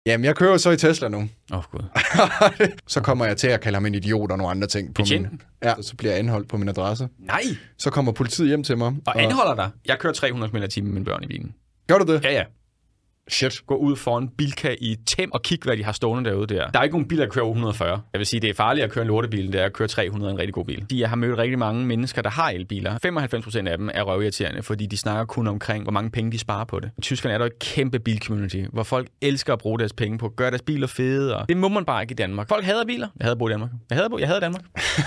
Jamen, jeg kører så i Tesla nu. Gud. Så kommer jeg til at kalde ham en idiot og nogle andre ting på min... Ja, så bliver jeg anholdt på min adresse. Nej! Så kommer politiet hjem til mig. Og anholder dig? Jeg kører 300 km/t med mine børn i bilen. Gør du det? Ja. Shit. Gå ud foran Bilka i Tem og kig, hvad de har stående derude der. Der er ikke nogen bil, der kører 140. Jeg vil sige, det er farligt at køre en lortebil, det er at køre 300 en rigtig god bil. Jeg har mødt rigtig mange mennesker, der har elbiler. 95% af dem er røvirriterende, fordi de snakker kun omkring, hvor mange penge de sparer på det. I Tyskland er der et kæmpe bilcommunity, hvor folk elsker at bruge deres penge på at gøre deres biler fede. Og det må man bare ikke i Danmark. Folk hader biler. Jeg hader at bo i Danmark. Jeg hader Danmark.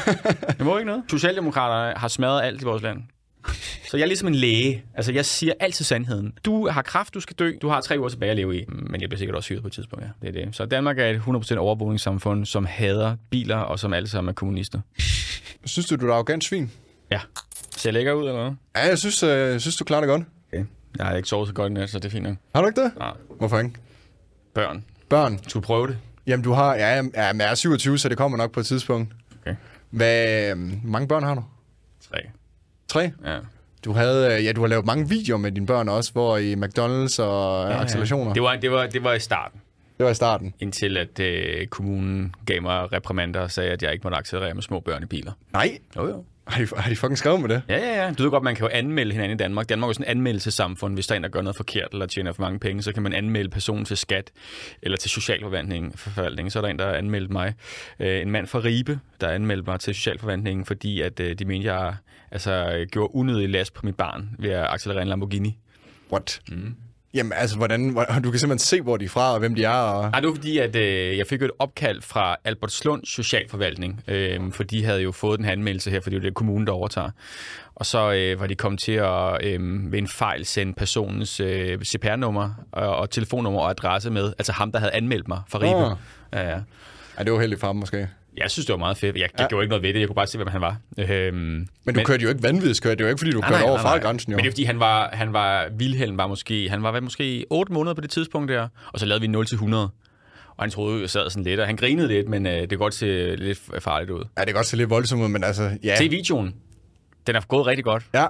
Jeg må ikke noget. Socialdemokraterne har smadret alt i vores land. Så jeg er ligesom en læge. Altså, jeg siger altid sandheden. Du har kræft, du skal dø. Du har 3 uger tilbage at leve i. Men jeg bliver sikkert også syret på et tidspunkt, ja. Det er det. Så Danmark er et 100% overvågningssamfund, som hader biler, og som alle sammen er kommunister. Synes du er arrogant svin? Ja. Ser jeg lækker ud, eller hvad? Ja, jeg synes du klarer det godt. Okay. Jeg har ikke sovet så godt i nat, så det er fint nok. Har du ikke det? Nej. Hvorfor ikke? Børn. Børn? Skal du prøve det? Jamen, du har... Ja, jeg er 27, så det kommer nok på et tidspunkt. Okay. Hvor mange børn har du? 3. 3? Ja. Du har lavet mange videoer med dine børn også, hvor i McDonald's og accelerationer. Det var i starten. Det var i starten. Indtil at kommunen gav mig reprimander og sagde, at jeg ikke måtte accelerere med små børn i biler. Nej. Jo. Har de fucking skrevet med det? Ja. Du ved godt, man kan jo anmelde hinanden i Danmark. Danmark er sådan et anmeldelsessamfund. Hvis der er en, der gør noget forkert eller tjener for mange penge, så kan man anmelde personen til skat eller til socialforvaltning. Så er der en, der har anmeldt mig. En mand fra Ribe, der anmeldte mig til socialforvaltningen, fordi at de mente, jeg gjorde unødig last på mit barn ved at accelerere en Lamborghini. What? Mm. Jamen, altså, du kan simpelthen se, hvor de er fra, og hvem de er. Og... Nej, det var fordi, at jeg fik et opkald fra Albertslund Socialforvaltning, for de havde jo fået den her anmeldelse her, fordi det er kommunen, der overtager. Og så var de kommet til at ved en fejl sende personens CPR-nummer og telefonnummer og adresse med, altså ham, der havde anmeldt mig fra Ribe. Ja, det var heldigt for ham måske. Jeg synes, det var meget fedt. Jeg gjorde ikke noget ved det. Jeg kunne bare se, hvem han var. Men du kørte jo ikke vanvidskørt. Det var ikke, fordi du kørte over fartgrænsen. Men det er, fordi han var Vilhelm var måske 8 måneder på det tidspunkt der. Og så lavede vi 0-100. Og han troede, jeg sad sådan lidt, og han grinede lidt, men det kan godt se lidt farligt ud. Ja, det kan godt se lidt voldsomt ud, men altså... Ja. Se videoen. Den er gået rigtig godt. Ja.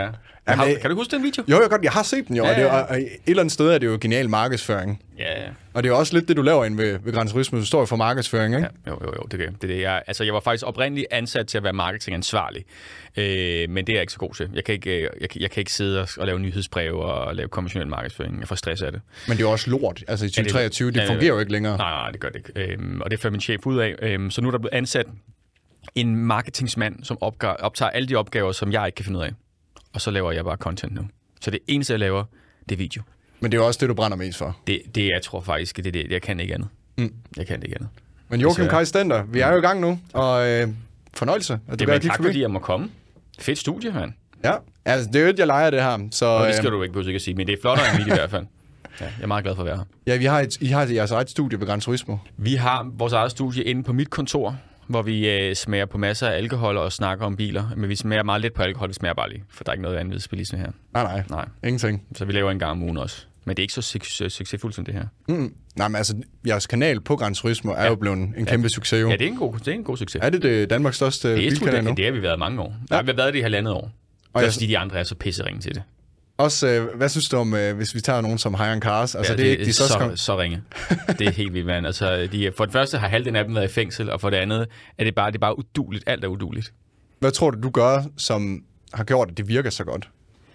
Kan du huske den video? Jo, jeg har set den jo, og et eller andet sted er det jo genial markedsføring. Ja. Og det er jo også lidt det, du laver inde ved Gran Turismo. Du står jo for markedsføring, ikke? Ja, jo, det er det. Jeg var faktisk oprindeligt ansat til at være marketingansvarlig, men det er jeg ikke så god til. Jeg kan ikke sidde og lave nyhedsbreve og lave konventionel markedsføring. Jeg får stress af det. Men det er også lort. Altså i 2023, det fungerer jo ikke længere. Nej, det gør det ikke. Og det fører min chef ud af. Så nu er der blevet ansat en marketingsmand, som optager alle de opgaver, som jeg ikke kan finde ud af. Og så laver jeg bare content nu. Så det eneste, jeg laver, det er video. Men det er jo også det, du brænder mest for. Jeg tror faktisk, det er det. Jeg kan ikke andet. Jeg kan ikke andet. Men Joachim Kaj Stender, vi er jo i gang nu, og fornøjelse. Det er tak, fordi jeg må komme. Fedt studie, mand. Ja, altså det er jo et, jeg leger det her. Så, og det skal du ikke behøve at sige, men det er flottere end mit i hvert fald. Ja, jeg er meget glad for at være her. Ja, I har jeres eget studie ved Gran Turismo. Vi har vores eget studie inde på mit kontor, hvor vi smager på masser af alkohol og snakker om biler. Men vi smager meget lidt på alkohol, det smager bare lige, for der er ikke noget vanvidsbilisme her. Nej. Ingenting. Så vi laver en gang om ugen også. Men det er ikke så succesfuldt som det her. Nej, men altså, jeres kanal på Gran Turismo er jo blevet en kæmpe succes jo. Ja, det er en god succes. Er det Danmarks største bilkanal nu? Det har vi været mange år. Ja. Vi har været det i 1,5 år. Og det er fordi, de andre er så pisseringe til det. Også, hvad synes du om, hvis vi tager nogen som Hiron Cars? Altså, det er ikke så ringe. Det er helt vildt, mand. Altså, for det første har halvdelen af dem været i fængsel, og for det andet er det bare udueligt. Alt er udueligt. Hvad tror du gør, som har gjort, at det virker så godt?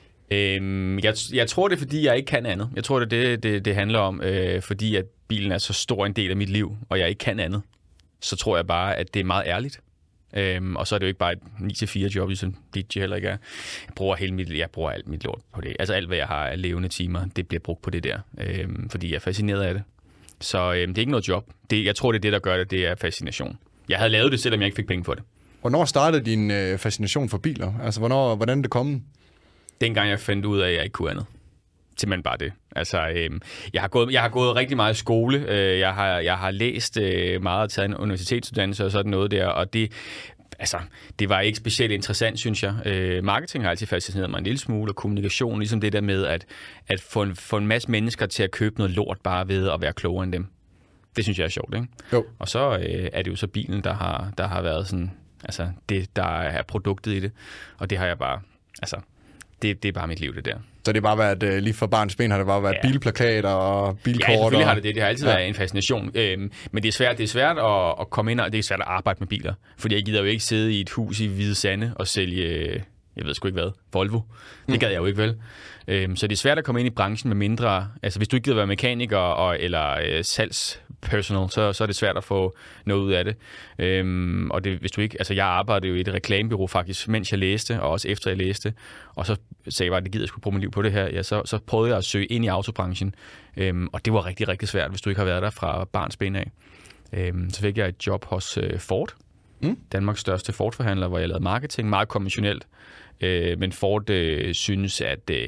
Jeg tror, det er, fordi jeg ikke kan andet. Jeg tror, det handler om, fordi at bilen er så stor en del af mit liv, og jeg ikke kan andet. Så tror jeg bare, at det er meget ærligt. Og så er det jo ikke bare et 9-4 job, ligesom DJ heller ikke er. Jeg bruger alt mit lort på det. Altså alt, hvad jeg har af levende timer, det bliver brugt på det der. Fordi jeg er fascineret af det. Så det er ikke noget job. Jeg tror, det er det, der gør det. Det er fascination. Jeg havde lavet det, selvom jeg ikke fik penge for det. Hvornår startede din fascination for biler? Altså, hvordan det kom? Dengang jeg fandt ud af, at jeg ikke kunne andet. Simpelthen bare det. Altså, jeg har gået rigtig meget i skole. Jeg har læst meget og taget en universitetsuddannelse og sådan noget der, og det var ikke specielt interessant, synes jeg. Marketing har altid fascineret mig en lille smule, og kommunikation, ligesom det der med at få en masse mennesker til at købe noget lort bare ved at være klogere end dem. Det synes jeg er sjovt, ikke? Jo. Og så er det jo så bilen, der har været sådan, altså det, der er produktet i det, og det har jeg bare, altså, det er bare mit liv, det der. Så det har bare været, lige fra barns ben har det bare været bilplakater og bilkort. Ja, selvfølgelig har det det. Det har altid været en fascination. Men det er svært at komme ind, og det er svært at arbejde med biler. Fordi jeg gider jo ikke sidde i et hus i Hvide Sande og sælge, jeg ved sgu ikke hvad, Volvo. Det gad jeg jo ikke vel. Så det er svært at komme ind i branchen med mindre... Altså hvis du ikke gider være mekaniker eller salgspersonal, så er det svært at få noget ud af det. Og det, hvis du ikke... Altså jeg arbejdede jo i et reklamebureau faktisk, mens jeg læste, og også efter jeg læste. Og så sagde jeg bare, at det gider jeg skulle bruge mit liv på det her. Ja, så prøvede jeg at søge ind i autobranchen. Og det var rigtig, rigtig svært, hvis du ikke har været der fra barns ben af. Så fik jeg et job hos Ford. Danmarks største Ford-forhandler, hvor jeg lavede marketing, meget konventionelt. Men Ford synes,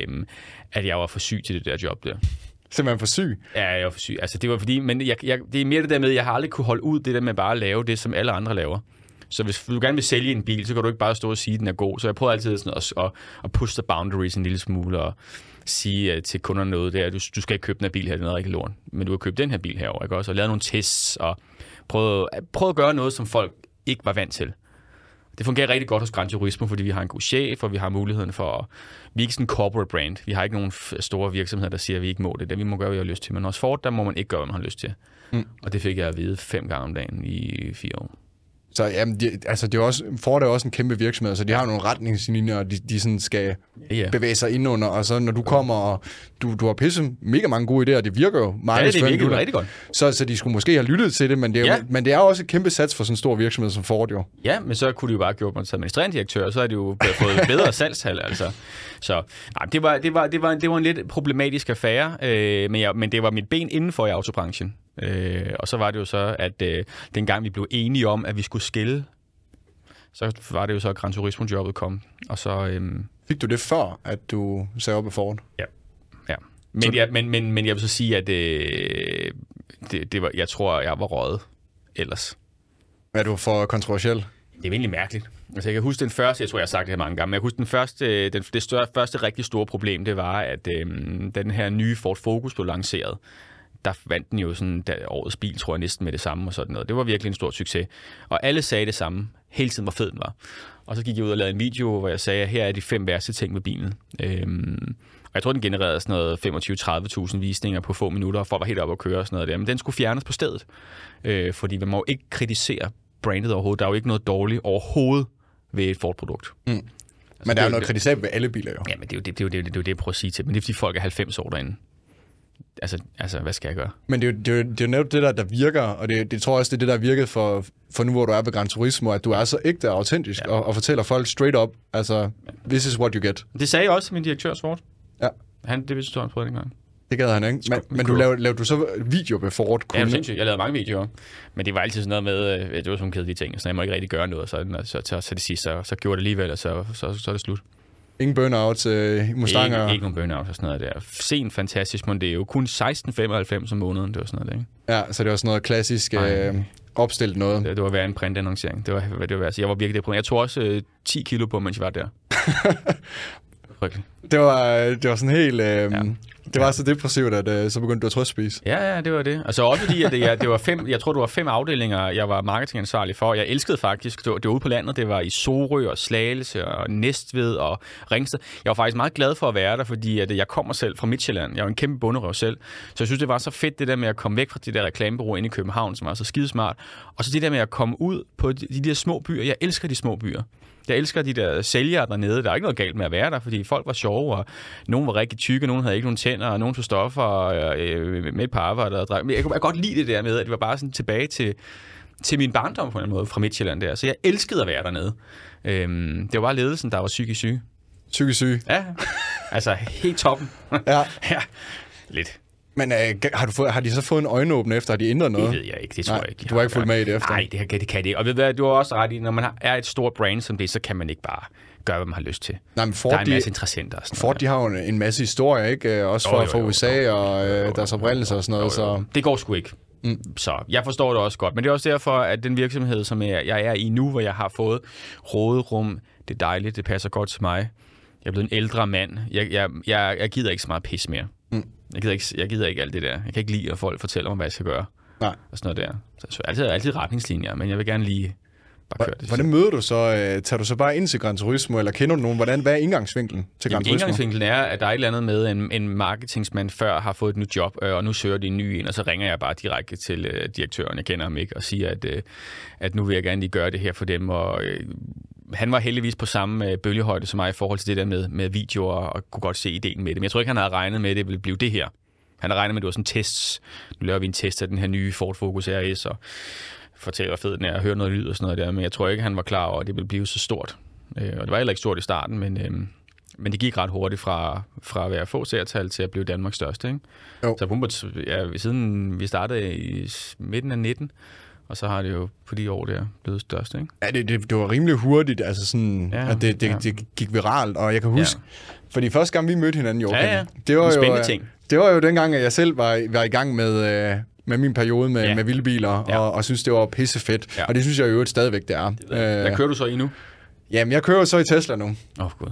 at jeg var for syg til det der job der. Simpelthen for syg? Ja, jeg var for syg. Altså, det var fordi, men det er mere det der med, at jeg har aldrig kunne holde ud det der med bare at lave det, som alle andre laver. Så hvis du gerne vil sælge en bil, så kan du ikke bare stå og sige, at den er god. Så jeg prøver altid sådan at push the boundaries en lille smule og sige til kunderne noget der, du skal ikke købe den her bil her, det er noget rigtig lort. Men du har købt den her bil herovre, ikke også? Og lavet nogle tests og prøvet at gøre noget, som folk ikke var vant til. Det fungerer rigtig godt hos Gran Turismo, fordi vi har en god chef, og vi har muligheden for... Vi er ikke sådan en corporate brand. Vi har ikke nogen store virksomheder, der siger, at vi ikke må det. Det vi må gøre, hvad vi har lyst til. Men hos Ford, der må man ikke gøre, hvad man har lyst til. Og det fik jeg at vide 5 gange om dagen i 4 år. Så jamen, det er også, Ford er også en kæmpe virksomhed, så de har nogle retningslinjer, og de sådan skal bevæge sig indunder, og så når du kommer, og du har pisse mega mange gode idéer, det virker jo meget. Ja, det virker jo rigtig godt. Så de skulle måske have lyttet til det, men det er også et kæmpe sats for sådan en stor virksomhed som Ford jo. Ja, men så kunne de jo bare gjort mig til administrerende direktør, og så har de jo fået bedre salgstal, altså. Så nej, det var en lidt problematisk affære, men det var mit ben indenfor i autobranchen. Og så var det jo så, at dengang vi blev enige om, at vi skulle skille, så var det jo så, at Gran Turismo-jobbet kom. Og så, fik du det før, at du sagde op i Ford? Ja. Men jeg vil så sige, at det var, jeg tror, jeg var røget ellers. Er du for kontroversiel? Det er virkelig mærkeligt. Altså, jeg kan huske den første, jeg tror, jeg har sagt det her mange gange, men jeg kan huske det første rigtig store problem, det var, at den her nye Ford Focus blev lanceret. Der vandt den jo sådan årets bil, tror jeg, næsten med det samme og sådan noget. Det var virkelig en stor succes. Og alle sagde det samme, hele tiden, hvor fed den var. Og så gik jeg ud og lavede en video, hvor jeg sagde, at her er de 5 værste ting med bilen. Og jeg tror, den genererede sådan noget 25-30.000 visninger på få minutter, og folk var helt oppe at køre og sådan noget der. Men den skulle fjernes på stedet. Fordi man må jo ikke kritisere brandet overhovedet. Der er jo ikke noget dårligt overhovedet ved et Ford-produkt. Altså, men der er jo noget kritisabelt ved alle biler jo. Ja, men det er jo det, jeg prøver at sige til. Men det er, fordi folk er 90 år derinde. Altså, hvad skal jeg gøre? Men det er jo netop det der virker, og det tror jeg også, det er det, der har virket for nu, hvor du er ved Gran Turismo, at du er så ægte og autentisk, og fortæller folk straight up, altså, this is what you get. Det sagde jeg også til min direktør, Svort. Ja. Det vidste du, han prøvede dengang. Det gad han ikke. Men du lavede du så video ved Ford? Ja, det er sindssygt. Jeg lavede mange videoer. Men det var altid sådan noget med, det var sådan kedelige ting, så jeg må ikke rigtig gøre noget. Så det sidste, så gjorde det alligevel, og så er det slut. Ingen burnout i Mustanger? Ikke nogen burnout og sådan noget der. Sen fantastisk Mondeo. Kun 16,95 om måneden, det var sådan noget der, ikke? Ja, så det var sådan noget klassisk opstillet noget. Det var værre en printannoncering. Det var værre. Så jeg var virkelig deprimeret. Jeg tog også 10 kilo på, mens jeg var der. Det var sådan helt... Det var så depressivt, at så begyndte du at trøstspise. Ja, det var det. Altså også fordi, at det var 5, jeg tror, det var 5 afdelinger, jeg var marketingansvarlig for. Jeg elskede faktisk, det var ude på landet, det var i Sorø og Slagelse og Næstved og Ringsted. Jeg var faktisk meget glad for at være der, fordi at jeg kommer selv fra Midtjylland. Jeg var en kæmpe bonderøv selv. Så jeg synes, det var så fedt det der med at komme væk fra det der reklamebureau inde i København, som var så skidesmart. Og så det der med at komme ud på de der små byer. Jeg elsker de små byer. Jeg elsker de der sælgere dernede. Der er ikke noget galt med at være der, fordi folk var sjove, og nogen var rigtig tykke, nogen havde ikke nogen tænder, og nogen tog stoffer med et par arbejder. Men jeg kunne godt lide det der med, at det var bare sådan tilbage til min barndom på en måde fra Midtjylland der. Så jeg elskede at være dernede. Det var bare ledelsen, der var psykisk syge. Psykisk syge? Ja, altså helt toppen. Ja. Ja, lidt. Men har de så fået en øjenåbner efter? Har de ændret noget? Det ved jeg ikke, det tror jeg ikke. Du har ikke fulgt med i det efter? Nej, det kan det ikke. Og ved du hvad, du har også ret i, når man er et stort brand som det, så kan man ikke bare gøre, hvad man har lyst til. Nej, men Ford, der er en masse interessenter og sådan Ford, de har jo en masse historier, ikke? Også fra USA og deres oprindelse og sådan noget. Så... Det går sgu ikke. Så jeg forstår det også godt. Men det er også derfor, at den virksomhed, som jeg er i nu, hvor jeg har fået råderum, det er dejligt, det passer godt til mig. Jeg er blevet en ældre mand. Jeg gider ikke så meget pis mere. Jeg gider ikke alt det der. Jeg kan ikke lide, at folk fortæller mig, hvad jeg skal gøre. Nej. Og sådan noget der. Så altid retningslinjer, men jeg vil gerne lige bare køre det. Hvordan møder du så? Tager du så bare ind til Gran Turismo, eller kender du nogen? Hvad er indgangsvinklen til Gran Turismo? Indgangsvinklen er, at der er et eller andet med, en marketingsmand før har fået et nyt job, og nu søger de en ny ind, og så ringer jeg bare direkte til direktøren, jeg kender ham ikke, og siger, at nu vil jeg gerne lige gøre det her for dem, og han var heldigvis på samme bølgehøjde som mig i forhold til det der med videoer, og kunne godt se ideen med det. Men jeg tror ikke, han havde regnet med, at det ville blive det her. Han havde regnet med, at det var sådan en test. Nu laver vi en test af den her nye Ford Focus RS, og fortæller, hvor fed den er, og hører noget lyd og sådan noget der. Men jeg tror ikke, han var klar over, at det ville blive så stort. Og det var heller ikke stort i starten, men det gik ret hurtigt fra at være få seertal til at blive Danmarks største. Ikke? Så siden vi startede i midten af 19, og så har det jo på de år der blevet størst, ikke? Ja, det var rimelig hurtigt, altså sådan, at det gik viralt, og jeg kan huske, fordi første gang vi mødte hinanden, det var spændende ting. Det var jo dengang, at jeg selv var i gang med min periode med vilde biler, og synes, det var pissefedt, og det synes jeg jo stadigvæk, det er. Hvad kører du så i nu? Jamen, jeg kører så i Tesla nu. Gud.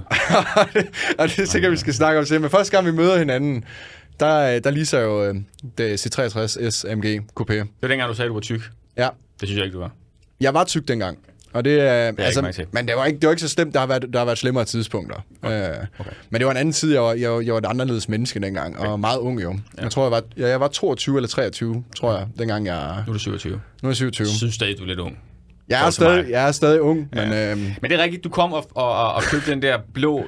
Og det er sikkert, vi skal snakke om det, men første gang vi møder hinanden, der leaser jo det C63 SMG Coupé. Det var dengang, du sagde, du var tyk. Ja. Det synes jeg ikke, du var. Jeg var tyk dengang. Og det altså, men det var ikke så slemt. Der har været slemmere tidspunkter. Okay. Men det var en anden tid. Jeg var et anderledes menneske dengang, og meget ung jo. Ja. Jeg tror, jeg var 22 eller 23, tror jeg, dengang jeg... Nu er du 27. Nu er jeg 27. Jeg synes stadig, du er lidt ung. Jeg er stadig ung, men... Men det er rigtigt, du kom og købte den der blå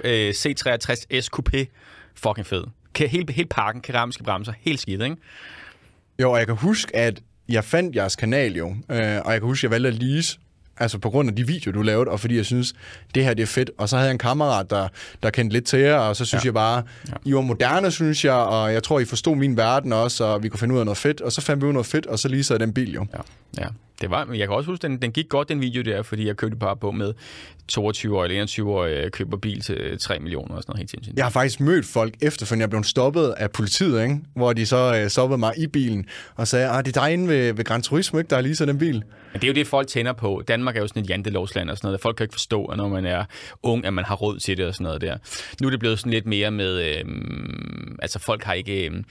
C63 S Coupé. Fucking fed. Helt pakken, keramiske bremser, helt skidt, ikke? Jo, og jeg kan huske, at jeg fandt jeres kanal jo, og jeg kan huske, at jeg valgte at lease, altså på grund af de videoer, du lavede, og fordi jeg synes, det her det er fedt. Og så havde jeg en kammerat, der kendte lidt til jer, og så synes jeg bare, I var moderne, synes jeg, og jeg tror, I forstod min verden også, og vi kunne finde ud af noget fedt, og så fandt vi ud af noget fedt, og så leasede jeg den bil jo. Ja. Det var, jeg kan også huske, den gik godt, den video der, fordi jeg købte bare på med 22-årige eller 21-årige køber bil til 3 millioner og sådan noget helt sindssygt. Jeg har faktisk mødt folk efterfølgende, jeg blev stoppet af politiet, ikke? Hvor de så stoppede mig i bilen og sagde, det er dig inde ved Gran Turismo, ikke? Der er lige så den bil. Men det er jo det, folk tænder på. Danmark er jo sådan et jantelovsland og sådan noget. Folk kan ikke forstå, at når man er ung, at man har råd til det og sådan noget der. Nu er det blevet sådan lidt mere med, altså folk har ikke...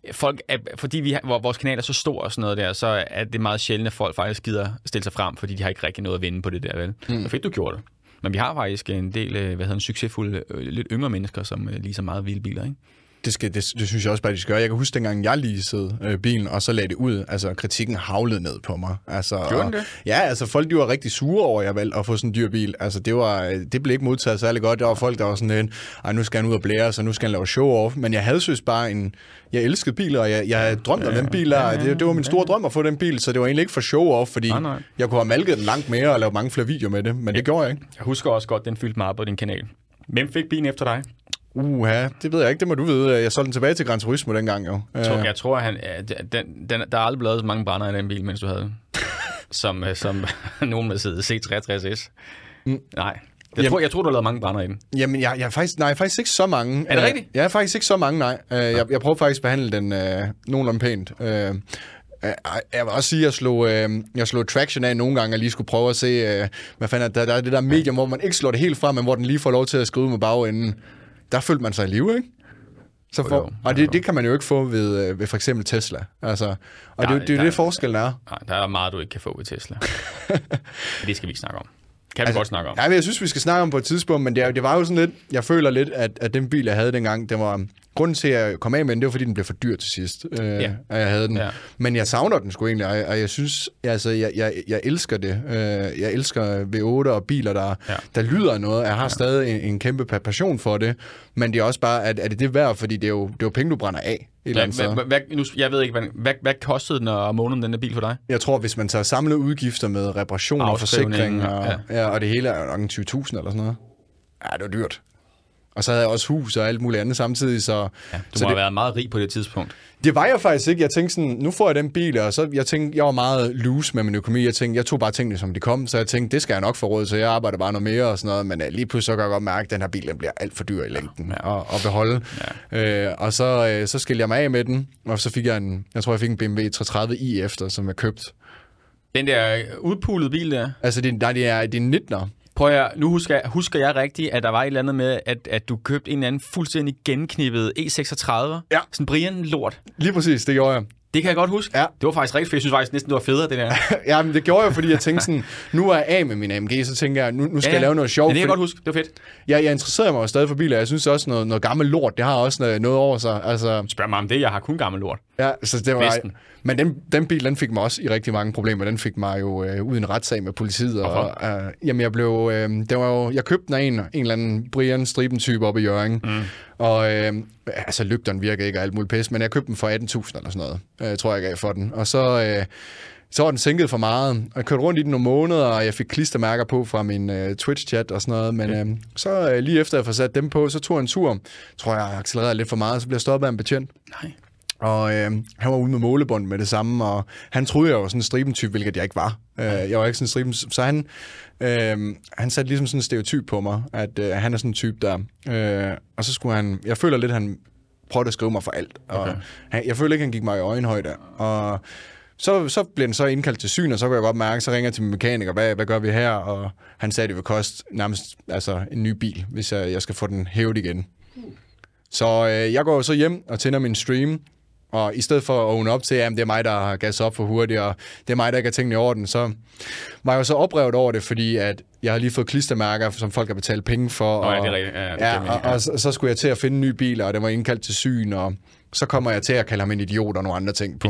fordi vores kanal er så stor og sådan noget der, så er det meget sjældent, at folk faktisk gider stille sig frem, fordi de har ikke rigtig noget at vinde på det der, vel? Så fedt, du gjorde det. Men vi har faktisk en del, succesfulde, lidt yngre mennesker, som leaser meget vilde biler, ikke? Det synes jeg også bare, de skal gøre. Jeg kan huske, dengang jeg leasede bilen, og så lagde det ud. Altså, kritikken havlede ned på mig. Altså, gjorde det? Ja, altså, folk de var rigtig sure over, at jeg valgte at få sådan en dyr bil. Altså, det blev ikke modtaget særlig godt. Der var folk, der var sådan nu skal han ud og blære, så nu skal han lave show-off. Men jeg havde synes bare jeg elskede biler, og jeg drømte om den bil der. Det var min store drøm at få den bil, så det var egentlig ikke for show-off, fordi jeg kunne have malket den langt mere og lavet mange flere videoer med det, men det gjorde jeg ikke. Jeg husker også godt, den fyldte meget på din kanal. Hvem fik bilen efter dig? Det ved jeg ikke, det må du vide. Jeg solgte den tilbage til Gran Turismo dengang jo. Jeg tror, der er aldrig blevet så mange brænder i den bil, mens du havde den. som nogen med C63S. Nej. Jeg tror, du har lavet mange brænder i den. Jamen, jeg er faktisk ikke så mange. Er det rigtigt? Jeg er faktisk ikke så mange, nej. Jeg prøver faktisk at behandle den nogenlunde pænt. Jeg vil også sige, at jeg slog traction af nogle gange, og lige skulle prøve at se, hvad fanden der er det der medium, hvor man ikke slår det helt frem, men hvor den lige får lov til at skrive med bagenden. Der følte man sig i live, ikke? Og det kan man jo ikke få ved for eksempel Tesla. Altså, og det er det forskellen er. Nej, der er meget, du ikke kan få ved Tesla. Det skal vi ikke snakke om. Kan vi godt snakke om. Ja, jeg synes, vi skal snakke om på et tidspunkt, men det var jo sådan lidt, jeg føler lidt, at den bil, jeg havde dengang, det var... Grunden til, at jeg kom af med den, det var, fordi den blev for dyr til sidst, at jeg havde den. Ja. Men jeg savner den sgu egentlig, og jeg synes, altså, jeg elsker det. Jeg elsker V8 og biler, der lyder noget. Jeg har stadig en kæmpe passion for det, men det er også bare, at er det værd, fordi det er jo penge, du brænder af. Jeg ved ikke, hvad kostede den om måneden, den der bil for dig? Jeg tror, hvis man tager samlede udgifter med reparationer og forsikring, og det hele er nok 20.000 eller sådan noget. Ja, det var dyrt. Og så havde jeg også hus og alt muligt andet samtidig, så... Ja, du må have været meget rig på det tidspunkt. Det var jeg faktisk ikke. Jeg tænkte sådan, nu får jeg den bil, og så jeg var meget loose med min økonomi. Jeg tog bare tingene, som de kom, så jeg tænkte, det skal jeg nok få råd, så jeg arbejder bare noget mere og sådan noget, men lige pludselig så kan jeg godt mærke, at den her bil, den bliver alt for dyr i længden at beholde. Ja. Og så skilte jeg mig af med den, og så fik jeg en BMW 330i efter, som jeg købte. Den der udpulede bil der? Altså, det er en 19'er. Prøv at nu husker jeg rigtigt, at der var et eller andet med, at du købte en eller anden fuldstændig genknippet E36. Ja. Sådan Brian-lort. Lige præcis, det gjorde jeg. Det kan jeg godt huske. Ja. Det var faktisk rigtig fedt. Jeg synes faktisk næsten, det var federe, det der. Ja, men det gjorde jeg, fordi jeg tænkte sådan, nu er jeg af med min AMG, så tænker jeg, nu skal jeg lave noget sjovt. Ja, det kan jeg godt huske. Det var fedt. Ja, jeg interesserer mig jo stadig for biler. Jeg synes også, noget gammel lort, det har også noget over sig. Altså, spørg mig om det. Jeg har kun gammel lort. Ja, så det var... Næsten. Men den bil, den fik mig også i rigtig mange problemer. Den fik mig jo ud i en retssag med politiet. Jamen, jeg købte den af en eller anden Brian Striben-type oppe i Hjørring. Og altså, lygterne virker ikke og alt muligt pis, men jeg købte den for 18.000 eller sådan noget, tror jeg gav for den. Og så var den sænket for meget. Og jeg kørte rundt i den nogle måneder, og jeg fik klistermærker på fra min Twitch-chat og sådan noget. Men så lige efter jeg får sat dem på, så tog jeg en tur. Tror jeg accelererede lidt for meget, så blev jeg stoppet af en betjent. Nej. Og han var ude med målebånd med det samme, og han troede, jeg var sådan en Striben-type, hvilket jeg ikke var. Jeg var ikke sådan en Striben, så han satte ligesom sådan en stereotyp på mig, at han er sådan en type der. Og så skulle han, jeg føler lidt, han prøvede at skrive mig for alt. Okay. Og jeg føler ikke, han gik mig i øjenhøjde. Og så blev den så indkaldt til syn, og så kunne jeg godt mærke, så ringer jeg til min mekaniker, hvad gør vi her? Og han sagde, det vil koste nærmest altså, en ny bil, hvis jeg skal få den hævet igen. Så jeg går så hjem og tænder min stream, og i stedet for at åbne op til, at det er mig, der har gasset op for hurtigt, og det er mig, der ikke har tingene i orden, så var jeg jo så oprevet over det, fordi at jeg har lige fået klistermærker, som folk har betalt penge for. Og, ja, det er rigtigt. Og så skulle jeg til at finde en ny bil, og det var indkaldt til syn, og så kommer jeg til at kalde ham en idiot og nogle andre ting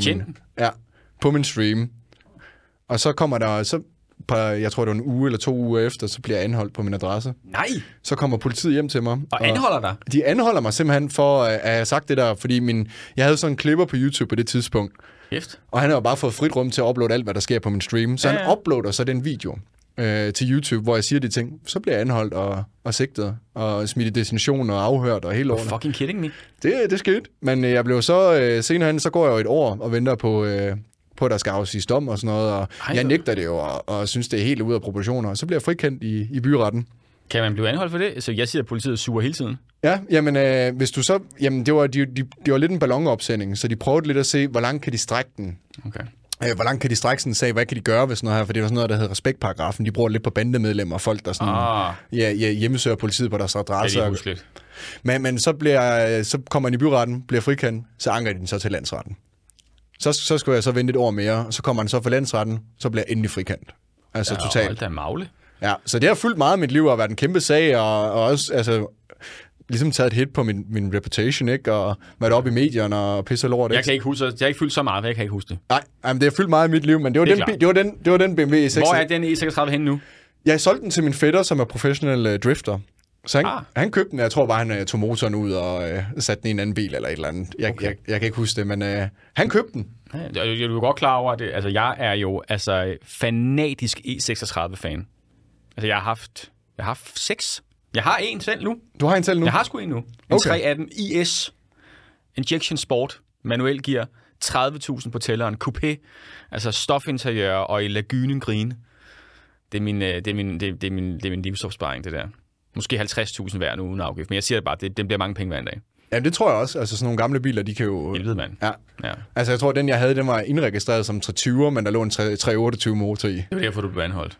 på min stream. Og så kommer der... jeg tror, det var en uge eller 2 uger efter, så bliver jeg anholdt på min adresse. Nej! Så kommer politiet hjem til mig. Og anholder dig? De anholder mig simpelthen for at have sagt det der, fordi jeg havde sådan en klipper på YouTube på det tidspunkt. Kæft. Og han har jo bare fået frit rum til at uploade alt, hvad der sker på min stream. Så han uploader så den video til YouTube, hvor jeg siger de ting. Så bliver jeg anholdt og sigtet, og smidt i destination og afhørt og hele året. Fucking kidding me. Det skete. Men jeg blev så senere hen, så går jeg jo et år og venter på at der skal afsiges dom og sådan noget, og jeg nægter det jo, og synes, det er helt ude af proportioner, og så bliver jeg frikendt i byretten. Kan man blive anholdt for det? Så jeg siger, at politiet suger hele tiden. Ja, jamen, hvis du så... Jamen, det var lidt en ballonopsending, så de prøvede lidt at se, hvor langt kan de strække den. Okay. Hvor langt kan de strække sådan en sag? Hvad kan de gøre ved sådan noget her? For det var sådan noget, der hedder respektparagrafen. De bruger lidt på bandemedlemmer og folk, der sådan, hjemmesøger politiet på deres adresse. Det er men så kommer man i byretten, bliver frikendt, så anker de den så til landsretten. Så skulle jeg så vente et år mere, og så kommer han så for landsretten, så bliver jeg endelig frikendt. Altså totalt. Det er magle. Ja, så det har fyldt meget af mit liv at være en kæmpe sag, og også altså, ligesom taget et hit på min reputation, ikke? Og været oppe i medierne og pisse lort. Jeg kan ikke huske, jeg har ikke fyldt så meget, jeg kan ikke huske det. Nej, men det har fyldt meget af mit liv, men det var den BMW E36. Hvor er den E36 henne nu? Jeg solgte den til min fætter, som er professionel drifter. Så han købte den, jeg tror bare, han tog motoren ud og satte den i en anden bil eller et eller andet. Jeg kan ikke huske det, men han købte den. Ja, jeg er jo godt klar over det. Altså, jeg er jo fanatisk E36-fan. Altså, jeg har haft 6. Jeg har en selv nu. Du har en selv nu? Jeg har sgu en nu. En 318 IS Injection Sport, manuel gear, 30.000 på tælleren, coupé, altså stofinteriør og i Lagunen Green. Det er min livsopsparing, det der. Måske 50.000 hver nu uden afgift, men jeg siger det bare, det bliver mange penge hver en dag. Ja, det tror jeg også. Altså sådan nogle gamle biler, de kan jo... Helvede, mand. Ja. Altså jeg tror, den jeg havde, den var indregistreret som 320'er, men der lå en 328 motor i. Det var derfor, du blev anholdt.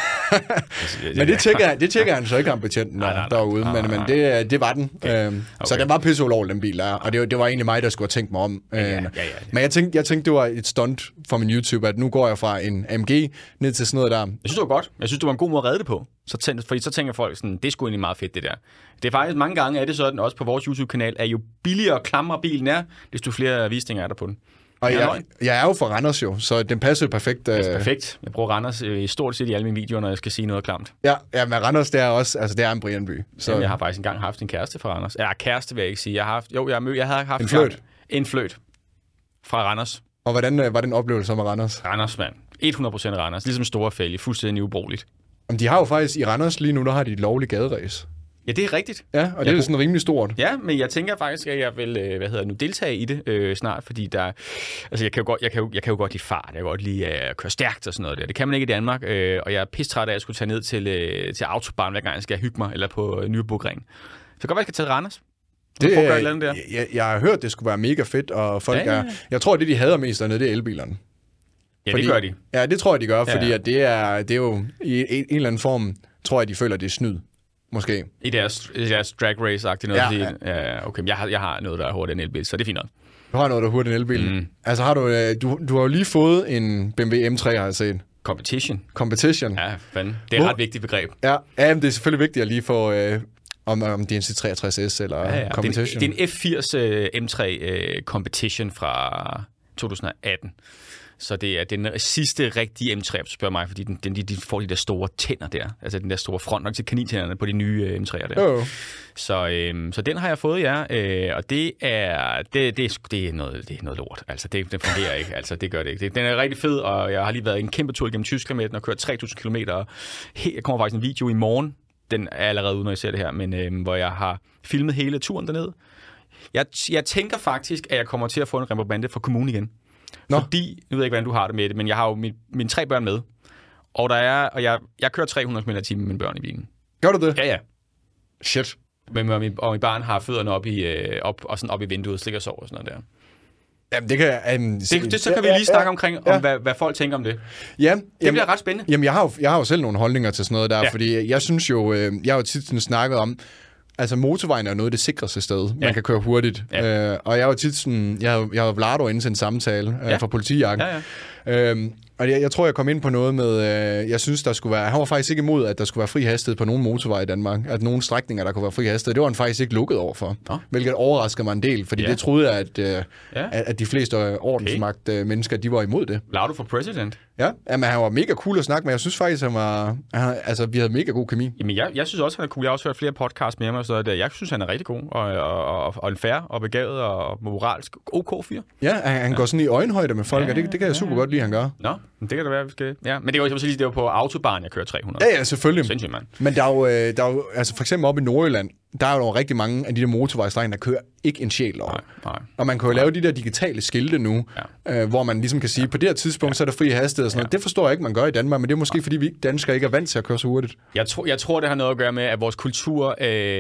Men det tjekker han så ikke, ham betjenten derude, men det var den. Okay. Så den var pisseulovlig, den bil der, og det var egentlig mig, der skulle have tænkt mig om. Men jeg tænkte, det var et stunt for min YouTube, at nu går jeg fra en AMG ned til sådan noget der. Jeg synes, det var godt. Jeg synes, det var en god måde at redde det på. Fordi så tænker folk sådan, det er sgu egentlig meget fedt, det der. Det er faktisk mange gange, er det sådan, også på vores YouTube-kanal, at jo billigere klamre bilen er, desto flere visninger er der på den. Og jeg er jo fra Randers jo, så den passer jo perfekt. Det er perfekt. Jeg bruger Randers i stort set i alle mine videoer, når jeg skal sige noget klamt. Ja, men Randers, det er også, altså det er en Brianby. Så jamen, jeg har faktisk engang haft en kæreste fra Randers. Ja, kæreste vil jeg ikke sige. Jeg havde haft en fløjt. En fløjt fra Randers. Og hvordan var den oplevelse med Randers? Randers, mand. 100% Randers. Ligesom Storefælge. Fuldstændig ubrugeligt. Jamen, de har jo faktisk i Randers lige nu, der har de et lovligt gaderæs. Ja, det er rigtigt. Ja, og det er sådan rimelig stort. Ja, men jeg tænker faktisk, at jeg vil deltage i det snart, fordi der... Altså, jeg kan jo godt lide fart, jeg kan godt lide at køre stærkt og sådan noget der. Det kan man ikke i Danmark, og jeg er pissetræt af, at jeg skulle tage ned til Autobahn, hver gang jeg skal hygge mig, eller på Nürburgring. Så godt, jeg skal tage Randers. Jeg har hørt, det skulle være mega fedt, og folk jeg tror, det de hader mest dernede, det er elbilerne. Ja, det gør de. Ja, det tror jeg, de gør, fordi at det er jo i en eller anden form, tror jeg, de føler, det er snyd. Måske. I deres drag race-agtigt noget. Ja. Okay, jeg har noget, der er hårdere end elbil, så det er fint nok. Du har noget, der hurtigt en elbil. Altså har du har jo lige fået en BMW M3, har jeg set. Competition. Ja, fanden. Det er et ret vigtigt begreb. Ja, men det er selvfølgelig vigtigt at lige få... om det er en C63S eller Competition. Det er en F80 M3 Competition fra 2018. Så det er den sidste rigtige M3, spørger mig, fordi de får de der store tænder der. Altså den der store front nok til kanintænderne på de nye M3'er der. Så den har jeg fået, ja. Og det er noget lort. Altså den fungerer ikke. Altså det gør det ikke. Den er rigtig fed, og jeg har lige været en kæmpe tur gennem Tyskland med den og kørt 3.000 km. Jeg kommer faktisk en video i morgen. Den er allerede ude, når jeg ser det her, men hvor jeg har filmet hele turen dernede. Jeg tænker faktisk, at jeg kommer til at få en reprimande fra kommunen igen. Nå. Fordi, nu ved jeg ikke, hvordan du har det med det, men jeg har jo mine 3 børn med. Og jeg kører 300 km/t med mine børn i bilen. Gør du det? Ja. Shit. Og mit barn har fødderne op i vinduet, slikker og sover og sådan noget der. Jamen, det kan så kan vi lige snakke omkring, om hvad folk tænker om det. Ja. Det bliver ret spændende. Jamen, jeg har jo selv nogle holdninger til sådan noget der, fordi jeg synes jo, jeg har jo tit snakket om, altså motorvejen er noget af det sikreste sted, man kan køre hurtigt. Og jeg var tit sådan, jeg har Vlado inde til en samtale fra politijagten. Og jeg tror, jeg kom ind på noget med, jeg synes, der skulle være... Han var faktisk ikke imod, at der skulle være fri hastighed på nogle motorveje i Danmark. At nogle strækninger, der kunne være fri hastighed. Det var han faktisk ikke lukket overfor. Hvilket overraskede mig en del, fordi det troede jeg, at de fleste ordensmagt mennesker, de var imod det. Vlado for president? Ja, men han var mega cool at snakke med. Jeg synes faktisk, vi havde mega god kemi. Jamen, jeg synes også, han er cool. Jeg har også hørt flere podcasts med ham, og så jeg synes, han er rigtig god, og en fair, og begavet, og moralsk OK fyr. Ja, han går sådan i øjenhøjde med folk, og det kan jeg super godt lide, han gør. Nå, det kan det være, vi skal... Ja, men det var på Autobahn, jeg kører 300. Ja, selvfølgelig. Sindssygt, mand. Men der er jo altså for eksempel oppe i Nordjylland, der er jo rigtig mange af de der motorvejsstrækninger, der kører ikke en sjæl over. Nej. Og man kan jo lave de der digitale skilte nu, hvor man ligesom kan sige, på det her tidspunkt, så er der fri hastighed og sådan noget. Det forstår jeg ikke, man gør i Danmark, men det er måske, fordi vi danskere ikke er vant til at køre så hurtigt. Jeg tror, det har noget at gøre med, at vores kultur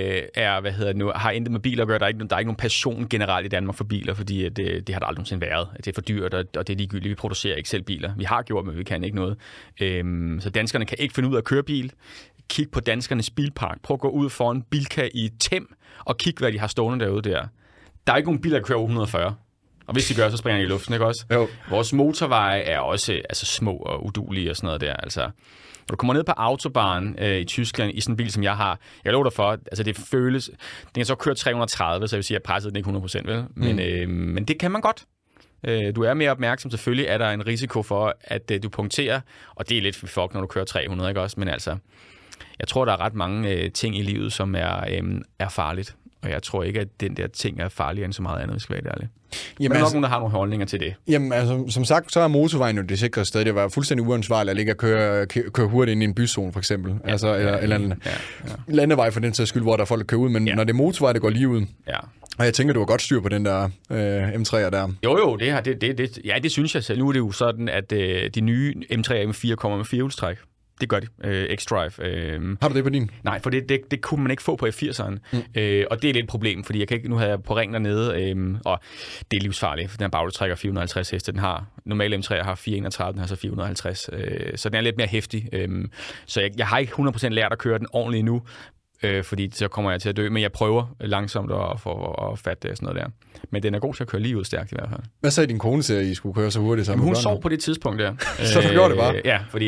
har intet med biler at gøre. Der er ikke nogen passion generelt i Danmark for biler, fordi det har der aldrig nogensinde været. Det er for dyrt, og det er ligegyldigt. Vi producerer ikke selv biler. Vi har gjort, men vi kan ikke noget. Så danskerne kan ikke finde ud af at køre bil. Kig på danskernes bilpark. Prøv at gå ud for en Bilka i Tem og kig, hvad de har stående derude der. Der er ikke nogen biler, der kører 140. Og hvis de gør, så springer de i luften, ikke også? Jo. Vores motorveje er også små og udulige og sådan noget der. Altså, når du kommer ned på Autobahn i Tyskland i sådan en bil, som jeg har, jeg lover dig for, altså det føles... Den kan så køre 330, så jeg vil sige, at jeg pressede den ikke 100%, vel? Men det kan man godt. Du er mere opmærksom. Selvfølgelig er der en risiko for, at du punkterer, og det er lidt fuck, når du kører 300, ikke også? Men altså, jeg tror, der er ret mange ting i livet, som er farligt. Og jeg tror ikke, at den der ting er farligere end så meget andet, hvis vi skal være ærlige. Men der er nok nogen, der har nogle holdninger til det. Jamen, altså, som sagt, så er motorvejen jo det sikre sted. Det var fuldstændig uansvarligt at ligge og køre hurtigt ind i en byzone, for eksempel. Ja, altså, eller en landevej for den sags skyld, hvor der er folk, der kører ud. Men når det er motorvej, det går lige ud. Ja. Og jeg tænker, du har godt styr på den der M3'er der. Jo, det synes jeg selv. Nu er det jo sådan, at de nye M3 og M4 kommer med 4-hjulstræk. Det gør de. X-Drive. Har du det på din? Nej, for det kunne man ikke få på F80'eren. Og det er lidt et problem, fordi jeg kan ikke, nu havde jeg på ringen dernede, og det er livsfarligt, for den her baghjulstrækker 450 heste. Den har, normale M3 har 431, den har så 450. Så den er lidt mere heftig. Så jeg har ikke 100% lært at køre den ordentligt endnu, fordi så kommer jeg til at dø, men jeg prøver langsomt at fatte sådan noget der. Men den er god til at køre lige ud stærkt i hvert fald. Hvad sagde din kone til, at I skulle køre så hurtigt sammen? Hun sov på det tidspunkt der. Så du gjorde det bare? Ja, fordi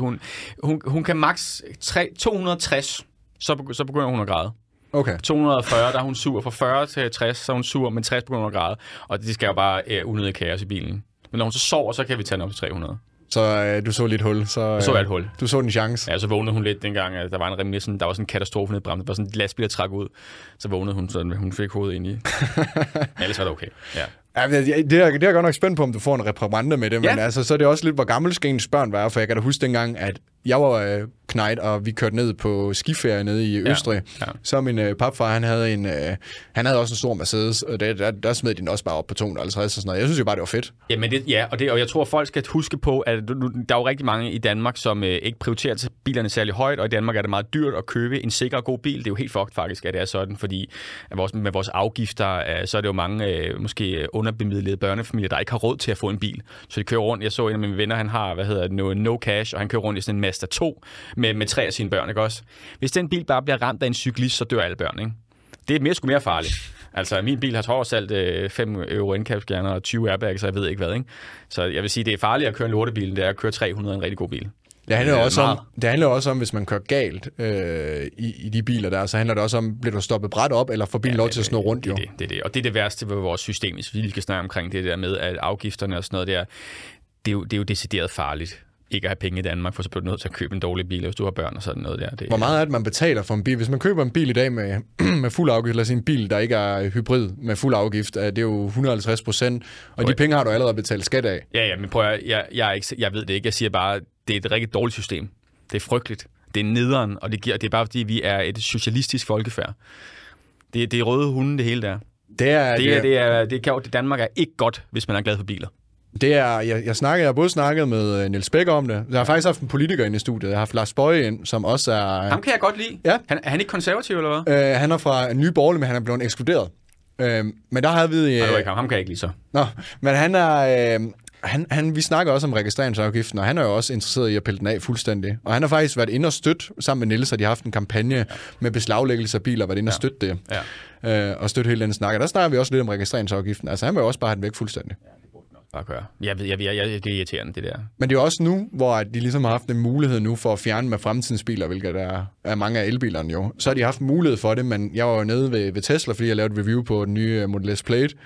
hun kan maks 260, så begynder hun at græde. Okay. 240, der er hun sur. Fra 40 til 60, så er hun sur, men 60 begynder hun at græde. Og det skal jo bare unødig kaos i bilen. Men når hun så sover, så kan vi tage den op til 300. Så du så lidt hul. Så jeg et hul. Du så en chance. Ja, så vågnede hun lidt dengang, at der var en rimelig sådan, der var sådan en katastrofe ned i bremsen. Der var sådan en lastbil, der trak ud. Så vågnede hun, så hun fik hovedet ind i. Ellers var det okay. Ja. Ja, det er jeg godt nok spændt på, om du får en reprimande med det, men altså, så er det også lidt, hvor gammel skal ens børn være, for jeg kan da huske dengang, at jeg var knejt, og vi kørte ned på skiferie nede i Østrig. Ja. Så min papfar, han havde også en stor Mercedes, og der smed de den også bare op på 250 og sådan noget. Jeg synes jo bare, det var fedt. Jamen og jeg tror, folk skal huske på, at der er jo rigtig mange i Danmark, som ikke prioriterer bilerne særlig højt, og i Danmark er det meget dyrt at købe en sikker og god bil. Det er jo helt fucked faktisk, at det er sådan, fordi med vores afgifter, så er det jo mange måske underbemidlede børnefamilier, der ikke har råd til at få en bil. Så de kører rundt. Jeg så en af mine venner, han har, no cash, og han kører rundt i sådan en Mazda 2 med 3 af sine børn, ikke også? Hvis den bil bare bliver ramt af en cyklist, så dør alle børn, ikke? Det er sgu mere farligt. Altså, min bil har trods alt 5 euro indkabsskærner og 20 airbags, så jeg ved ikke hvad, ikke? Så jeg vil sige, det er farligt at køre en lortebil, det er at køre 300 en rigtig god bil. Det handler også om, hvis man kører galt i de biler der, så handler det også om, bliver du stoppet bræt op, eller får bilen lov til at snurre rundt, jo? Det er det. Og det er det værste ved vores system, hvis vi skal snakke omkring det der med, at afgifterne og sådan noget der, det er jo decideret farligt. Ikke at have penge i Danmark, for så bliver du nødt til at købe en dårlig bil, hvis du har børn og sådan noget der. Hvor meget er det, man betaler for en bil? Hvis man køber en bil i dag med fuld afgift, lad os sige en bil, der ikke er hybrid med fuld afgift, det er jo 150%, og de penge har du allerede betalt skat af. Ja, men prøv at, jeg ved det ikke. Jeg siger bare, det er et rigtig dårligt system. Det er frygteligt. Det er nederen, og det er bare fordi, vi er et socialistisk folkefærd. Det er røde hunde, det hele der. Danmark er ikke godt, hvis man er glad for biler. Jeg har både snakket med Niels Bækker om det. Jeg har faktisk haft en politiker inde i studiet. Jeg har haft Lars Bøje ind, som også er... Ham kan jeg godt lide. Ja. Er han ikke konservativ, eller hvad? Han er fra Nye Borgerlige, men han er blevet ekskluderet. Men der havde vi... Ham kan jeg ikke lide så. Nå, men han er... vi snakker også om registreringsafgiften, og han er jo også interesseret i at pille den af fuldstændig. Og han har faktisk været inde og støtte, sammen med Niels, og de har haft en kampagne med beslaglæggelse af biler, været inde og støtte det. Ja. Og støtte hele den snak. Og der snakker vi også lidt om registreringsafgiften. Altså han vil jo også bare have den væk fuldstændig. Det er irriterende, det der. Men det er også nu, hvor de ligesom har haft en mulighed nu for at fjerne med fremtidens biler, hvilket der er mange af elbilerne jo. Så har de haft mulighed for det, men jeg var jo nede ved Tesla, fordi jeg lavede et review på den nye Model S Plaid.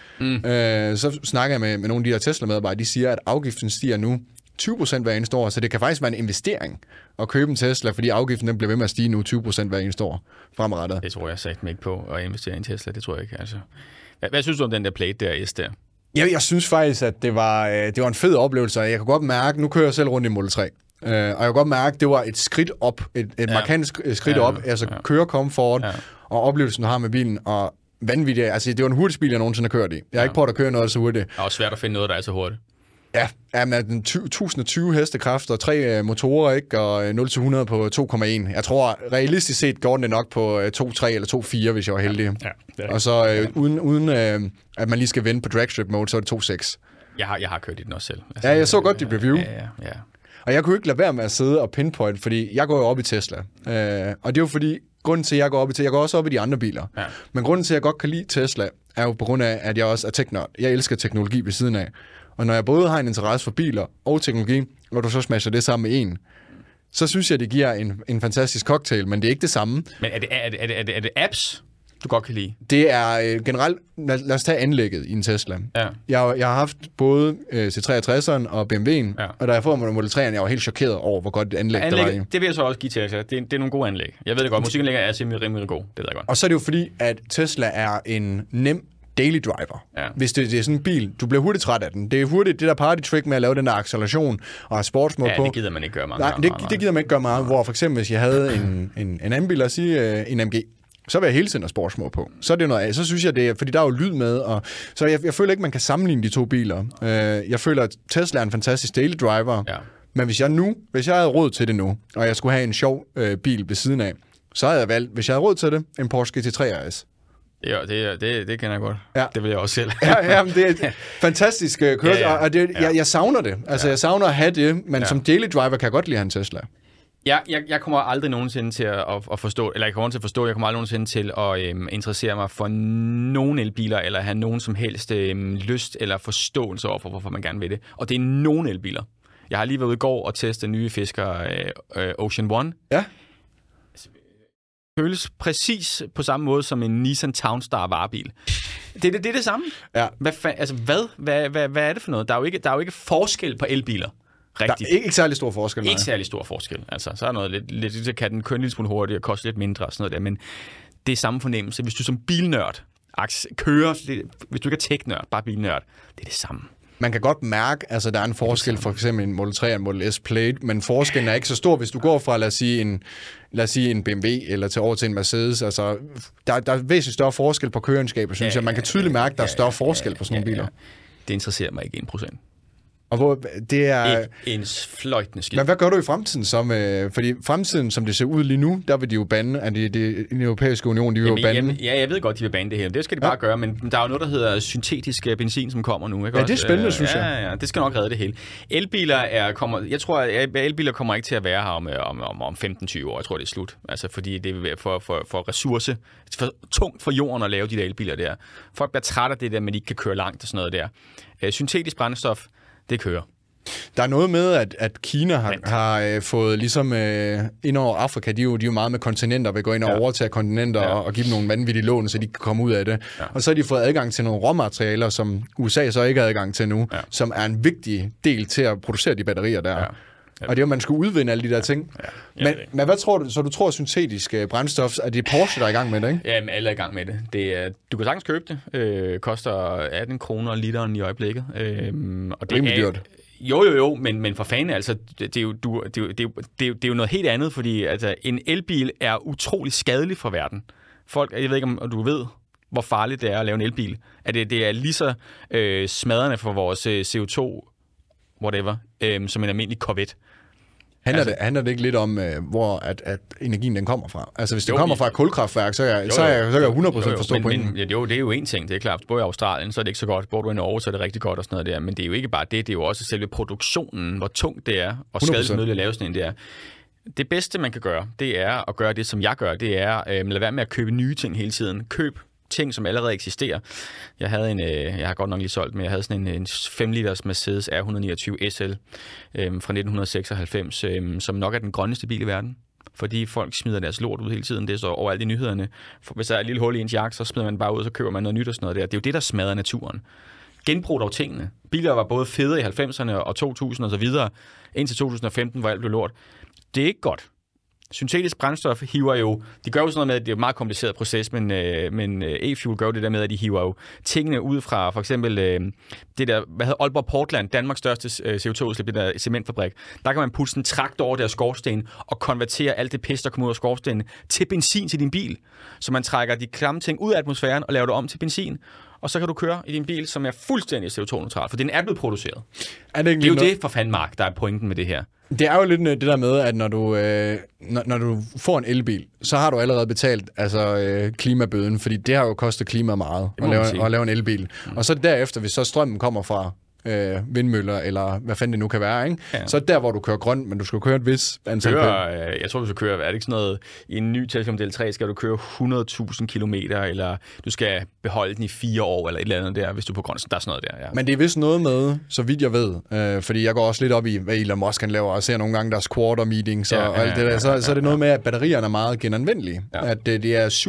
Så snakker jeg med nogle af de der Tesla-medarbejdere, de siger, at afgiften stiger nu 20% hver eneste år, så det kan faktisk være en investering at købe en Tesla, fordi afgiften den bliver ved med at stige nu 20% hver eneste år fremadrettet. Det tror jeg sagt mig ikke på at investere i en Tesla, det tror jeg ikke. Altså. Hvad synes du om den der Plaid der, S der? Jeg synes faktisk, at det var en fed oplevelse, og jeg kan godt mærke, nu kører jeg selv rundt i Model 3, og jeg kan godt mærke, at det var et skridt op, et markant skridt op, altså kørekomfort og oplevelsen, du har med bilen, og vanvittigt. Altså, det var en hurtigste bil, jeg nogensinde har kørt i. Jeg har ikke prøvet at køre noget så hurtigt. Det er også svært at finde noget, der er så hurtigt. Ja, men den 1020 hestekræfter, 3 motorer, ikke, og 0-100 på 2,1. Jeg tror, realistisk set går det nok på 2,3 eller 2,4, hvis jeg var heldig. Ja, og så uden at man lige skal vende på dragstrip mode, så er det 2,6. Jeg har kørt i den også selv. Altså, jeg så godt dit review. Ja. Og jeg kunne ikke lade være med at sidde og pinpoint, fordi jeg går jo op i Tesla. Og det er jo fordi, grunden til, at jeg går op i Tesla, jeg går også op i de andre biler. Ja. Men grunden til, at jeg godt kan lide Tesla, er jo på grund af, at jeg også er teknørd. Jeg elsker teknologi ved siden af. Og når jeg både har en interesse for biler og teknologi, og du så smasher det sammen med en, så synes jeg, det giver en fantastisk cocktail, men det er ikke det samme. Men er det apps, du godt kan lide? Det er generelt... Lad os tage anlægget i en Tesla. Ja. Jeg har haft både C63'eren og BMW'en, og da jeg får Model 3'eren, jeg var helt chokeret over, hvor godt et anlæg der var i. Det vil jeg så også give til Tesla. Det er nogle gode anlæg. Jeg ved det godt. Musikanlæg er simpelthen rimelig god. Det ved jeg godt. Og så er det jo fordi, at Tesla er en nem daily driver. Ja. Hvis det er sådan en bil, du bliver hurtigt træt af den. Det er hurtigt det der party trick med at lave den der acceleration og have sportsmode på. Ja, det gider man ikke gøre meget. Nej, det gider man ikke gøre meget. Hvor for eksempel, hvis jeg havde en anden bil, lad os sige en AMG, så vil jeg hele tiden have sportsmode på. Så er det noget af. Så synes jeg det er, fordi der er jo lyd med, og så jeg føler ikke, man kan sammenligne de to biler. Jeg føler, at Tesla er en fantastisk daily driver, men hvis jeg havde råd til det nu, og jeg skulle have en sjov bil ved siden af, så havde jeg valgt, hvis jeg havde råd til det, en Porsche GT3 RS. Ja, det kan jeg godt. Ja. Det vil jeg også selv. Men det er fantastisk kørsel, og jeg savner det. Altså, jeg savner at have det, men som daily driver kan jeg godt lide en Tesla. Jeg kommer aldrig nogensinde til at forstå, eller jeg kommer aldrig nogensinde til at interessere mig for nogen elbiler, eller have nogen som helst lyst eller forståelse over for, hvorfor man gerne vil det. Og det er nogen elbiler. Jeg har lige været ude i går og testet nye Fisker Ocean One. Ja. Føles præcis på samme måde som en Nissan Townstar varebil. Det er det samme. Ja. Hvad er det for noget? Der er jo ikke forskel på elbiler. Rigtigt. Der er ikke særlig stor forskel. Ikke særlig stor forskel. Altså, så er noget lidt så kan den køre en lille smule hurtigt og koste lidt mindre og sådan noget der, men det er samme fornemmelse. Hvis du som bilnørd kører, hvis du ikke er teknørd, bare bilnørd, det er det samme. Man kan godt mærke, altså der er en forskel for eksempel en Model 3 og en Model S Plaid, men forskellen er ikke så stor, hvis du går fra, lad os sige en BMW eller til over til en Mercedes. Altså, der er væsentligt større forskel på køreegenskaber, synes jeg. Man kan tydeligt mærke, at der er større forskel på sådan nogle biler. Det interesserer mig ikke 1%. Og hvor det er... Ikke ens fløjtende skid. Men hvad gør du i fremtiden så med... Fordi fremtiden, som det ser ud lige nu, der vil de jo bande, at den europæiske union, de vil jo bande... Ja, jeg ved godt, de vil bande det her. Det skal de bare gøre, men der er jo noget, der hedder syntetisk benzin, som kommer nu. Ikke? Ja, det er spændende, synes jeg. Ja, det skal nok redde det hele. Jeg tror, at elbiler kommer ikke til at være her om 15-20 år. Jeg tror, det er slut. Altså, fordi det er for ressource. Det er for tungt for jorden at lave de der elbiler der. Folk bliver trætte af det der, men de ikke kan køre langt og sådan noget der. Syntetisk brændstof, det kører. Der er noget med, at Kina har fået ligesom ind over Afrika, de er jo meget med kontinenter, vil gå ind og overtage kontinenter og give dem nogle vanvittige lån, så de kan komme ud af det. Ja. Og så har de fået adgang til nogle råmaterialer, som USA så ikke har adgang til nu, som er en vigtig del til at producere de batterier der. Ja. Og det er jo, man skulle udvinde alle de der ting. Men hvad tror du? Så du tror, syntetisk brændstof, er det Porsche, der er i gang med det, ikke? Ja, men alle er i gang med det. Du kan sagtens købe det. Koster 18 kroner literen i øjeblikket. Og det rimelig dyrt. Jo, men for fanden, altså, det er jo noget helt andet, fordi altså, en elbil er utrolig skadelig for verden. Folk, jeg ved ikke, om du ved, hvor farligt det er at lave en elbil. At det er lige så smadrende for vores CO2, whatever, som en almindelig Corvette. Handler det ikke lidt om, hvor at energien den kommer fra? Altså, hvis det kommer fra et kulkraftværk, så er jeg 100% forstå pointen. Det er jo en ting, det er klart. Bor i Australien, så er det ikke så godt. Bor du i Norge, så er det rigtig godt og sådan noget der. Men det er jo ikke bare det. Det er jo også selve produktionen, hvor tungt det er, og skadesmiddeligt at lave sådan en det er. Det bedste, man kan gøre, det er at gøre det, som jeg gør. Det er at lade være med at købe nye ting hele tiden. Køb ting, som allerede eksisterer. Jeg har godt nok lige solgt, men jeg havde sådan en 5 liters Mercedes R129 SL fra 1996, som nok er den grønneste bil i verden. Fordi folk smider deres lort ud hele tiden. Det er så overalt i nyhederne. Hvis der er et lille hul i ens jakke, så smider man bare ud, og så køber man noget nyt og sådan noget der. Det er jo det, der smadrer naturen. Genbrug dog tingene. Biler var både fede i 90'erne og 2000 og så videre, indtil 2015, hvor alt blev lort. Det er ikke godt. Syntetisk brændstof hiver jo, de gør jo sådan noget med, at det er en meget kompliceret proces, men e-fuel gør det der med, at de hiver jo tingene ud fra, for eksempel det der, hvad hedder Aalborg Portland, Danmarks største CO2-udslip, det der cementfabrik. Der kan man putte en traktor over deres skorsten og konvertere alt det pis, der kommer ud af skorstenen, til benzin til din bil. Så man trækker de klamme ting ud af atmosfæren og laver det om til benzin. Og så kan du køre i din bil, som er fuldstændig CO2-neutral, for den er blevet produceret. Det er jo det for fanden, Mark, der er pointen med det her. Det er jo lidt det der med, at når du får en elbil, så har du allerede betalt klimabøden, fordi det har jo kostet klima meget at lave en elbil. Og så derefter, hvis så strømmen kommer fra vindmøller, eller hvad fanden det nu kan være, ikke? Ja. Så er det der, hvor du kører grønt, men du skal køre et vis antal. Jeg tror, du skal køre, er det ikke sådan noget, i en ny Tesla Model 3 skal du køre 100.000 kilometer, eller du skal beholde den i 4 år, eller et eller andet der, hvis du er på grønt. Der er sådan noget der, ja. Men det er vist noget med, så vidt jeg ved, fordi jeg går også lidt op i, hvad Elon Musk han laver, og ser nogle gange deres quarter meetings, og alt det der, så er det noget med, at batterierne er meget genanvendelige. Ja. At det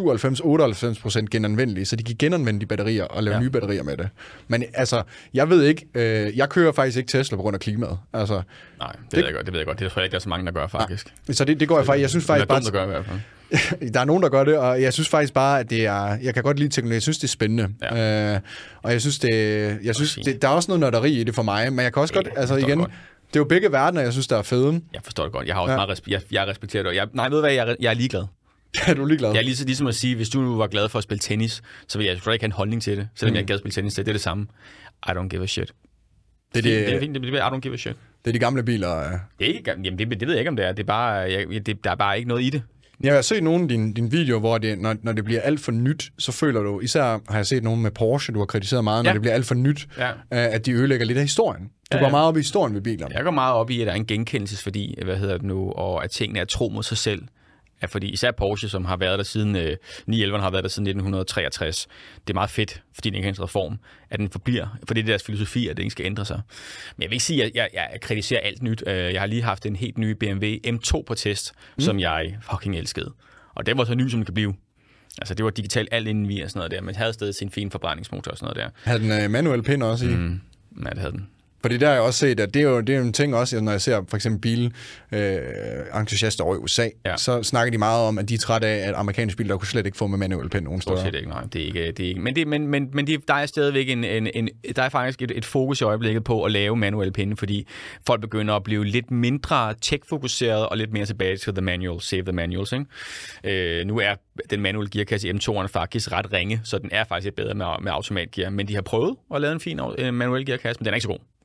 er 97-98% genanvendelige, så de kan genanvende de batterier og lave nye batterier med det. Men altså, jeg ved ikke, jeg kører faktisk ikke Tesla på grund af klimaet. Altså, nej, det ved jeg godt. Det tror jeg ikke, der er så mange, der gør, faktisk. Nej. Så det går jeg faktisk. Jeg synes faktisk bare... Der gør i hvert fald. Der er nogen, der gør det, og jeg synes faktisk bare, at det er... Jeg kan godt lide teknologi. Jeg synes, det er spændende. Ja. Og jeg synes, der er også noget nørderi i det for mig, men jeg kan også godt... Altså igen, det er jo begge verdener, jeg synes, der er fede. Jeg forstår det godt. Jeg har også meget jeg respekterer det. Nej, ved du hvad? Jeg er ligeglad. Ja, du er ligeglad. Jeg er ligesom at sige, hvis du nu var glad for at spille tennis, så vil jeg ikke have en holdning til det, selvom jeg ikke gad at spille tennis. Det er det samme. I don't give a shit. Det er fint, det er I don't give a shit. Det er de gamle biler. Det er ikke, jamen det ved jeg ikke, om det er. Det er bare, der er bare ikke noget i det. Jeg har set nogle af dine videoer, hvor det, når det bliver alt for nyt, så føler du, især har jeg set nogle med Porsche, du har kritiseret meget, når det bliver alt for nyt, at de ødelægger lidt af historien. Du går meget op i historien ved bilerne. Jeg går meget op i, at der er en genkendelsesværdi, og at tingene er tro mod sig selv. Ja, fordi især Porsche, som har været der siden 911, har været der siden 1963. Det er meget fedt, fordi den ikke har ændret form, at den forbliver. For det er deres filosofi, at det ikke skal ændre sig. Men jeg vil ikke sige, at jeg kritiserer alt nyt. Jeg har lige haft en helt ny BMW M2 på test, som jeg fucking elskede. Og den var så ny, som den kan blive. Altså, det var digitalt alt indeni og sådan noget der, men havde stadig sin fine forbrændingsmotor og sådan noget der. Havde den manuel pind også i? Ja, det havde den. Fordi der har jeg også set, at det er jo en ting også, når jeg ser for eksempel bilentusiaster over i USA, så snakker de meget om, at de er trætte af, at amerikanske biler, der kunne slet ikke få med manuel pind nogen steder. Det ikke, nej. Det er ikke. Men der er stadigvæk der er faktisk et fokus i øjeblikket på at lave manuel pind, fordi folk begynder at blive lidt mindre tech-fokuseret og lidt mere tilbage til the manual, save the manuals, ikke? Nu er den manuelle gearkasse i M2'eren faktisk ret ringe, så den er faktisk lidt bedre med automatgear, men de har prøvet at lave en fin manuel gearkasse, men den er ikke så god.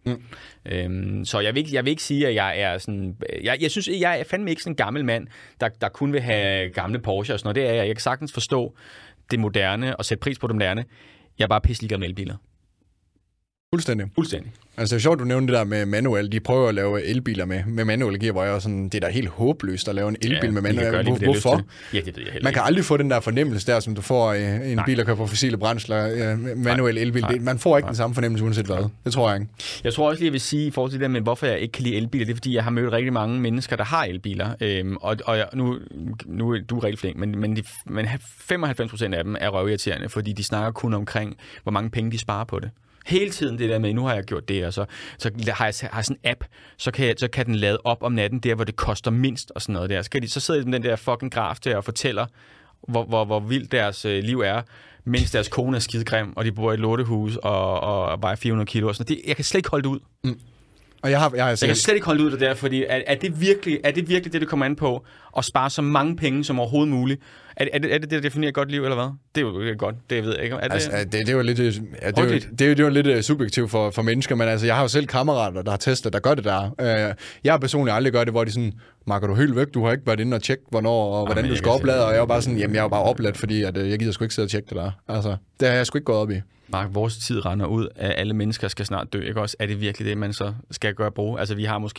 Så jeg vil ikke sige, at jeg er sådan... Jeg synes, jeg er fandme ikke sådan en gammel mand, der kun vil have gamle Porsche og sådan noget. Det er jeg. Jeg kan sagtens forstå det moderne og sætte pris på det moderne. Jeg er bare pisselig gammel elbiler. Fuldstændig. Altså, det er sjovt, du nævnte det der med manuel. De prøver at lave elbiler med manuel gear, hvor jeg sådan, det er da helt håbløst at lave en elbil med manuel. Hvorfor? Ja, det ved jeg heller Man kan aldrig få den der fornemmelse der, som du får i en bil, der kører på fossile brændsler, manuel elbil. Man får ikke den samme fornemmelse, uanset hvad. Det tror jeg ikke. Jeg tror også lige, jeg vil sige, i forhold til det med, hvorfor jeg ikke kan lide elbiler, det er, fordi jeg har mødt rigtig mange mennesker, der har elbiler. Nu er du rigtig flink, men 95% af dem er røvirriterende, fordi de snakker kun omkring, hvor mange penge de sparer på det. Hele tiden det der med, nu har jeg gjort det, og så har jeg sådan en app, så kan den lade op om natten der, hvor det koster mindst og sådan noget der. Så sidder de med den der fucking graf der og fortæller, hvor vildt deres liv er, mens deres kone er skidegrim, og de bor i et lortehus og vejer 400 kilo og sådan noget. Jeg kan slet ikke holde det ud. Og jeg kan slet ikke holde ud det der, fordi er det virkelig det kommer an på, at spare så mange penge som overhovedet muligt? Er det, der definerer et godt liv, eller hvad? Det er jo godt, det ved jeg ikke. Det er jo lidt, det er jo lidt subjektivt for mennesker, men altså, jeg har jo selv kammerater, der har testet, der gør det der. Jeg har personligt aldrig gjort det, hvor de sådan, Marker, du helt væk, du har ikke været inde og tjekke, hvornår og hvordan du skal oplade, og jeg var bare sådan, jamen jeg var bare opladt, fordi at, jeg gider sgu ikke sidde og tjekke det der. Altså, det har jeg sgu ikke gået op i. Mark, vores tid render ud af alle mennesker skal snart dø, ikke også? Er det virkelig det, man så skal gøre brug? Altså, vi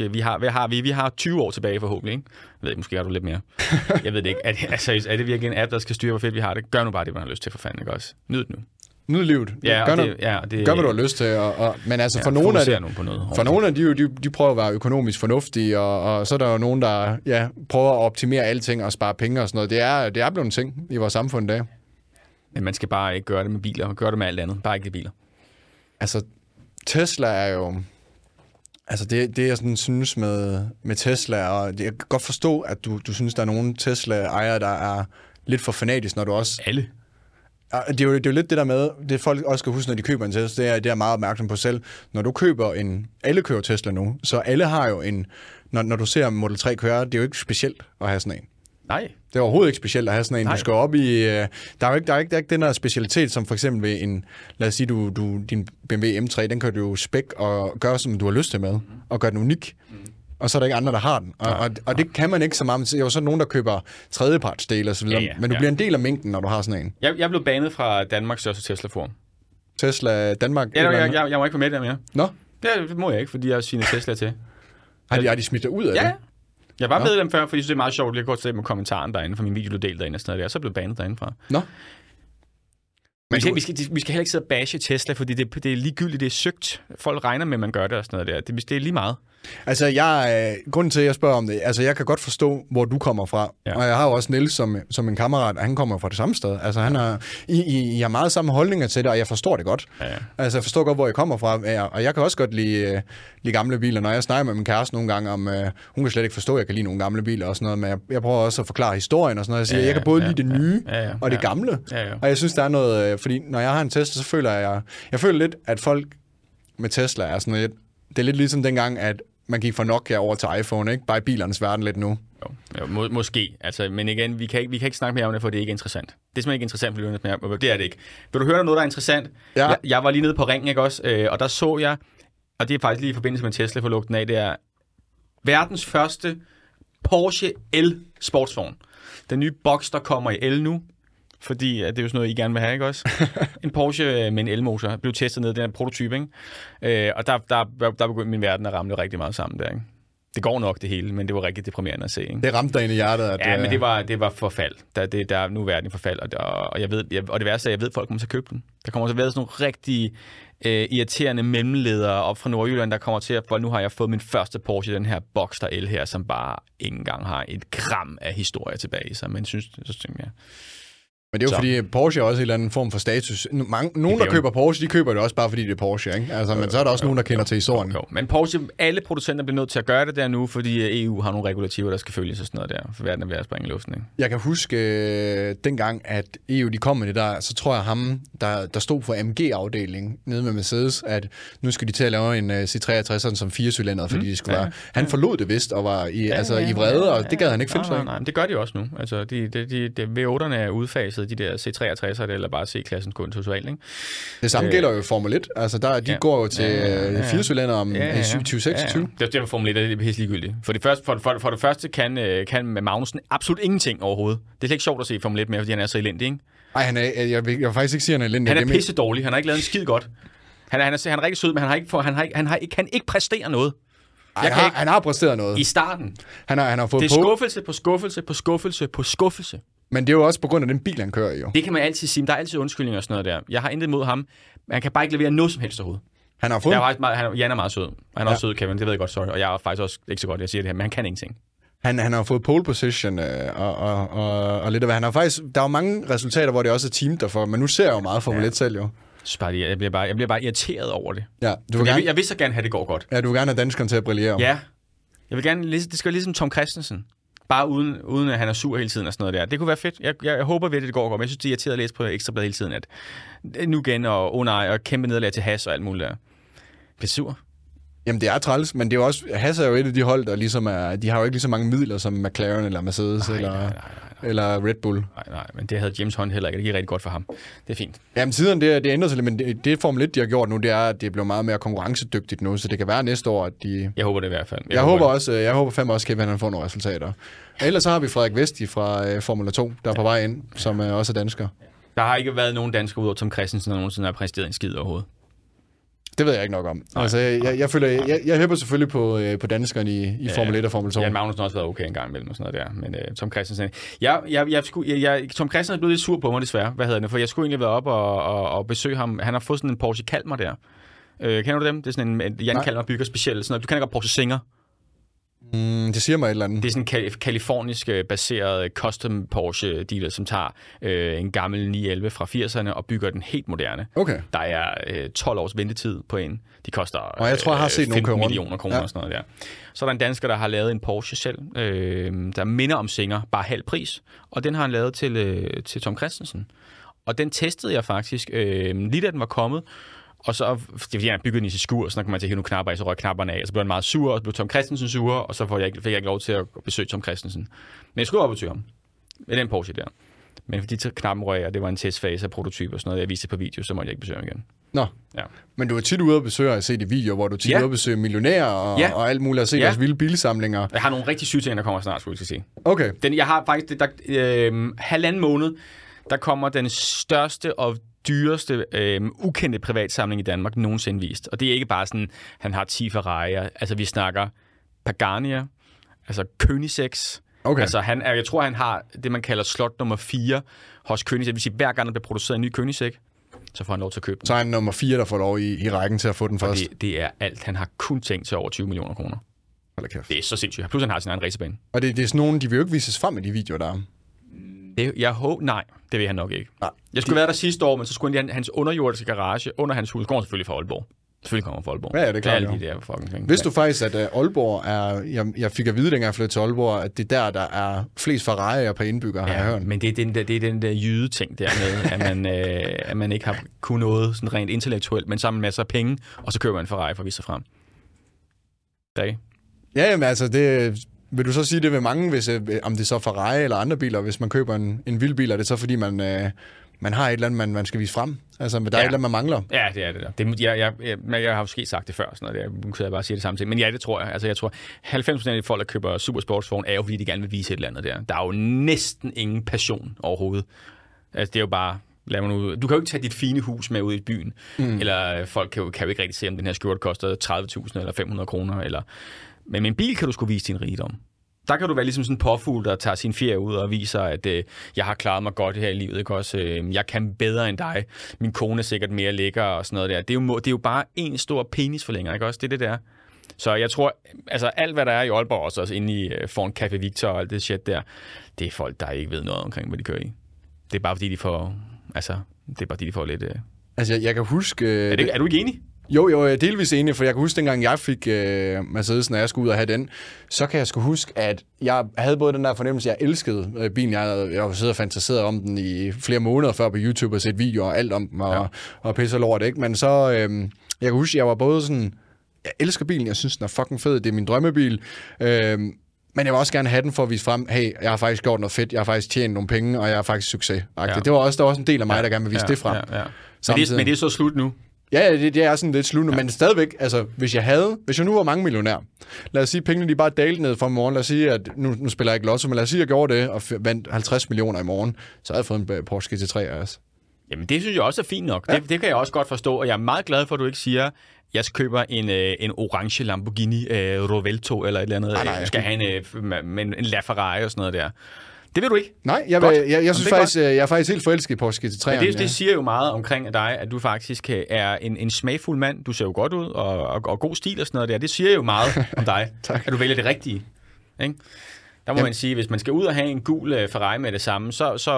har 20 år tilbage forhåbentlig, ikke? Jeg ved, måske har du lidt mere. Jeg ved det ikke. Er det virkelig en app, der skal styre, hvor fedt vi har det? Gør nu bare det, man har lyst til, for fanden, ikke også? Nyd det nu. Nyd livet. Ja, gør, hvad du har lyst til. Men altså, for nogle af de prøver at være økonomisk fornuftige, og så er der jo nogen, der prøver at optimere alting og spare penge og sådan noget. Det er blevet en ting i vores samfund i dag. Men man skal bare ikke gøre det med biler, man gør det med alt andet, bare ikke biler. Altså, Tesla er jo... Altså, det jeg sådan synes med Tesla, og jeg kan godt forstå, at du synes, der er nogle Tesla-ejere, der er lidt for fanatisk, når du også... Alle? Det er jo lidt det der med, det folk også skal huske, når de køber en Tesla, det er meget opmærksom på selv. Når du køber alle køber Tesla nu, så alle har jo en... Når du ser Model 3 køre, det er jo ikke specielt at have sådan en. Nej. Det er overhovedet ikke specielt at have sådan en. Du skal op i... Der er jo ikke den der specialitet, som for eksempel ved en... Lad os sige, din BMW M3, den kan du jo spæk og gøre, som du har lyst til med, og gøre den unik. Og så er der ikke andre, der har den. Og det kan man ikke så meget. Der er jo så nogen, der køber tredjepartsdele og så videre. Men du bliver en del af mængden, når du har sådan en. Jeg blev banet fra Danmarks største Tesla-forum. Tesla Danmark? Ja, jeg må ikke få med der mere. Nå? Det må jeg ikke, fordi jeg har sine Tesla til. Har de smidt dig ud af det? Jeg var med dem før, fordi jeg synes, det er meget sjovt. Jeg kan godt se med kommentaren derinde, for min video blev delt derinde og sådan noget der. Så blev banet derinde fra. Nå? Vi skal heller ikke sidde og bashe Tesla, fordi det er ligegyldigt, det er søgt. Folk regner med, at man gør det og sådan noget der. Det er lige meget. Altså, grunden til, at jeg spørger om det, altså, jeg kan godt forstå, hvor du kommer fra. Ja. Og jeg har jo også Niels som en kammerat, og han kommer fra det samme sted. Altså, I har meget samme holdninger til det, og jeg forstår det godt. Ja. Altså, jeg forstår godt, hvor jeg kommer fra. Og jeg kan også godt lide gamle biler. Når jeg snakker med min kæreste nogle gange om, hun kan slet ikke forstå, at jeg kan lide nogle gamle biler og sådan noget, men jeg prøver også at forklare historien og sådan noget. Jeg siger, jeg kan både lide det nye og det gamle. Ja. Og jeg synes, der er noget, fordi når jeg har en Tesla, så føler jeg føler lidt, at folk med Tesla er sådan lidt, det er lidt ligesom dengang, at man gik fra Nokia over til iPhone, ikke? Bare i bilernes verden lidt nu. Jo, måske. Altså, men igen, vi kan ikke snakke mere om det, for det er ikke interessant. Det er simpelthen ikke interessant for lytterne mere. Det er det ikke. Vil du høre noget, der er interessant? Ja. Jeg var lige nede på Ringen, ikke også? Og der så jeg, og det er faktisk lige i forbindelse med Tesla for lugten af, det er verdens første Porsche el-sportsvogn. Den nye boks, der kommer i el nu, fordi det er jo sådan noget, I gerne vil have, ikke også? En Porsche med en elmotor blev testet ned, den her prototype, ikke? Og der begyndte min verden at ramle rigtig meget sammen der, ikke? Det går nok det hele, men det var rigtig deprimerende at se, ikke? Det ramte dig ind i hjertet. Men det var forfald. Der er nu verden i forfald, og jeg ved, og det værste er, at jeg ved, at folk kommer til at købe den. Der kommer til at være sådan nogle rigtig irriterende mellemledere op fra Nordjylland, der kommer til at, for nu har jeg fået min første Porsche, den her Boxster el her, som bare ikke engang har et gram af historie tilbage i sig, men så tænker jeg... Men det er jo fordi, Porsche er også en eller anden form for status. Nogen, der køber Porsche, de køber det også bare fordi det er Porsche, ikke? Altså, men så er der også nogen, der kender til historien. Men Porsche, alle producenter bliver nødt til at gøre det der nu, fordi EU har nogle regulativer, der skal følges og sådan noget der, for verden er ved at springe i luften, ikke? Jeg kan huske dengang, at EU de kom med det der, så tror jeg ham, der stod for AMG-afdelingen nede med Mercedes, at nu skal de til at lave en C63 som 4-cylinder, fordi de skulle være... Han forlod det vist og var i vrede, og det gad han ikke finde sig. Nej, men det gør de også nu. Altså, V8'erne er udfaset de der C63'er, eller bare C-klassen kun totalt, ikke? Det samme gælder jo Formel 1. Altså, de går jo til 4-cylinder om 2026. Det er Formel 1, det er helt ligegyldigt. For det første kan Magnussen absolut ingenting overhovedet. Det er slet ikke sjovt at se Formel 1 med, fordi han er så elendig, ikke? Nej, jeg vil faktisk ikke sige, at han er elendig. Han er pisse dårlig. Han har ikke lavet en skid godt. Han er rigtig sød, men han kan ikke præstere noget. Han har præsteret noget. I starten. Han har fået det er skuffelse på skuffelse. Men det er jo også på grund af den bil, han kører i. Jo. Det kan man altid sige. Der er altid undskyldninger og sådan noget der. Jeg har intet imod ham. Han kan bare ikke levere noget som helst overhovedet. Han har fået... Jan er meget sød. Han er også sød, Kevin. Det ved jeg godt, sorry. Og jeg er faktisk også ikke så godt, jeg siger det her, men han kan ingenting. Han har fået pole position og lidt af hvad. Han har faktisk... Der er jo mange resultater, hvor det også er team derfor, men nu ser jeg jo meget Formel 1 selv jo. Jeg bliver bare irriteret over det. Ja, jeg vil så gerne have, det går godt. Ja, du vil gerne have danskeren til at brillere. Ja. Jeg vil gerne... Det skal være ligesom Tom Christensen. Bare uden at han er sur hele tiden og sådan noget der. Det kunne være fedt. Jeg håber ved, at det går godt. Men jeg synes, det er irriteret at læse på Ekstrabladet hele tiden, at nu igen og nej, og kæmpe nederlag til Haas og alt muligt der. Bliver sur. Jamen, det er træls, men det er også... Haas er jo et af de hold, der ligesom er... De har jo ikke lige så mange midler som McLaren eller Mercedes eller Red Bull. Nej, men det havde James Hunt heller ikke. Det gik rigtig godt for ham. Det er fint. Jamen, tiden det ændrer sig lidt, men det Formel 1, de har gjort nu, det er, at det bliver meget mere konkurrencedygtigt nu, så det kan være næste år, at de... Jeg håber det i hvert fald. Jeg håber fandme også, Kevin, han får nogle resultater. Ellers så har vi Frederik Vesti fra Formula 2, der er på vej ind, som også er dansker. Der har ikke været nogen dansker ud over Tom Christensen, der nogensinde har præsteret en skid overhovedet. Det ved jeg ikke nok om. Altså, jeg hæpper selvfølgelig på danskerne i Formel 1 og Formel 2. Ja, Magnussen har også været okay en gang imellem og sådan noget der. Men Tom Christensen... Tom Christensen er blevet lidt sur på mig desværre. For jeg skulle egentlig være op og besøge ham. Han har fået sådan en Porsche Kalmar der. Kender du dem? Det er sådan en Jan Kalmar bygger specielt. Sådan noget. Du kender godt Porsche Singer. Det siger mig et eller andet. Det er sådan en kalifornisk baseret custom Porsche dealer, som tager en gammel 911 fra 80'erne og bygger den helt moderne. Okay. Der er 12 års ventetid på en. De koster jeg tror, jeg har set 15 millioner kroner og sådan noget der. Så er der en dansker, der har lavet en Porsche selv, der minder om Singer, bare halv pris. Og den har han lavet til Tom Christensen. Og den testede jeg faktisk, lige da den var kommet. Og så, fordi han byggede den i sit skur, så når man til at hive nogle knapper i, så røg knapperne af, og så blev han meget sur, og så blev Tom Christensen sur, og så fik jeg ikke lov til at besøge Tom Christensen. Men jeg skulle op og besøge ham, med den Porsche der. Men fordi knappen røg, og det var en testfase af prototype og sådan noget, jeg viste på video, så måtte jeg ikke besøge ham igen. Nå, ja. Men du er tit ude og besøge og se de videoer, hvor du er tit ude og besøge millionærer og alt muligt, og se deres vilde bilsamlinger. Jeg har nogle rigtig syge ting, der kommer snart, skulle jeg sige. Okay. Jeg har faktisk, halvanden måned, der kommer den største og dyreste, ukendte privatsamling i Danmark nogensinde vist. Og det er ikke bare sådan, han har 10 Ferrari'er. Altså, vi snakker Pagania, altså Koenigsegg. Okay. Altså, jeg tror, han har det, man kalder slot nummer 4 hos Koenigsegg. Det vil sige, hver gang der bliver produceret en ny Koenigsegg, så får han lov til at købe den. Så er han nummer 4, der får lov i rækken til at få den først. Det er alt. Han har kun tænkt til over 20 millioner kroner. Det er så sindssygt. Plus han har sin egen racerbane. Og det er sådan nogle, de vil jo ikke vises frem i de videoer, der er. Nej, det vil han nok ikke. Nej. Jeg skulle være der sidste år, men så skulle han hans underjordiske garage under hans hus. Går selvfølgelig fra Aalborg. Selvfølgelig kommer fra Aalborg. Ja, det er klart. Det er alle de der fucking ting. Vidste du faktisk, at Aalborg er... Jeg fik at vide, dengang jeg flyttede til Aalborg, at det der er flest Ferrari'er per indbygger, har jeg hørt. Men det er den der jyde-ting der med, at man ikke har kunnet noget sådan rent intellektuelt, men sammen med masser af penge, og så køber man en Ferrari for at vise sig frem. Dag. Ja, men altså, det... Vil du så sige det ved mange, hvis, om det er så Ferrari eller andre biler, hvis man køber en vild bil, er det så fordi, man har et eller andet, man skal vise frem? Altså, der er et eller andet, man mangler? Ja, det er det der. Jeg har måske sagt det før, sådan noget. Nu kan jeg bare sige det samtidig. Men ja, det tror jeg. Altså, jeg tror, 90% af de folk, der køber supersportsvogn, er jo fordi, de gerne vil vise et eller andet der. Der er jo næsten ingen passion overhovedet. Altså, det er jo bare... Du kan jo ikke tage dit fine hus med ud i byen, eller folk kan jo ikke rigtig se, om den her skjorte koster 30.000 eller 500 kroner, eller... Men med en bil kan du sgu vise din rigdom. Der kan du være ligesom sådan en påfugl, der tager sin fjer ud og viser, at jeg har klaret mig godt her i livet. Ikke? Også, jeg kan bedre end dig. Min kone er sikkert mere lækker og sådan noget der. Det er jo bare en stor penisforlænger, ikke også? Det er det der. Så jeg tror, altså alt hvad der er i Aalborg, også inde i foran Café Victor og alt det shit der, det er folk, der ikke ved noget omkring, hvad de kører i. Det er bare fordi, de får lidt... Altså, jeg kan huske... Er du ikke enig? Jo, jeg er delvis enig, for jeg kan huske, dengang jeg fik Mercedes, når jeg skulle ud og have den, så kan jeg sgu huske, at jeg havde både den der fornemmelse, jeg elskede bilen. Jeg har siddet og fantaseret om den i flere måneder før på YouTube og set videoer og alt om den og pisse lort, ikke? Men så, jeg kan huske, jeg var både sådan, jeg elsker bilen, jeg synes, den er fucking fed, det er min drømmebil, Men jeg vil også gerne have den for at vise frem, hey, jeg har faktisk gjort noget fedt, jeg har faktisk tjent nogle penge, og jeg har faktisk succes. Ja. Der var også en del af mig, der gerne vil vise det frem. Ja. Men det er så slut nu? Ja, det er sådan lidt slut nu, men stadigvæk, altså, hvis jeg nu var mange millionær, lad os sige, pengene de bare dalte ned fra morgen, lad os sige, at nu spiller jeg ikke lotto, men lad os sige, at jeg gjorde det, og vandt 50 millioner i morgen, så havde jeg fået en Porsche GT3 altså. Jamen, det synes jeg også er fint nok. Ja. Det kan jeg også godt forstå, og jeg er meget glad for, at du ikke siger, jeg køber en orange Lamborghini Rovelto eller et eller andet. Jeg skal have en LaFerrari og sådan noget der. Det vil du ikke? Nej, jeg synes faktisk, jeg er faktisk helt forelsket i Porsche GT3'eren. Men det siger jo meget omkring dig, at du faktisk er en smagfuld mand. Du ser jo godt ud, og god stil og sådan noget der. Det siger jo meget om dig, at du vælger det rigtige. Ikke? Der må man sige, hvis man skal ud og have en gul Ferrari med det samme,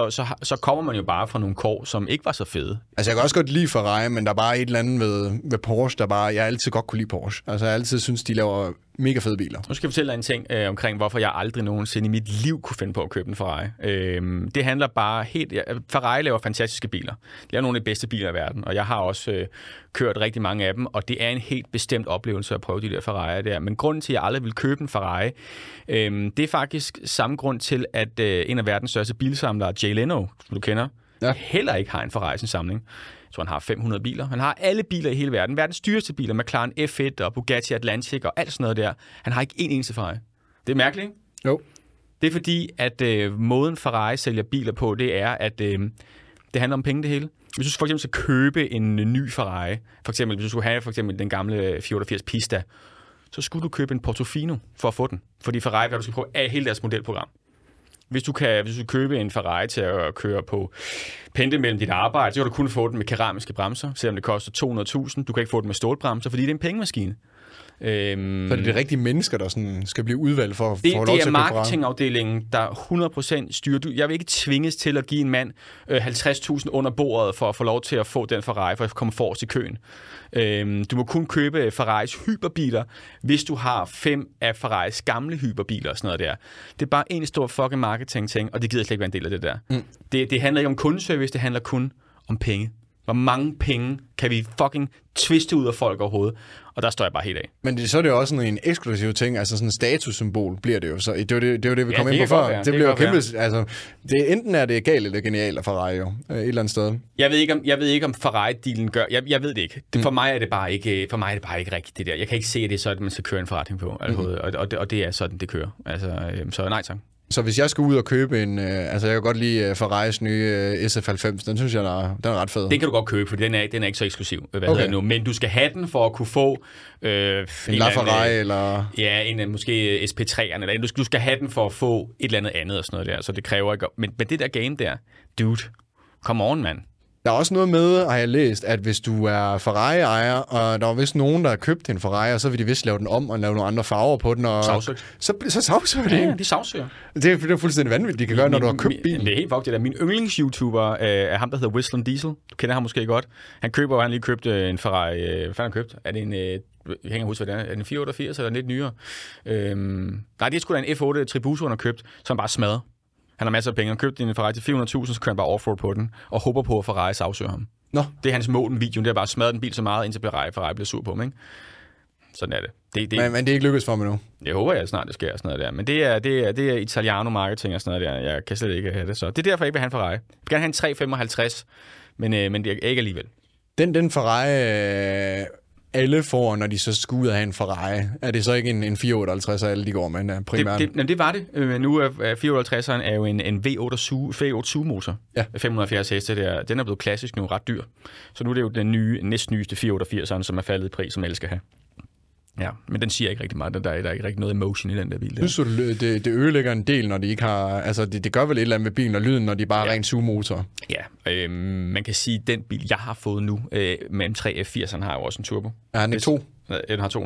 så kommer man jo bare fra nogle kår, som ikke var så fede. Altså, jeg kan også godt lide Ferrari, men der er bare et eller andet ved Porsche, jeg altid godt kunne lide Porsche. Altså, jeg altid synes, de laver mega fede biler. Nu skal jeg fortælle dig en ting omkring, hvorfor jeg aldrig nogensinde i mit liv kunne finde på at købe en Ferrari. Det handler bare helt... Ferrari laver fantastiske biler. De laver nogle af de bedste biler i verden, og jeg har også kørt rigtig mange af dem, og det er en helt bestemt oplevelse at prøve de der Ferrari'er der. Men grunden til, at jeg aldrig vil købe en Ferrari, det er faktisk samme grund til, at en af verdens største bilsamlere, Jay Leno, som du kender, heller ikke har en Ferrari i sin samling. Jeg tror, han har 500 biler. Han har alle biler i hele verden. Verdens dyreste biler, McLaren F1 og Bugatti Atlantic og alt sådan noget der. Han har ikke en eneste Ferrari. Det er mærkeligt, ikke? Jo. Det er fordi, at måden Ferrari sælger biler på, det er, at det handler om penge det hele. Hvis du for eksempel skal købe en ny Ferrari, for eksempel hvis du skulle have for eksempel den gamle 488 Pista, så skulle du købe en Portofino for at få den. Fordi Ferrari, hvad du skal prøve, er hele deres modelprogram. Hvis du købe en Ferrari til at køre på pendle mellem dit arbejde, så kan du kun få den med keramiske bremser, selvom det koster 200.000. Du kan ikke få den med stålbremser, fordi det er en pengemaskine. Så det er de rigtige mennesker, der sådan skal blive udvalgt for at få lov til at Det er marketingafdelingen, der 100% styrer. Jeg vil ikke tvinges til at give en mand 50.000 under bordet for at få lov til at få den Ferrari, for at komme forrest i køen. Du må kun købe Ferraris hyperbiler, hvis du har 5 af Ferraris gamle hyperbiler og sådan noget der. Det er bare en stor fucking marketing-ting, og det gider slet ikke være en del af det der. Det handler ikke om kundeservice, det handler kun om penge. Hvor mange penge kan vi fucking twiste ud af folk overhovedet? Og der står jeg bare helt af. Men så er det jo også sådan en eksklusiv ting, altså sådan en statussymbol bliver det jo. Så det er jo det, vi kom ind på før. Det bliver jo kæmpe, altså, enten er det galt eller genialt af Ferrari jo, et eller andet sted. Jeg ved ikke om Ferrari-dealen gør, jeg ved det ikke. For mig er det bare ikke rigtigt det der. Jeg kan ikke se, at det er sådan, man skal køre en forretning på. Og det er sådan, det kører. Altså, så nej tak. Så hvis jeg skal ud og købe en... jeg kan godt lide Ferraris nye SF90. Den synes jeg, den er ret fed. Den kan du godt købe, for den er ikke så eksklusiv. Men du skal have den for at kunne få... en LaFerrari eller... Ja, en måske SP3'eren. Eller du skal have den for at få et eller andet og sådan noget der. Så det kræver ikke... Men det der game der... Dude, come on, mand. Der er også noget med, har jeg læst, at hvis du er Ferrari-ejer, og der er vist nogen, der har købt en Ferrari, og så vil de vist lave den om og lave nogle andre farver på den. Og så sagsøger det. Ja, de sagsøger. Det er fuldstændig vanvittigt, de kan gøre, når du har købt bilen. Det er helt faktisk det. Min yndlings-YouTuber er ham, der hedder Whistling Diesel. Du kender ham måske godt. Han lige købt en Ferrari. Hvad fanden har han købt? Er det en... Jeg hænger huske, hvad det er. Er det en 488 eller lidt nyere? Nej, det er sgu da en F8 Tribuso, han har købt, som bare smadrer. Han har masser af penge. Han købte en Ferrari til 400.000, så kører han bare offroad på den, og håber på, at Ferrari sagsøger ham. Nå. Det er hans mål med videoen, det er bare at smadre den bil så meget, indtil Ferrari bliver sur på ham, ikke? Sådan er det. Men det er ikke lykkedes for mig nu. Jeg håber, at snart det sker sådan noget der. Men det er Italiano-marketing og sådan noget der. Jeg kan slet ikke have det. Så det er derfor, jeg ikke vil have en Ferrari. Jeg vil gerne have en 355, men det er ikke alligevel. Den Ferrari... alle får, når de så skal ud af have en Ferrari. Er det så ikke en 458, alle de går med primært? Det var det. Nu er 458'eren er jo en V8-motor. Ja. 570 heste der. Den er blevet klassisk nu, ret dyr. Så nu er det jo den næstnyeste 488'eren, som er faldet i pris, som alle skal have. Ja, men den siger ikke rigtig meget. Der er ikke rigtig noget emotion i den der bil. Der. Synes du, det ødelægger en del, når de ikke har... Altså, det gør vel et eller andet med bilen og lyden, når de bare er rent sugemotor? Ja, man kan sige, at den bil, jeg har fået nu, med M3 F80'eren, har jo også en turbo. Er den ikke to? Den har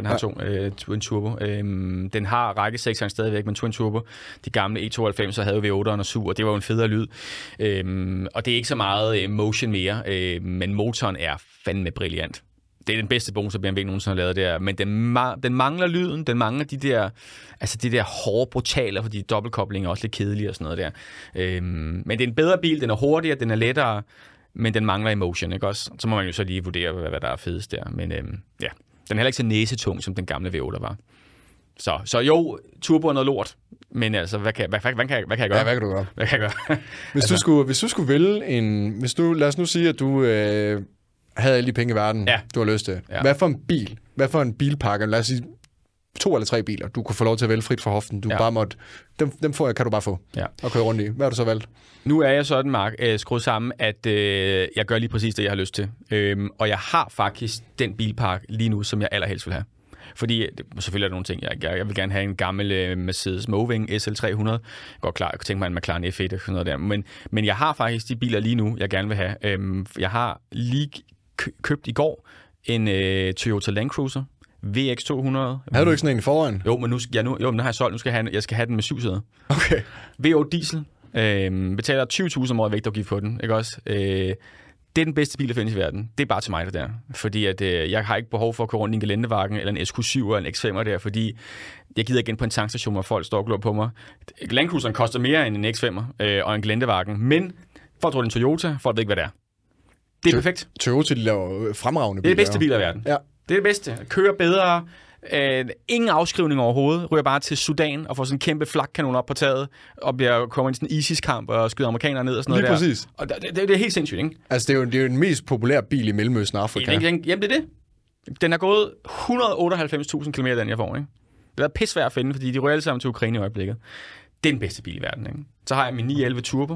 en turbo. Den har rækkesekseren stadigvæk, men twin turbo. De gamle E92 havde jo V8'eren og SUV, og det var jo en federe lyd. Og det er ikke så meget motion mere, men motoren er fandme brilliant. Det er den bedste bonus, BMW nogensinde har lavet der, men den mangler lyden, den mangler de der hårde, brutale, fordi dobbeltkoblingen er også lidt kedelige og sådan noget der. Men det er en bedre bil, den er hurtigere, den er lettere, men den mangler emotion, ikke også? Så må man jo så lige vurdere, hvad der er fedest der. Men ja, den er heller ikke så næsetung, som den gamle V8 var. Så jo, turbo er noget lort, men altså, hvad kan jeg gøre? Ja, hvad kan du gøre? Hvad kan jeg gøre? Hvis du skulle vælge lad os nu sige, at du havde alle de penge i verden, du har lyst til. Ja. Hvad for en bilpakke, lad os sige 2 eller 3 biler, du kunne få lov til at vælge frit fra hoften. Du bare måtte, dem kan du bare få og køre rundt i. Hvad har du så valgt? Nu er jeg sådan, Mark, skruet sammen, at jeg gør lige præcis det, jeg har lyst til. Og jeg har faktisk den bilpark lige nu, som jeg allerhelst vil have. Fordi, selvfølgelig er der nogle ting, jeg vil gerne have en gammel Mercedes Moving SL300. Jeg kunne tænke mig en McLaren F1 og sådan noget der. Men jeg har faktisk de biler lige nu, jeg gerne vil have. Jeg har lige købt i går en Toyota Land Cruiser VX200. Havde du ikke sådan en foran? Jo, men nu har jeg solgt. Jeg skal have den med 7 sæder. Okay. V8 diesel. Betaler 20.000 om året vægtafgift på den, ikke også? Det er den bedste bil, der findes i verden. Det er bare til mig, det der. Fordi at, jeg har ikke behov for at køre rundt i en Gelendewagen, eller en SQ7 eller en X5'er der, fordi jeg gider igen på en tankstation, hvor folk står og glor på mig. Land Cruiseren koster mere end en X5'er og en Gelendewagen, men folk tror, det er en Toyota, folk ved ikke, hvad det er. Det er perfekt. Toyota, de laver fremragende biler. Det er det bedste bil i verden. Ja. Det er det bedste. Kører bedre. Ingen afskrivning overhovedet. Ryger bare til Sudan og får sådan en kæmpe flakkanon op på taget og kommer ind i sådan en ISIS-kamp og skyder amerikanere ned og sådan noget. Lige præcis. Og det er helt sindssygt, ikke? Altså, det er jo den mest populære bil i Mellemøsten og Afrika. Jamen, det er det. Den er gået 198.000 km, den jeg får, ikke? Det er pissvært at finde, fordi de rører alle sammen til Ukraine i øjeblikket. Det er den bedste bil i verden, ikke? Så har jeg min 911 Turbo,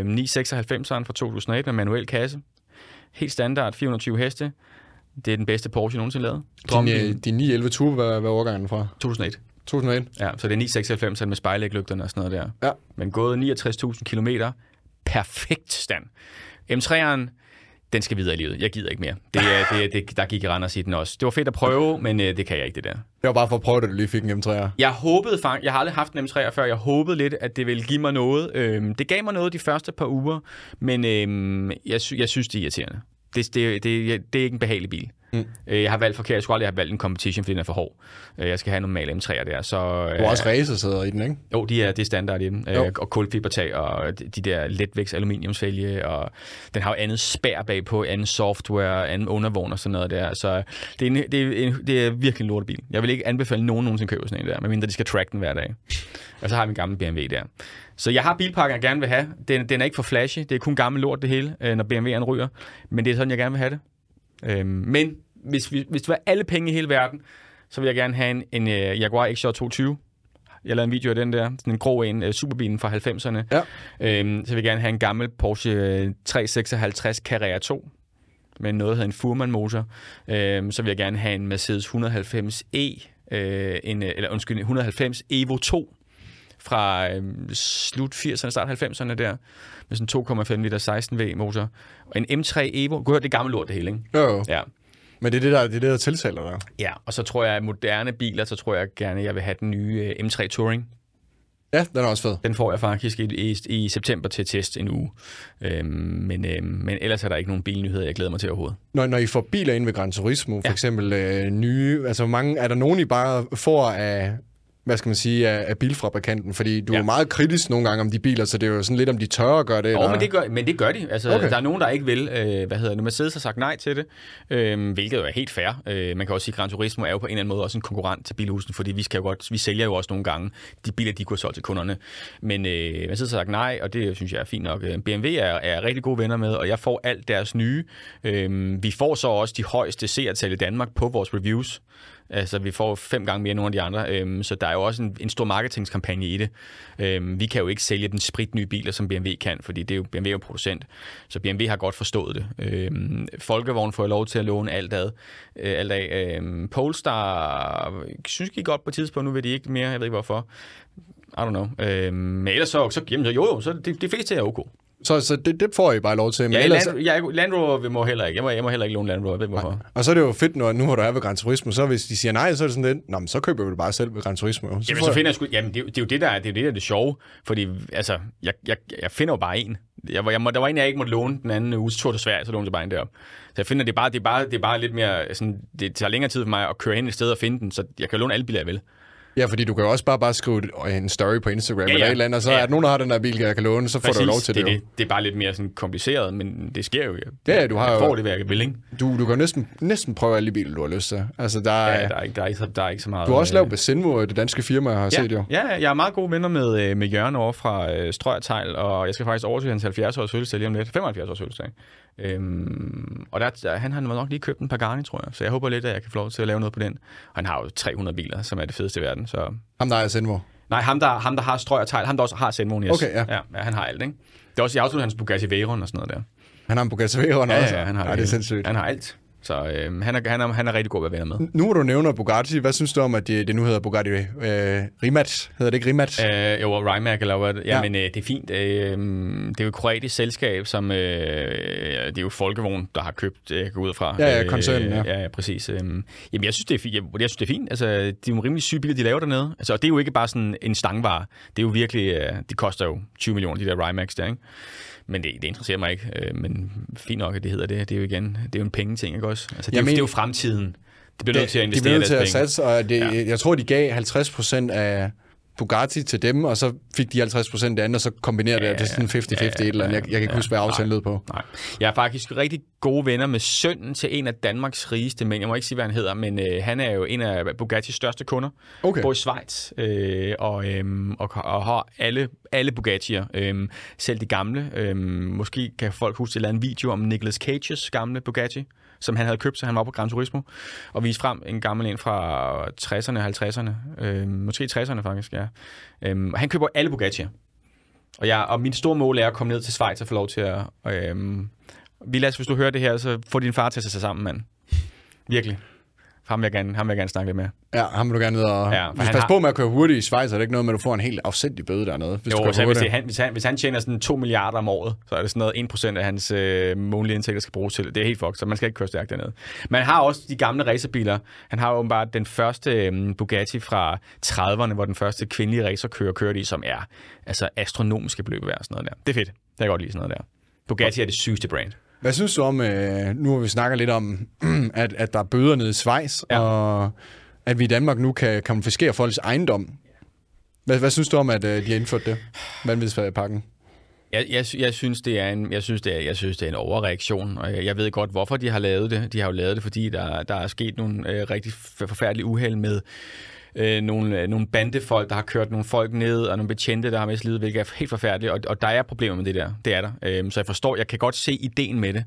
996'eren fra 2001 med manuel kasse. Helt standard, 420 heste. Det er den bedste Porsche nogensinde lavet. Din 911 Turbo, hvad årgangen fra? 2001. 2001? Ja, så det er 996 med spejlæglygterne og sådan noget der. Ja. Men gået 69.000 kilometer. Perfekt stand. M3'eren, den skal videre i livet. Jeg gider ikke mere. Der gik i Randers i den også. Det var fedt at prøve, men det kan jeg ikke, det der. Det var bare for at prøve, at du lige fik en M3'er. Jeg har aldrig haft en M3'er før. Jeg håbede lidt, at det ville give mig noget. Det gav mig noget de første par uger, men jeg synes, det er irriterende. Det er ikke en behagelig bil. Jeg har valgt forkert. Jeg skulle aldrig have valgt en competition, fordi den er for hård. Jeg skal have normale M3'er der. Så, du har også racersæder i den, ikke? Jo, det er standard i den. Og kulfibertag og de der letvægts aluminiumsfælge. Og den har jo andet spær bagpå, anden software, anden undervogn og sådan noget der. Så det er virkelig en lortebil. Jeg vil ikke anbefale nogen nogensinde købe sådan en der, medmindre de skal track den hver dag. Og så har jeg min gamle BMW der. Så jeg har bilpakken, jeg gerne vil have. Den er ikke for flashy. Det er kun gammel lort det hele, når BMW'eren ryger. Men det er sådan, jeg gerne vil have det. Men hvis det var alle penge i hele verden, så vil jeg gerne have en Jaguar XJ 220. Jeg lavede en video af den der. Sådan en grå en, superbilen fra 90'erne. Ja. Så vil jeg gerne have en gammel Porsche 356 Carrera 2. Med noget, der hedder en Fuhrmann-motor. Så vil jeg gerne have en Mercedes 190 190 Evo 2. Fra slut 80'erne, start 90'erne der, med sådan 2,5 liter 16V motor. Og en M3 Evo. Du hører det gamle lort det hele, ikke? Jo. Ja. Men det er det der tiltaler der. Ja, og så tror jeg, at moderne biler, så tror jeg gerne, jeg vil have den nye M3 Touring. Ja, den er også fed. Den får jeg faktisk i september til test en uge. Men ellers er der ikke nogen bilnyheder, jeg glæder mig til overhovedet. Når I får biler ind ved Gran Turismo, for eksempel nye, altså er der nogen, I bare får af hvad skal man sige, af bilfabrikanten? Fordi du er meget kritisk nogle gange om de biler, så det er jo sådan lidt, om de tør at gøre det. Men det gør de. Altså, okay. Der er nogen, der ikke vil. Mercedes har sagt nej til det, hvilket jo er helt fair. Man kan også sige, at Gran Turismo er jo på en eller anden måde også en konkurrent til bilhusen, fordi vi sælger jo også nogle gange de biler, de kunne solgt til kunderne. Men Mercedes har sagt nej, og det synes jeg er fint nok. BMW er rigtig gode venner med, og jeg får alt deres nye. Vi får så også de højeste seertal i Danmark på vores reviews. Altså, vi får 5 gange mere end nogle af de andre, så der er jo også en stor marketingskampagne i det. Vi kan jo ikke sælge den spritnye biler, som BMW kan, fordi det er jo BMW er jo producent, så BMW har godt forstået det. Folkevogn får lov til at låne alt af. Polestar synes gik godt på tidspunkt, nu ved de ikke mere, jeg ved ikke hvorfor. I don't know. Men ellers så det fleste er okay. Så det får I bare lov til. Men ja, Land Rover må heller ikke. Jeg må heller ikke låne Land Rover, jeg ved hvorfor. Og så er det jo fedt, nu hvor du er ved Gran Turismo, så hvis de siger nej, så er det sådan lidt, nå, men så køber vi det bare selv ved Gran Turismo. Jamen, så finder jeg sgu, jamen, det er jo det, der er det sjove, fordi altså, jeg finder jo bare en. Der var en, jeg ikke måtte låne den anden uges tur til Sverige, så lånte jeg bare en derop. Så jeg finder, det er bare lidt mere, sådan, det tager længere tid for mig at køre hen et sted og finde den, så jeg kan låne alle biler, jeg vil. Ja, fordi du kan jo også bare skrive en story på Instagram eller et eller andet, og så er der nogen, der har den der bil, jeg kan låne, så får du lov til det. Det er bare lidt mere sådan kompliceret, men det sker jo. Ja, du har jeg får det, hvad jeg vil, ikke? Du kan næsten prøve alle de biler, du har lyst til. Altså, der er ikke så meget. Du har også lavet Besenvo, det danske firma, jeg har set jo. Ja, jeg er meget gode venner med Jørgen over fra Strøg Tegl, og jeg skal faktisk over til hans 70-års fødselsdag lige om lidt. 75-års fødselsdag. Og han har nok lige købt en Pagani, tror jeg. Så jeg håber lidt, at jeg kan få lov til at lave noget på den. Og han har jo 300 biler, som er det fedeste i verden. Så... Ham, der er Zenvo? Nej, ham der har Strøg og Tegl. Ham, der også har Zenvoen, yes. Okay, ja. Ja, han har alt, ikke? Det er også i autoen hans Bugatti Veyron og sådan noget der. Han har en Bugatti Veyron også? Ja, han har det er sindssygt. Han har alt. Så han er rigtig god at være venner med. Nu hvor du nævner Bugatti, hvad synes du om, at det nu hedder Bugatti Rimac? Hedder det ikke Rimac? Jo, Rimac eller hvad? Jamen, det er fint. Det er jo et kroatisk selskab, som det er jo Folkevogn, der har købt, gå ud fra. Ja, koncernen, ja. Ja, præcis. Jamen, jeg synes, det er fint. Jeg synes, det er fint. Altså, det er jo rimelig syge biler, de laver dernede. Altså, og det er jo ikke bare sådan en stangvare. Det er jo virkelig, de koster jo 20 millioner, de der Rimacs der, ikke? Men det interesserer mig ikke. Men fint nok, at det hedder det. Det er jo igen, det er jo en pengeting, ikke også? Altså, det er jo fremtiden. Det bliver nødt til at investere deres penge. De bliver nødt til at satse, og jeg tror, de gav 50% af Bugatti til dem, og så fik de 50% det andet, og så kombinerede det til sådan 50-50 et eller andet. Jeg kan ikke huske, hvad aftalen lød på. Nej. Jeg er faktisk rigtig gode venner med sønnen til en af Danmarks rigeste mænd. Jeg må ikke sige, hvad han hedder, men han er jo en af Bugattis største kunder. Okay. Bor i Schweiz, og har alle Bugattier. Selv de gamle. Måske kan folk huske en video om Nicolas Cages gamle Bugatti, som han havde købt, så han var på Gran Turismo, og viste frem en gammel en fra 60'erne, 50'erne, måske 60'erne faktisk, ja. Og han køber alle Bugattier. Og mit store mål er at komme ned til Schweiz og få lov til at... Vilas, hvis du hører det her, så få din far til at sig sammen, mand. Virkelig. Ham vil jeg gerne snakke lidt med. Ja, ham vil du gerne ned og... Ja, pas på med at køre hurtigt i Schweiz, er det ikke noget med, at du får en helt afsindig bøde dernede? Hvis han tjener sådan 2 milliarder om året, så er det sådan noget 1% af hans månedlige indtægt, der skal bruges til det. Det er helt fucked, så man skal ikke køre stærkt dernede. Man har også de gamle racerbiler. Han har jo åbenbart den første Bugatti fra 30'erne, hvor den første kvindelige racerkører kørte i, som er altså astronomiske beløb værd, sådan noget der. Det er fedt. Det kan jeg godt lide sådan noget der. Bugatti er det sygeste brand. Hvad synes du om, nu hvor vi snakker lidt om, at der er bøder nede i Schweiz, og at vi i Danmark nu kan konfiskere folks ejendom? Hvad synes du om, at de har indført det? Vanvidspakken? Jeg synes, det er en overreaktion, og jeg ved godt, hvorfor de har lavet det. De har jo lavet det, fordi der er sket nogle rigtig forfærdelige uheld med nogle bandefolk, der har kørt nogle folk ned, og nogle betjente, der har mistet livet, hvilket er helt forfærdeligt, og der er problemer med det der. Det er der. Så jeg kan godt se ideen med det,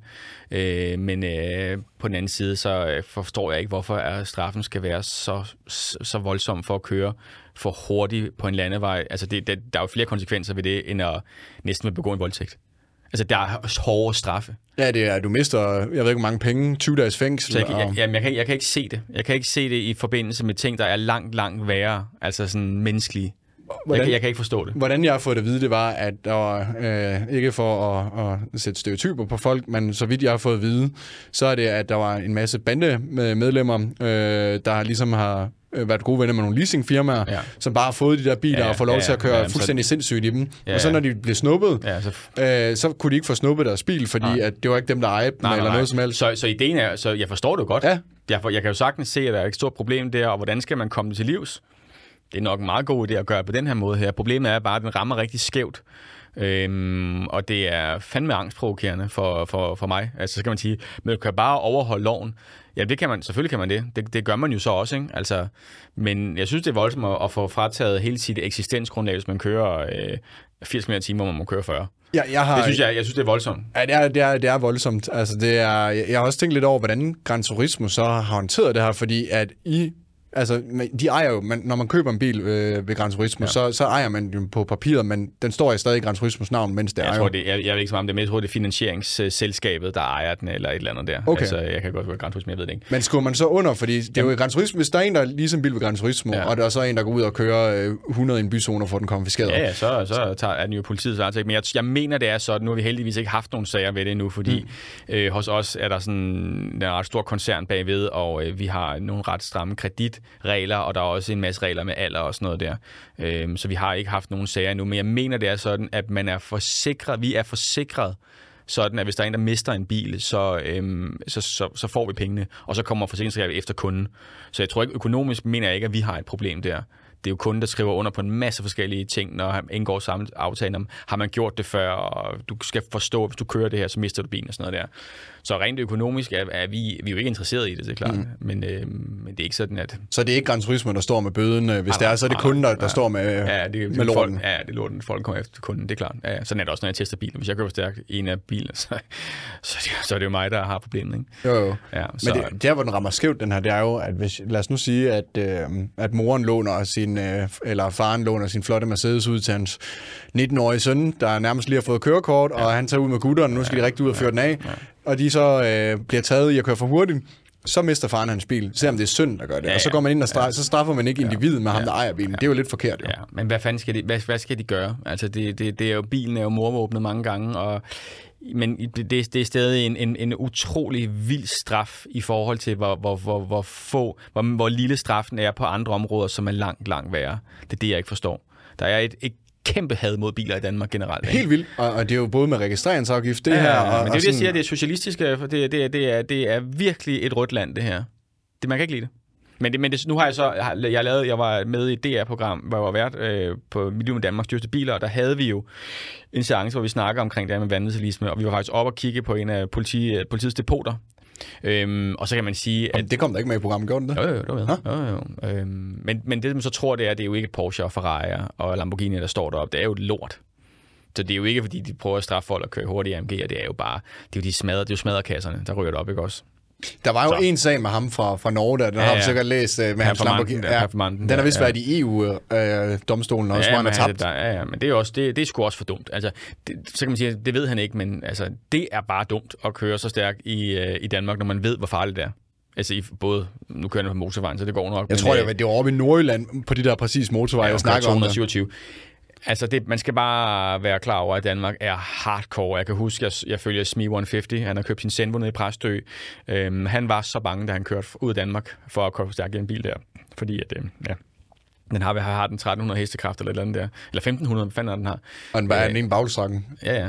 men på den anden side, så forstår jeg ikke, hvorfor straffen skal være så voldsom for at køre for hurtigt på en landevej. Altså, der er jo flere konsekvenser ved det, end at næsten begå en voldtægt. Altså, der er hårde straffe. Ja, det er, du mister, jeg ved ikke, hvor mange penge, 20 dages fængsel. Jeg kan ikke se det. Jeg kan ikke se det i forbindelse med ting, der er langt værre. Altså sådan menneskelige. Jeg kan ikke forstå det. Hvordan jeg har fået det at vide, det var, at der var, ikke for at sætte stereotyper på folk, men så vidt jeg har fået at vide, så er det, at der var en masse bandemedlemmer, der ligesom har været gode venner med nogle leasingfirmaer, som bare har fået de der biler og får lov til at køre fuldstændig sindssygt i dem. Og så når de blev snuppet, så kunne de ikke få snuppet deres bil, fordi at det var ikke dem, der ejede dem, eller noget som helst. Så ideen er, så jeg forstår det jo godt. Ja. Jeg kan jo sagtens se, at der er et stort problem der, og hvordan skal man komme det til livs? Det er nok en meget god idé at gøre på den her måde her. Problemet er bare, at den rammer rigtig skævt. Og det er fandme angstprovokerende for mig. Altså, så kan man sige, men du kan bare overholde loven. Ja, det kan man, selvfølgelig kan man det. Det gør man jo så også, ikke? Altså, men jeg synes, det er voldsomt at få frataget hele sit eksistensgrundlag, hvis man kører 80 km/t, hvor man må køre 40. Jeg synes, det er voldsomt. Ja, det er voldsomt. Altså, jeg har også tænkt lidt over, hvordan Gran Turismo så har håndteret det her, fordi at altså, de ejer jo, når man køber en bil ved Gran Turismo, så ejer man den på papiret, men den står stadig i Gran Turismos navn, mens det jeg ved ikke så meget om det, men jeg tror, det er finansieringsselskabet, der ejer den, eller et eller andet der. Okay. Altså, jeg kan godt være Gran Turismo, jeg ved det ikke. Men skulle man så under, fordi det er jo i Gran Turismo, hvis der er en, der leaser en bil ved Gran Turismo, og der er så en, der går ud og kører 100 i en byzone og får den konfiskeret. Ja, så er den jo politiets varetægt. Men jeg mener, det er sådan, nu har vi heldigvis ikke haft nogen sager ved det endnu, fordi hos os er der sådan en ret stor koncern bagved, og vi har nogle ret stramme kreditregler, og der er også en masse regler med alder og sådan noget der. Så vi har ikke haft nogen sager endnu, men jeg mener, det er sådan, at man er forsikret, vi er forsikret, sådan at hvis der er en, der mister en bil, så får vi pengene, og så kommer forsikringsselskabet efter kunden. Så jeg tror ikke, økonomisk mener jeg ikke, at vi har et problem der. det er jo kunden, der skriver under på en masse forskellige ting, når han indgår samme aftale om, har man gjort det før, og du skal forstå, hvis du kører det her, så mister du bilen og sådan noget der. Så rent økonomisk er vi jo ikke interesseret i det, det er klart. Men det er ikke sådan, at... Så det er ikke Gran Turismo, der står med bøden, hvis det er, så er det kunden, der står med lorten? Ja, det er lorten. Folk kommer efter kunden, det er klart. Ja, sådan er det også, når jeg tester bilen. Hvis jeg kører stærkt i en af bilerne, så er det jo mig, der har problemet, ikke? Jo. Ja, så... Men det der, hvor den rammer skævt, den her, det er jo, at hvis, lad os nu sige, at moren låner sin, eller faren låner sin flotte Mercedes ud til hans 19-årige søn, der nærmest lige har fået kørekort, og han tager ud med gutteren, nu skal de rigtig ud og føre den af, og de så bliver taget i at køre for hurtigt, så mister faren hans bil, selvom det er søn, der gør det. Og så går man ind og så straffer man ikke individet med ham, der ejer bilen. Det er jo lidt forkert, jo. Ja, men hvad fanden skal hvad skal de gøre? Altså, det er jo, bilen er jo morvåbnet mange gange, men det er stadig en utrolig vild straf i forhold til, hvor lille straffen er på andre områder, som er langt værre. Det er det, jeg ikke forstår. Der er et kæmpe had mod biler i Danmark generelt. Ikke? Helt vildt, og det er jo både med registreringsafgift, det her... Og men det er det, jeg siger, det er socialistiske, for det er virkelig et rødt land, det her. Man kan ikke lide det. Men nu har jeg var med i et DR-program, hvor jeg var vært på Mit Liv med Danmarks dyreste biler, og der havde vi jo en seance, hvor vi snakker omkring det her med vanvidsbilisme, og vi var faktisk op og kigge på en af politiets depoter. Og så kan man sige, at... Det kom der ikke med i programmet, gjorde den det? Jo, det ved jeg. Men det, man så tror, det er jo ikke Porsche og Ferrari og Lamborghini, der står deroppe. Det er jo et lort. Så det er jo ikke, fordi de prøver at straffe folk og køre hurtigt i AMG, og det er jo bare... Det er jo smadrekasserne, der ryger det op, ikke også? Der var jo en sag med ham fra Norge, der den har du sikkert læst med hans Lamborghini. Den har vist været i EU-domstolen også, hvor han har tabt. Men det er også det er sgu også for dumt. Altså, så kan man sige, det ved han ikke, men altså, det er bare dumt at køre så stærkt i Danmark, når man ved, hvor farligt det er. Altså både, nu kører han på motorvejen, så det går nok. Jeg tror, det var oppe i Nordjylland på de der præcis motorveje, jeg snakker om. 227. Altså, man skal bare være klar over, at Danmark er hardcore. Jeg kan huske, at jeg følger Smi 150. Han har købt sin Zenvo nede i Præstø. Han var så bange, da han kørte ud af Danmark for at køre stærkt i en bil der. Fordi at, den har den 1300 hestekræfter eller et eller andet der. Eller 1500, hvad fanden den har. Og den var en bagstrakken. Ja.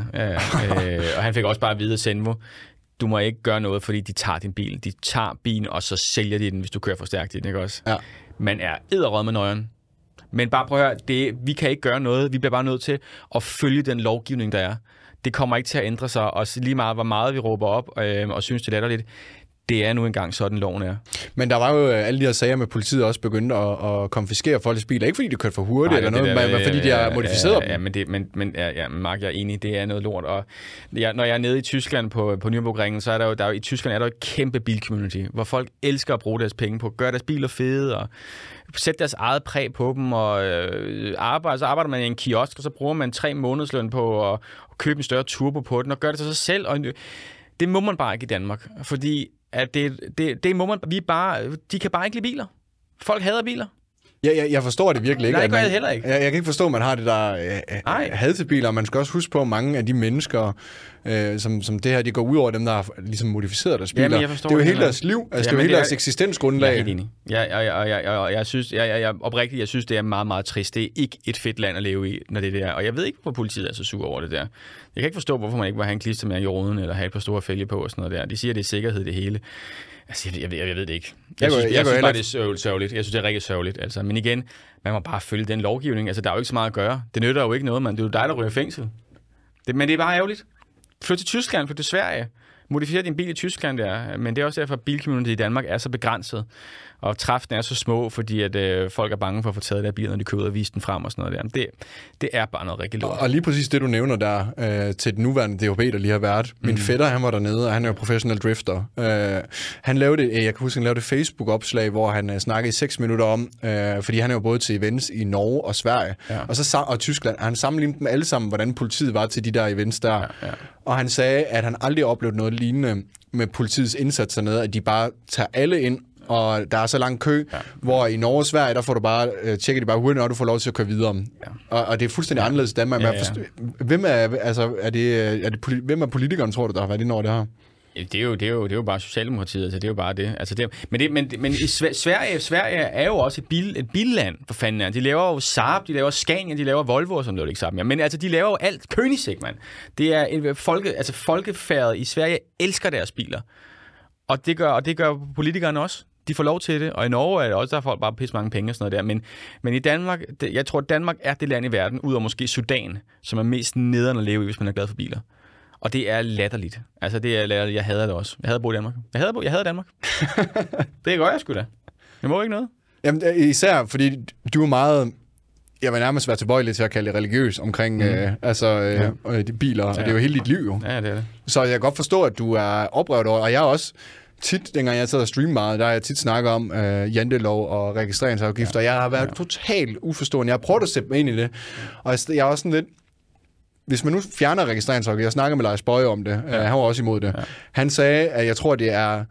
Og han fik også bare at vide, at Zenvo, du må ikke gøre noget, fordi de tager din bil. De tager bilen, og så sælger de den, hvis du kører for stærkt i den, ikke også? Ja. Man er edderrød med nøjeren. Men bare prøv at høre, vi kan ikke gøre noget. Vi bliver bare nødt til at følge den lovgivning, der er. Det kommer ikke til at ændre sig, og lige meget, hvor meget vi råber op og synes, det er latterligt. Det er nu engang sådan, loven er. Men der var jo alle de her sager med politiet også begyndt at konfiskere folks biler. Ikke fordi de kørte for hurtigt eller noget, men fordi de har modificeret dem. Ja, men Mark, jeg er enig, det er noget lort. Og når jeg er nede i Tyskland på Nürburgringen, så er der jo i Tyskland er der jo et kæmpe bilcommunity, hvor folk elsker at bruge deres penge på at gøre deres biler fede og sætte deres eget præg på dem, og så arbejder man i en kiosk, og så bruger man 3 månedsløn på at købe en større turbo på den, og gøre det til sig selv. Og det må man bare ikke i Danmark, fordi at det må man, de kan bare ikke lide biler. Folk hader biler. Jeg forstår det virkelig ikke. Nej, det gør jeg heller ikke. Jeg kan ikke forstå, at man har det der had til biler. Man skal også huske på, at mange af de mennesker, som det her, de går ud over dem, der har ligesom modificeret deres biler. Jamen, det er jo hele deres liv. Altså, det er jo hele deres eksistensgrundlag. Jeg er helt enig. Jeg synes, det er meget, meget trist. Det er ikke et fedt land at leve i, når det er. Og jeg ved ikke, hvorfor politiet er så sur over det der. Jeg kan ikke forstå, hvorfor man ikke vil have en klistermærke i ruden, eller have et par store fælge på og sådan noget der. De siger, det er sikkerhed, det hele. Altså, jeg ved det ikke. Jeg synes bare, det er sørgeligt. Jeg synes, det er rigtig sørgeligt. Altså. Men igen, man må bare følge den lovgivning. Altså, der er jo ikke så meget at gøre. Det nytter jo ikke noget, man. Det er jo dig, der ryger i fængsel. Men det er bare ærgerligt. Flyt til Tyskland, flyt til Sverige. Modificer din bil i Tyskland der. Men det er også derfor, at bilcommunity i Danmark er så begrænset. Og træffene er så små, fordi at folk er bange for at få taget der bil, når de køber og vise den frem og sådan noget der. Det er bare noget rigtig lort. Og lige præcis det, du nævner der til den nuværende DHB, der lige har været. Min fætter, han var dernede, og han er jo professional drifter. Han lavede et Facebook-opslag, hvor han snakkede i 6 minutter om, fordi han er jo både til events i Norge og Sverige, og Tyskland. Han sammenlignede dem alle sammen, hvordan politiet var til de der events der. Ja. Og han sagde, at han aldrig oplevede noget lignende med politiets indsats dernede, at de bare tager alle ind, og der er så lang kø, hvor i Norge og Sverige, der får du bare, tjekker de bare hurtigt, når du får lov til at køre videre. Ja. Og det er fuldstændig anderledes i Danmark. Hvem er politikeren, tror du, der har været inde over det her? Det er jo bare Socialdemokratiet, altså det er jo bare det. Altså men i Sverige er jo også et billand, for fanden. De laver jo Saab, de laver Scania, de laver Volvo, som det jo ikke Saab mere. Men altså, de laver jo alt. Koenigsegg, mand. Det er folkefærdet i Sverige elsker deres biler. Og det gør politikerne også. de får lov til det, og i Norge er det også, der får bare pisse mange penge og sådan noget der. Men i Danmark, jeg tror, at Danmark er det land i verden, ud af måske Sudan, som er mest nederen at leve i, hvis man er glad for biler. Og det er latterligt. Altså, det er latterligt. Jeg hader det også. Jeg hader at bo i Danmark. Jeg hader Danmark. Det gør jeg sgu da. Jeg må ikke noget. Jamen, især fordi du er meget... Jeg vil nærmest være tilbøjelig til at kalde det religiøs omkring de biler, og det er jo hele dit liv jo. Ja, det er det. Så jeg kan godt forstå, at du er oprørt over, og jeg er også tit, dengang jeg sad og streamede meget, der har jeg tit snakket om jantelov og registreringsafgifter. Jeg har været totalt uforstående. Jeg har prøvet at sætte mig ind i det, og jeg er også sådan lidt... Hvis man nu fjerner registreringsafgifter, jeg snakker med Lars Bøje om det, han var også imod det. Ja. Han sagde, at jeg tror, det er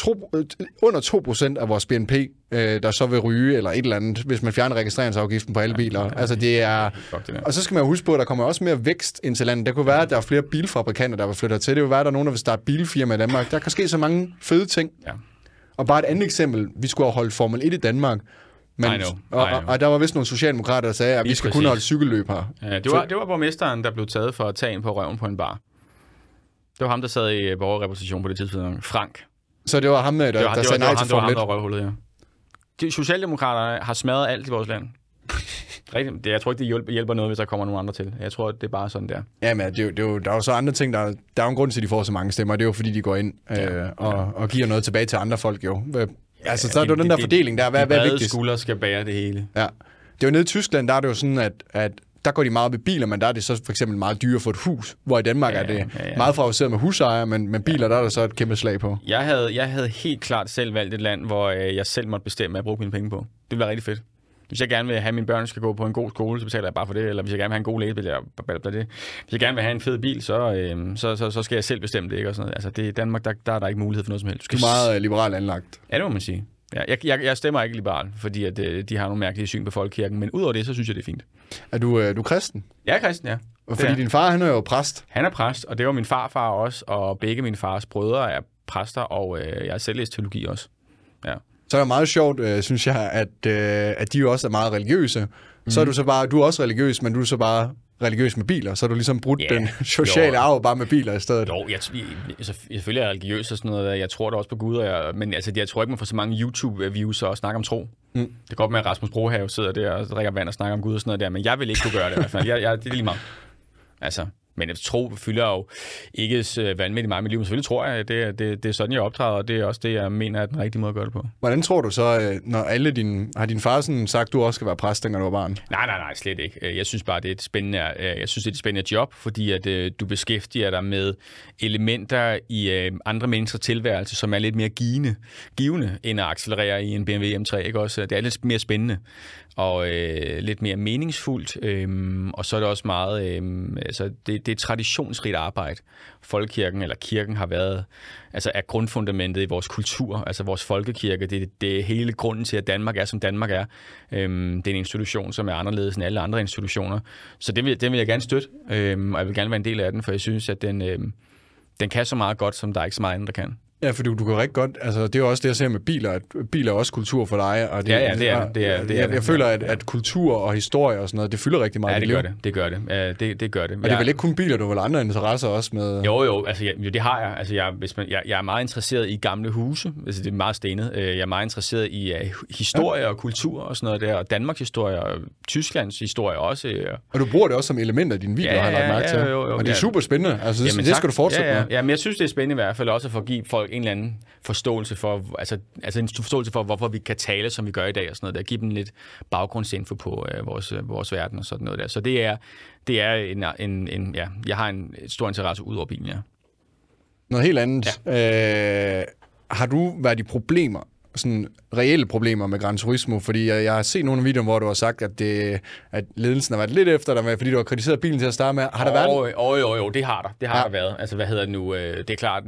under 2% af vores BNP, der så vil ryge, eller et eller andet, hvis man fjerner registreringsafgiften på alle biler. Altså det er... Og så skal man huske på, at der kommer også mere vækst ind til landet. Der kunne være, at der er flere bilfabrikanter, der vil flytte til. Det vil være, at der er nogen, der vil starte bilfirma i Danmark. Der kan ske så mange fede ting. Ja. Og bare et andet eksempel. Vi skulle have holdt Formel 1 i Danmark. Men, og der var vist nogle socialdemokrater, der sagde, at vi skal kun holde cykelløb her. Ja, det var borgmesteren, der blev taget for at tage ind på røven på en bar. Det var ham, der sad i borgerrepræsentation på det tidspunkt. Frank. Så det var ham, der sagde nej til Formel 1? Det var ham, der røvhullet, ja. De socialdemokraterne har smadret alt i vores land. Rigtigt. Jeg tror ikke, det hjælper noget, hvis der kommer nogen andre til. Jeg tror, det er bare sådan der. Ja, men der er jo så andre ting, der er jo en grund til, at de får så mange stemmer. Det er jo, fordi de går ind og giver noget tilbage til andre folk, jo. Altså, så er det jo den der fordeling der. Hvad er vigtigst? Skuldre skal bære det hele. Ja. Det er jo nede i Tyskland, der er det jo sådan, at der går de meget op i biler, men der er det så for eksempel meget dyre for et hus, hvor i Danmark er det meget favoriseret med husejere, men med biler, der er der så et kæmpe slag på. Jeg havde helt klart selv valgt et land, hvor jeg selv måtte bestemme, hvad jeg brugte mine penge på. Det ville være rigtig fedt. Hvis jeg gerne vil have, at mine børn skal gå på en god skole, så betaler jeg bare for det. Eller hvis jeg gerne vil have en god læge, så betaler jeg det. Hvis jeg gerne vil have en fed bil, så skal jeg selv bestemme det. Ikke? Og sådan noget. Altså, det er i Danmark, der er der ikke mulighed for noget som helst. Du er meget liberalt anlagt. Ja, det må man sige. Ja, jeg stemmer ikke liberal, fordi at, de har nogle mærkelige syn på folkekirken. Men udover det, så synes jeg, det er fint. Er du kristen? Jeg er kristen, ja. Fordi din far, han er jo præst. Han er præst, og det var min farfar også. Og begge mine fars brødre er præster, og jeg har selv læst teologi også. Ja. Så er det meget sjovt, synes jeg, at de jo også er meget religiøse. Så er du så bare, du er også religiøs, men du er så bare religiøs med biler, så har du ligesom brudt den sociale arv bare med biler i stedet. Jo, selvfølgelig er jeg religiøs og sådan noget. Jeg tror da også på Gud, men altså, jeg tror ikke, man får så mange YouTube-views og snakke om tro. Det er godt med, at Rasmus Brohave sidder der og drikker vand og snakker om Gud og sådan noget der, men jeg vil ikke kunne gøre det i hvert fald. Det er lige meget. Altså... Men tro fylder jo ikke vanvittigt meget i mit liv. Men selvfølgelig tror jeg, at det er sådan, jeg optræder, og det er også det, jeg mener er den rigtige måde at gøre det på. Hvordan tror du så, når har din far sådan sagt, at du også skal være præst, dengang du var barn? Nej, slet ikke. Jeg synes bare, det er et spændende job, fordi at du beskæftiger dig med elementer i andre menneskers tilværelse, som er lidt mere givende end at accelerere i en BMW M3. Ikke også? Det er lidt mere spændende og lidt mere meningsfuldt, og så er det også meget, det er traditionsrigt arbejde. Folkekirken eller kirken har været, altså er grundfundamentet i vores kultur, altså vores folkekirke, det er hele grunden til, at Danmark er, som Danmark er. Det er en institution, som er anderledes end alle andre institutioner, så den vil jeg gerne støtte, og jeg vil gerne være en del af den, for jeg synes, at den kan så meget godt, som der er ikke så meget andet, der kan. Ja, for du kan rigtig godt, altså det er jo også det, jeg ser med biler, at biler er også kultur for dig. Og det jeg føler, at kultur og historie og sådan noget, det fylder rigtig meget. Ja, det gør det. Det gør det. Og det er vel ikke kun biler, du har vel andre interesser også med? Jo, altså det har jeg. Altså jeg er meget interesseret i gamle huse, altså det er meget stenet. Jeg er meget interesseret i historie og kultur og sådan noget der, og Danmarks historie og Tysklands historie også. Og du bruger det også som element af dine videoer, har jeg lagt mærke til. Og det er super spændende. Altså det skal du fortsætte med. Ja, men jeg synes, det er spændende i hvert fald også at få give folk en eller anden forståelse for, altså en forståelse for, hvorfor vi kan tale, som vi gør i dag og sådan noget der. Give dem lidt baggrundsinfo på vores verden og sådan noget der. Så det er jeg har en stor interesse ud over bilen, ja. Noget helt andet. Ja. Har du været i problemer, sådan reelle problemer med Gran Turismo? Fordi jeg har set nogle videoer, hvor du har sagt, at ledelsen har været lidt efter dig med, fordi du har kritiseret bilen til at starte med. Har der været? Jo, det har der. Det har der været. Altså, hvad hedder det nu? Det er klart,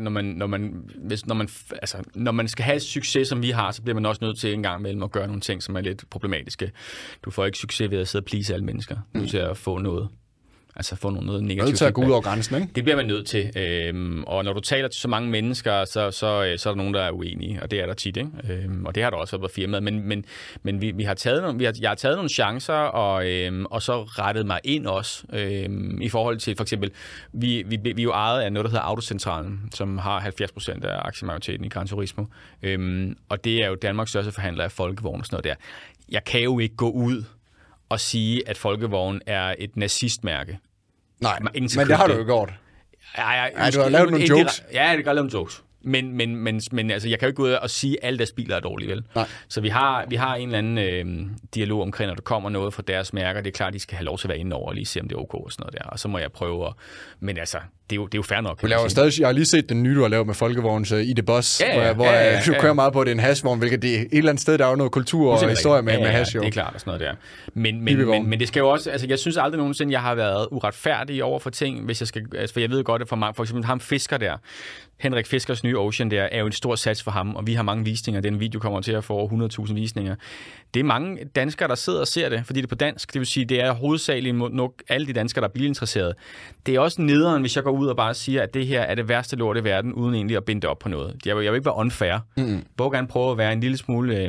når man skal have succes, som vi har, så bliver man også nødt til en gang imellem at gøre nogle ting, som er lidt problematiske. Du får ikke succes ved at sidde og please alle mennesker. Du til at få noget. Altså få noget negativt. Nødt til at gå ud over grænsen, ikke? Det bliver man nødt til. Og når du taler til så mange mennesker, så er der nogen, der er uenige, og det er der tit, ikke? Og det har der også været på firmaet. Men vi har taget jeg har taget nogle chancer, og så rettet mig ind også, i forhold til for eksempel, vi er jo ejet af noget, der hedder Autocentralen, som har 70% af aktiemajoriteten i Gran Turismo. Og det er jo Danmarks største forhandler af folkevogn og sådan noget der. Jeg kan jo ikke gå ud og sige, at folkevogn er et nazistmærke. Nej, men det har du jo gjort. Ja, du har lavet nogle jokes. Ja, det kan lave nogle jokes. Men altså, jeg kan jo ikke gå ud og sige, at alle deres biler er dårlige, vel? Nej. Så vi har en eller anden dialog omkring, når der kommer noget fra deres mærker. Det er klart, at de skal have lov til at være inde over og lige se, om det er ok og sådan noget der. Og så må jeg prøve at... Men altså, det er jo fair nok. Jeg har lige set den nye, du har lavet med Folkevogns i det Boss, hvor du kører meget på, det er en hashvogn, hvilket det er et eller andet sted, der er jo noget kultur og historie med hash. Det er klart og sådan noget der. Men det skal jo også... Altså, jeg synes aldrig nogensinde, jeg har været uretfærdig over for ting, hvis jeg skal... Altså, for jeg ved godt, at for eksempel ham Fisker der, Henrik Fiskers nye Ocean der, er jo en stor sats for ham, og vi har mange visninger. Den video kommer til at få over 100.000 visninger. Det er mange danskere, der sidder og ser det, fordi det er på dansk. Det vil sige, det er hovedsageligt nok alle de danskere, der er bilinteresserede. Det er også nederen, hvis jeg går ud og bare siger, at det her er det værste lort i verden, uden egentlig at binde det op på noget. Jeg vil ikke være unfair. Jeg vil gerne prøve at være en lille smule...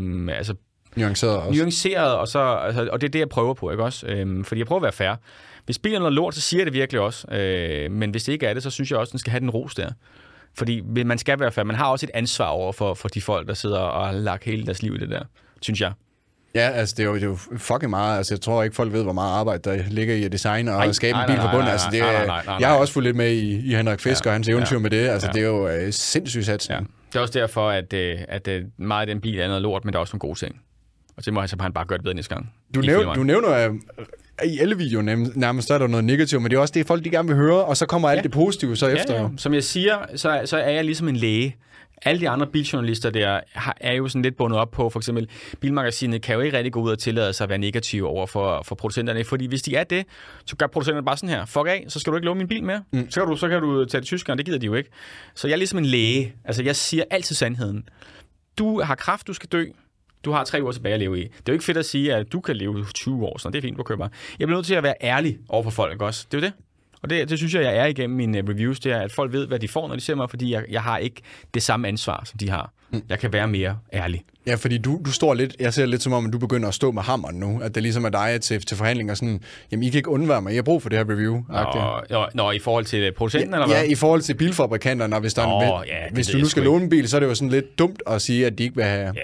nuanceret og det er det, jeg prøver på, ikke også? Fordi jeg prøver at være fair. Hvis bilen er noget lort, så siger jeg det virkelig også. Men hvis det ikke er det, så synes jeg også, at den skal have den ros der. Fordi man skal være fair. Man har også et ansvar over for de folk, der sidder og har lagt hele deres liv i det der, synes jeg. Ja, altså det er jo fucking meget. Altså jeg tror ikke, folk ved, hvor meget arbejde der ligger i at designe og skabe en bil fra bunden. Altså, jeg har også fulgt lidt med i Henrik Fisker og hans eventyr med det. Altså det er jo sindssygt satsning. Ja. Det er også derfor, at meget af den bil er noget lort, men der er også nogle gode ting. Og det må han bare gøre det bedre næste gang. Du nævner i alle videoer nærmest, er der noget negativt, men det er også det, folk de gerne vil høre, og så kommer alt det positive så efter. Ja. Som jeg siger, så er jeg ligesom en læge. Alle de andre biljournalister der er jo sådan lidt bundet op på, for eksempel Bilmagasinet kan jo ikke rigtig gå ud og tillade sig at være negative over for producenterne, fordi hvis de er det, så gør producenterne bare sådan her, fuck af, så skal du ikke låne min bil mere. Så kan du tage det tyskerne, det gider de jo ikke. Så jeg er ligesom en læge, altså jeg siger altid sandheden. Du har kræft, du skal dø. Du har 3 år tilbage at leve i. Det er jo ikke fedt at sige, at du kan leve 20 år, så det er fint, du køber. Jeg bliver nødt til at være ærlig over for folk også. Det er jo det. Og det synes jeg er igennem mine reviews, det er, at folk ved, hvad de får, når de ser mig, fordi jeg har ikke det samme ansvar, som de har. Jeg kan være mere ærlig. Ja, fordi du står lidt, jeg ser lidt som om, at du begynder at stå med hammeren nu, at det ligesom er dig til forhandlinger sådan, jamen I kan ikke undvære mig, jeg har brug for det her review. Nå, i forhold til producenten, eller hvad? Ja, i forhold til bilfabrikanterne, hvis du nu skal låne en bil, så er det jo sådan lidt dumt at sige, at de ikke vil have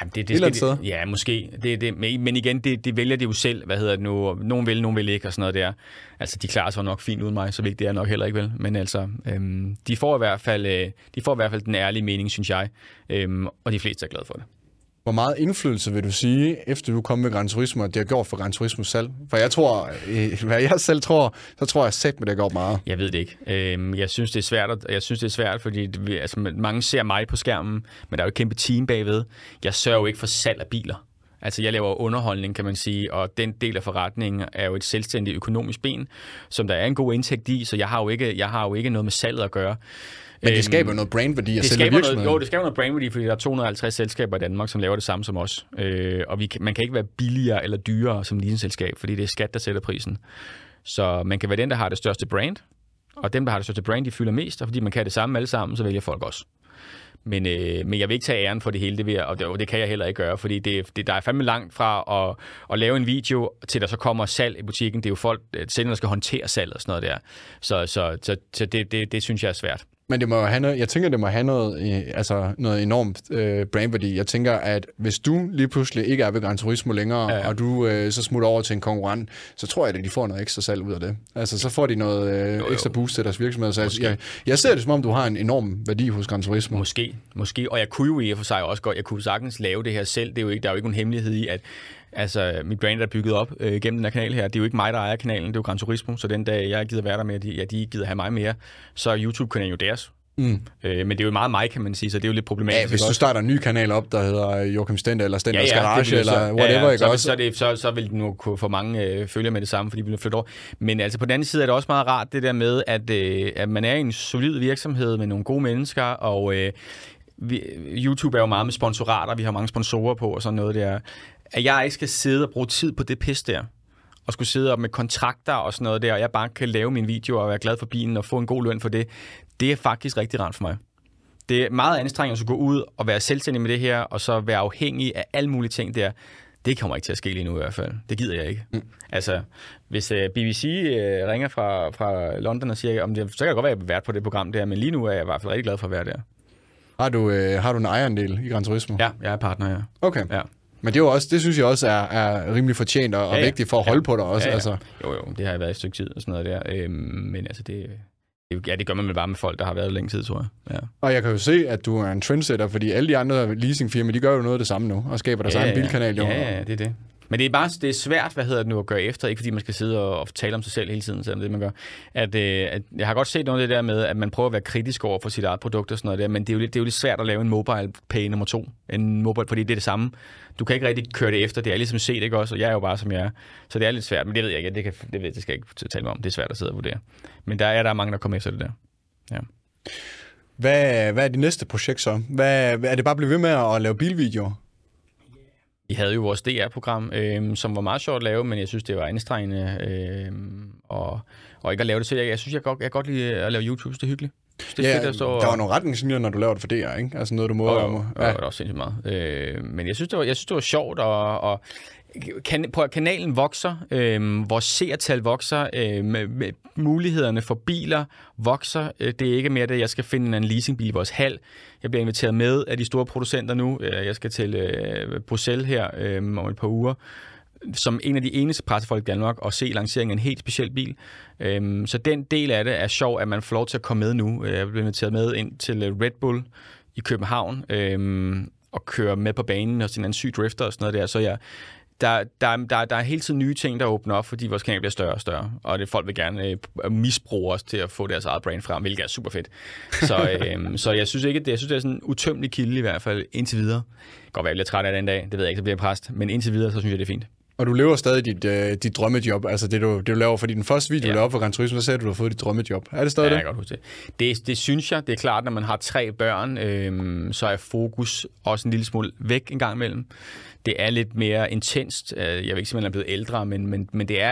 måske. Men igen, det vælger de jo selv, nogen vil, nogen vil ikke, og sådan noget der. Altså, de klarer sig nok fint uden mig, så vigtigt er nok heller ikke vel. Men altså, de får i hvert fald den ærlige mening, synes jeg, og de fleste er glade for det. Hvor meget indflydelse vil du sige, efter du kom med Gran Turismo, at det har gjort for Gran Turismo selv? For jeg tror, hvad jeg selv tror, så tror jeg selv, at det har gjort meget. Jeg ved det ikke. Jeg synes, det er svært, fordi mange ser mig på skærmen, men der er jo et kæmpe team bagved. Jeg sørger jo ikke for salg af biler. Altså, jeg laver underholdning, kan man sige, og den del af forretningen er jo et selvstændigt økonomisk ben, som der er en god indtægt i, så jeg har jo ikke noget med salget at gøre. Men det skaber noget brandværdi at sælge virksomheden. Det skaber noget brandværdi, fordi der er 250 selskaber i Danmark, som laver det samme som os. Og man kan ikke være billigere eller dyrere som leasingselskab, fordi det er skat, der sætter prisen. Så man kan være den, der har det største brand, og dem, der har det største brand, de fylder mest, og fordi man kan det samme alle sammen, så vælger folk også. Men jeg vil ikke tage æren for det hele, og det kan jeg heller ikke gøre, fordi der er fandme langt fra at lave en video, til der så kommer salg i butikken. Det er jo folk, der skal håndtere salg og sådan noget der. Så det synes jeg er svært. Men det må have noget, jeg tænker, det må have noget enormt brandværdi. Jeg tænker, at hvis du lige pludselig ikke er ved Gran Turismo længere, og du så smutter over til en konkurrent, så tror jeg, at de får noget ekstra salg ud af det. Altså, så får de noget ekstra boost til deres virksomhed. Så jeg ser det som om, du har en enorm værdi hos Gran Turismo. Måske. Og jeg kunne jo i og for sig også godt, jeg kunne sagtens lave det her selv. Der er jo ikke nogen hemmelighed i, at mit brand er bygget op gennem den her kanal her. Det er jo ikke mig, der ejer kanalen, det er jo Gran Turismo, så den dag jeg gider være der med, de gider have mig mere, så er YouTube-kanalen jo deres. Men det er jo meget mig, kan man sige, så det er jo lidt problematisk. Ja, hvis du starter en ny kanal op, der hedder Joachim Stender, eller Stenders Garage, eller whatever, ikke også? Så vil den jo kunne få mange følger med det samme, fordi vi vil flytte over. Men altså på den anden side er det også meget rart, det der med, at man er en solid virksomhed med nogle gode mennesker, og YouTube er jo meget med sponsorater, vi har mange sponsorer på og sådan noget der. At jeg ikke skal sidde og bruge tid på det pis der, og skulle sidde op med kontrakter og sådan noget der, og jeg bare kan lave min video og være glad for bilen og få en god løn for det, det er faktisk rigtig rart for mig. Det er meget anstrengende at skulle gå ud og være selvstændig med det her, og så være afhængig af alle mulige ting der. Det kommer ikke til at ske lige nu i hvert fald. Det gider jeg ikke. Altså, hvis BBC ringer fra London og siger, så kan jeg godt være, at jeg er vært på det program der, men lige nu er jeg i hvert fald rigtig glad for at være der. Har du en ejerandel i Gran Turismo? Ja, jeg er partner, ja. Okay. Ja. Men det er jo også, det synes jeg også er rimelig fortjent og vigtigt for at holde på dig også. Ja, ja. Altså. Jo, det har jeg været et stykke tid og sådan noget der. Men altså, det gør man vel bare med folk, der har været længe tid, tror jeg. Ja. Og jeg kan jo se, at du er en trendsetter, fordi alle de andre leasingfirmaer, de gør jo noget af det samme nu, og skaber deres egen bilkanal. Ja, det er det. Men det er svært, at gøre efter, ikke fordi man skal sidde og tale om sig selv hele tiden, selvom det man gør. At jeg har godt set noget af det der med, at man prøver at være kritisk over for sit eget produkt og sådan noget der, men det er jo lidt svært at lave en mobile pay nummer 2, fordi det er det samme. Du kan ikke rigtig køre det efter, det er ligesom set, ikke også, og jeg er jo bare som jeg er. Så det er lidt svært, men det ved jeg ikke, det skal jeg ikke tale om, det er svært at sidde og vurdere. Men der er mange, der kommer efter det der. Ja. Hvad er det næste projekt så? Er det bare at blive ved med at lave bilvideoer? Vi havde jo vores DR-program, som var meget sjovt at lave, men jeg synes, det var anstrengende og ikke at lave det selv. Jeg synes, jeg godt lide at lave YouTube, det er hyggeligt. Det er fedt at stå der var nogle retningslinjer, når du laver det for DR, ikke? Altså noget, du må... Ja, det var også sindssygt meget. Men jeg synes, det var sjovt, og kanalen vokser, vores seertal vokser, med mulighederne for biler vokser. Det er ikke mere det, jeg skal finde en leasingbil i vores hal. Jeg bliver inviteret med af de store producenter nu. Jeg skal til Bruxelles her om et par uger, som en af de eneste pressefolk i Danmark, og se lanceringen af en helt speciel bil. Så den del af det er sjov, at man får lov til at komme med nu. Jeg bliver inviteret med ind til Red Bull i København, og køre med på banen og sin anden syg drifter og sådan noget der. Så der er hele tiden nye ting, der åbner op, fordi vores kanal bliver større og større, og det folk vil gerne misbruge os til at få deres eget brand frem, hvilket er super fedt. Så jeg synes ikke, det er sådan en utømmelig kilde i hvert fald indtil videre. Godt være, jeg bliver træt af den dag, det ved jeg ikke, så bliver jeg præst, men indtil videre, så synes jeg, det er fint. Og du lever stadig dit drømmejob, altså det du laver, fordi den første video, du lavede for Gran Turismo, så sagde du har fået dit drømmejob. Er det stadig det? Ja, jeg kan godt huske det. Det synes jeg, det er klart, når man har 3 børn, så er fokus også en lille smule væk en gang imellem. Det er lidt mere intenst. Jeg vil ikke sige, at man er blevet ældre, men det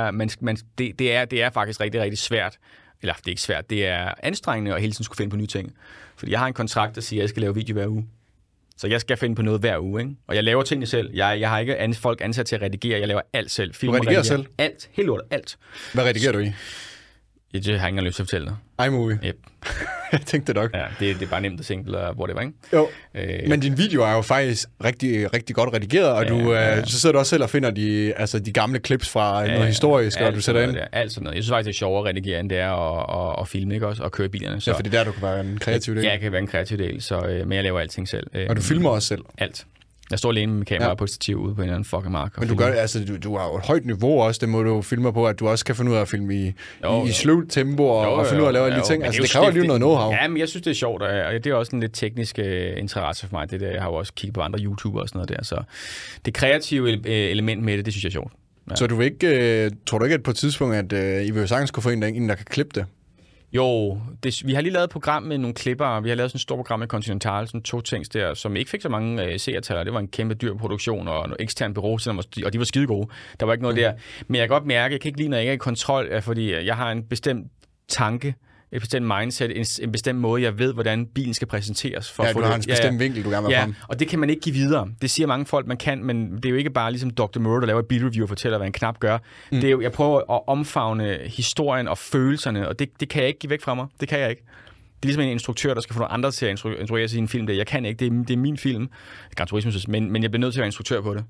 er faktisk rigtig, rigtig svært. Eller det er ikke svært, det er anstrengende at hele tiden skulle finde på nye ting. Fordi jeg har en kontrakt, der siger, at jeg skal lave video hver uge. Så jeg skal finde på noget hver uge, ikke? Og jeg laver tingene selv. Jeg har ikke folk ansat til at redigere. Jeg laver alt selv. Du redigerer selv? Alt. Helt lort. Alt. Hvad redigerer du i? Det har jeg ikke engang lyst til at fortælle dig. iMovie? Yep. Jeg tænkte det nok. Ja, det er bare nemt at tænke, eller hvor det var, ikke? Jo, men din video er jo faktisk rigtig, rigtig godt redigeret, og så sidder du også selv og finder de gamle clips fra noget historisk, og du sætter ind. Alt sådan noget. Jeg synes faktisk, det er sjovere at redigere, end det er at filme, ikke også? Og køre bilerne. Så. Ja, for det er der, du kan være en kreativ del. Ja, jeg kan være en kreativ del, men jeg laver alting selv. Og du filmer også selv? Alt. Jeg står alene med kamera på et stativ ude på en eller anden fucking mark. Men du har jo et højt niveau også, det må du filme på, at du også kan finde ud af at filme i sløvt tempo og finde ud af at lave alle de ting. Altså, det kræver lige noget know-how. Ja, men jeg synes, det er sjovt, og det er også en lidt teknisk interesse for mig. Det der, jeg har jo også kigget på andre YouTubere og sådan noget der, så det kreative element med det synes jeg er sjovt. Ja. Så du vil ikke, tror du ikke, at på et tidspunkt, at I vil jo sagtens kunne få en, der kan klippe det? Jo, vi har lige lavet et program med nogle klipper. Vi har lavet sådan et stort program med Continental, sådan 2 ting der, som ikke fik så mange seertal. Det var en kæmpe dyr produktion og noget ekstern bureau, og de var skide gode. Der var ikke noget der. Men jeg kan godt mærke, jeg kan ikke lide, når jeg ikke er i kontrol, fordi jeg har en bestemt tanke, et bestemt mindset, en bestemt måde, jeg ved, hvordan bilen skal præsenteres. For ja, du har en bestemt vinkel, du gerne vil frem. Og det kan man ikke give videre. Det siger mange folk, man kan, men det er jo ikke bare ligesom Dr. Murray, der laver et bilreview og fortæller, hvad en knap gør. Det er jo, jeg prøver at omfavne historien og følelserne, og det kan jeg ikke give væk fra mig. Det kan jeg ikke. Det er ligesom en instruktør, der skal få nogle andre til at instruere sin film. Jeg kan ikke. Det er min film. Gran Turismo, men jeg bliver nødt til at være instruktør på det,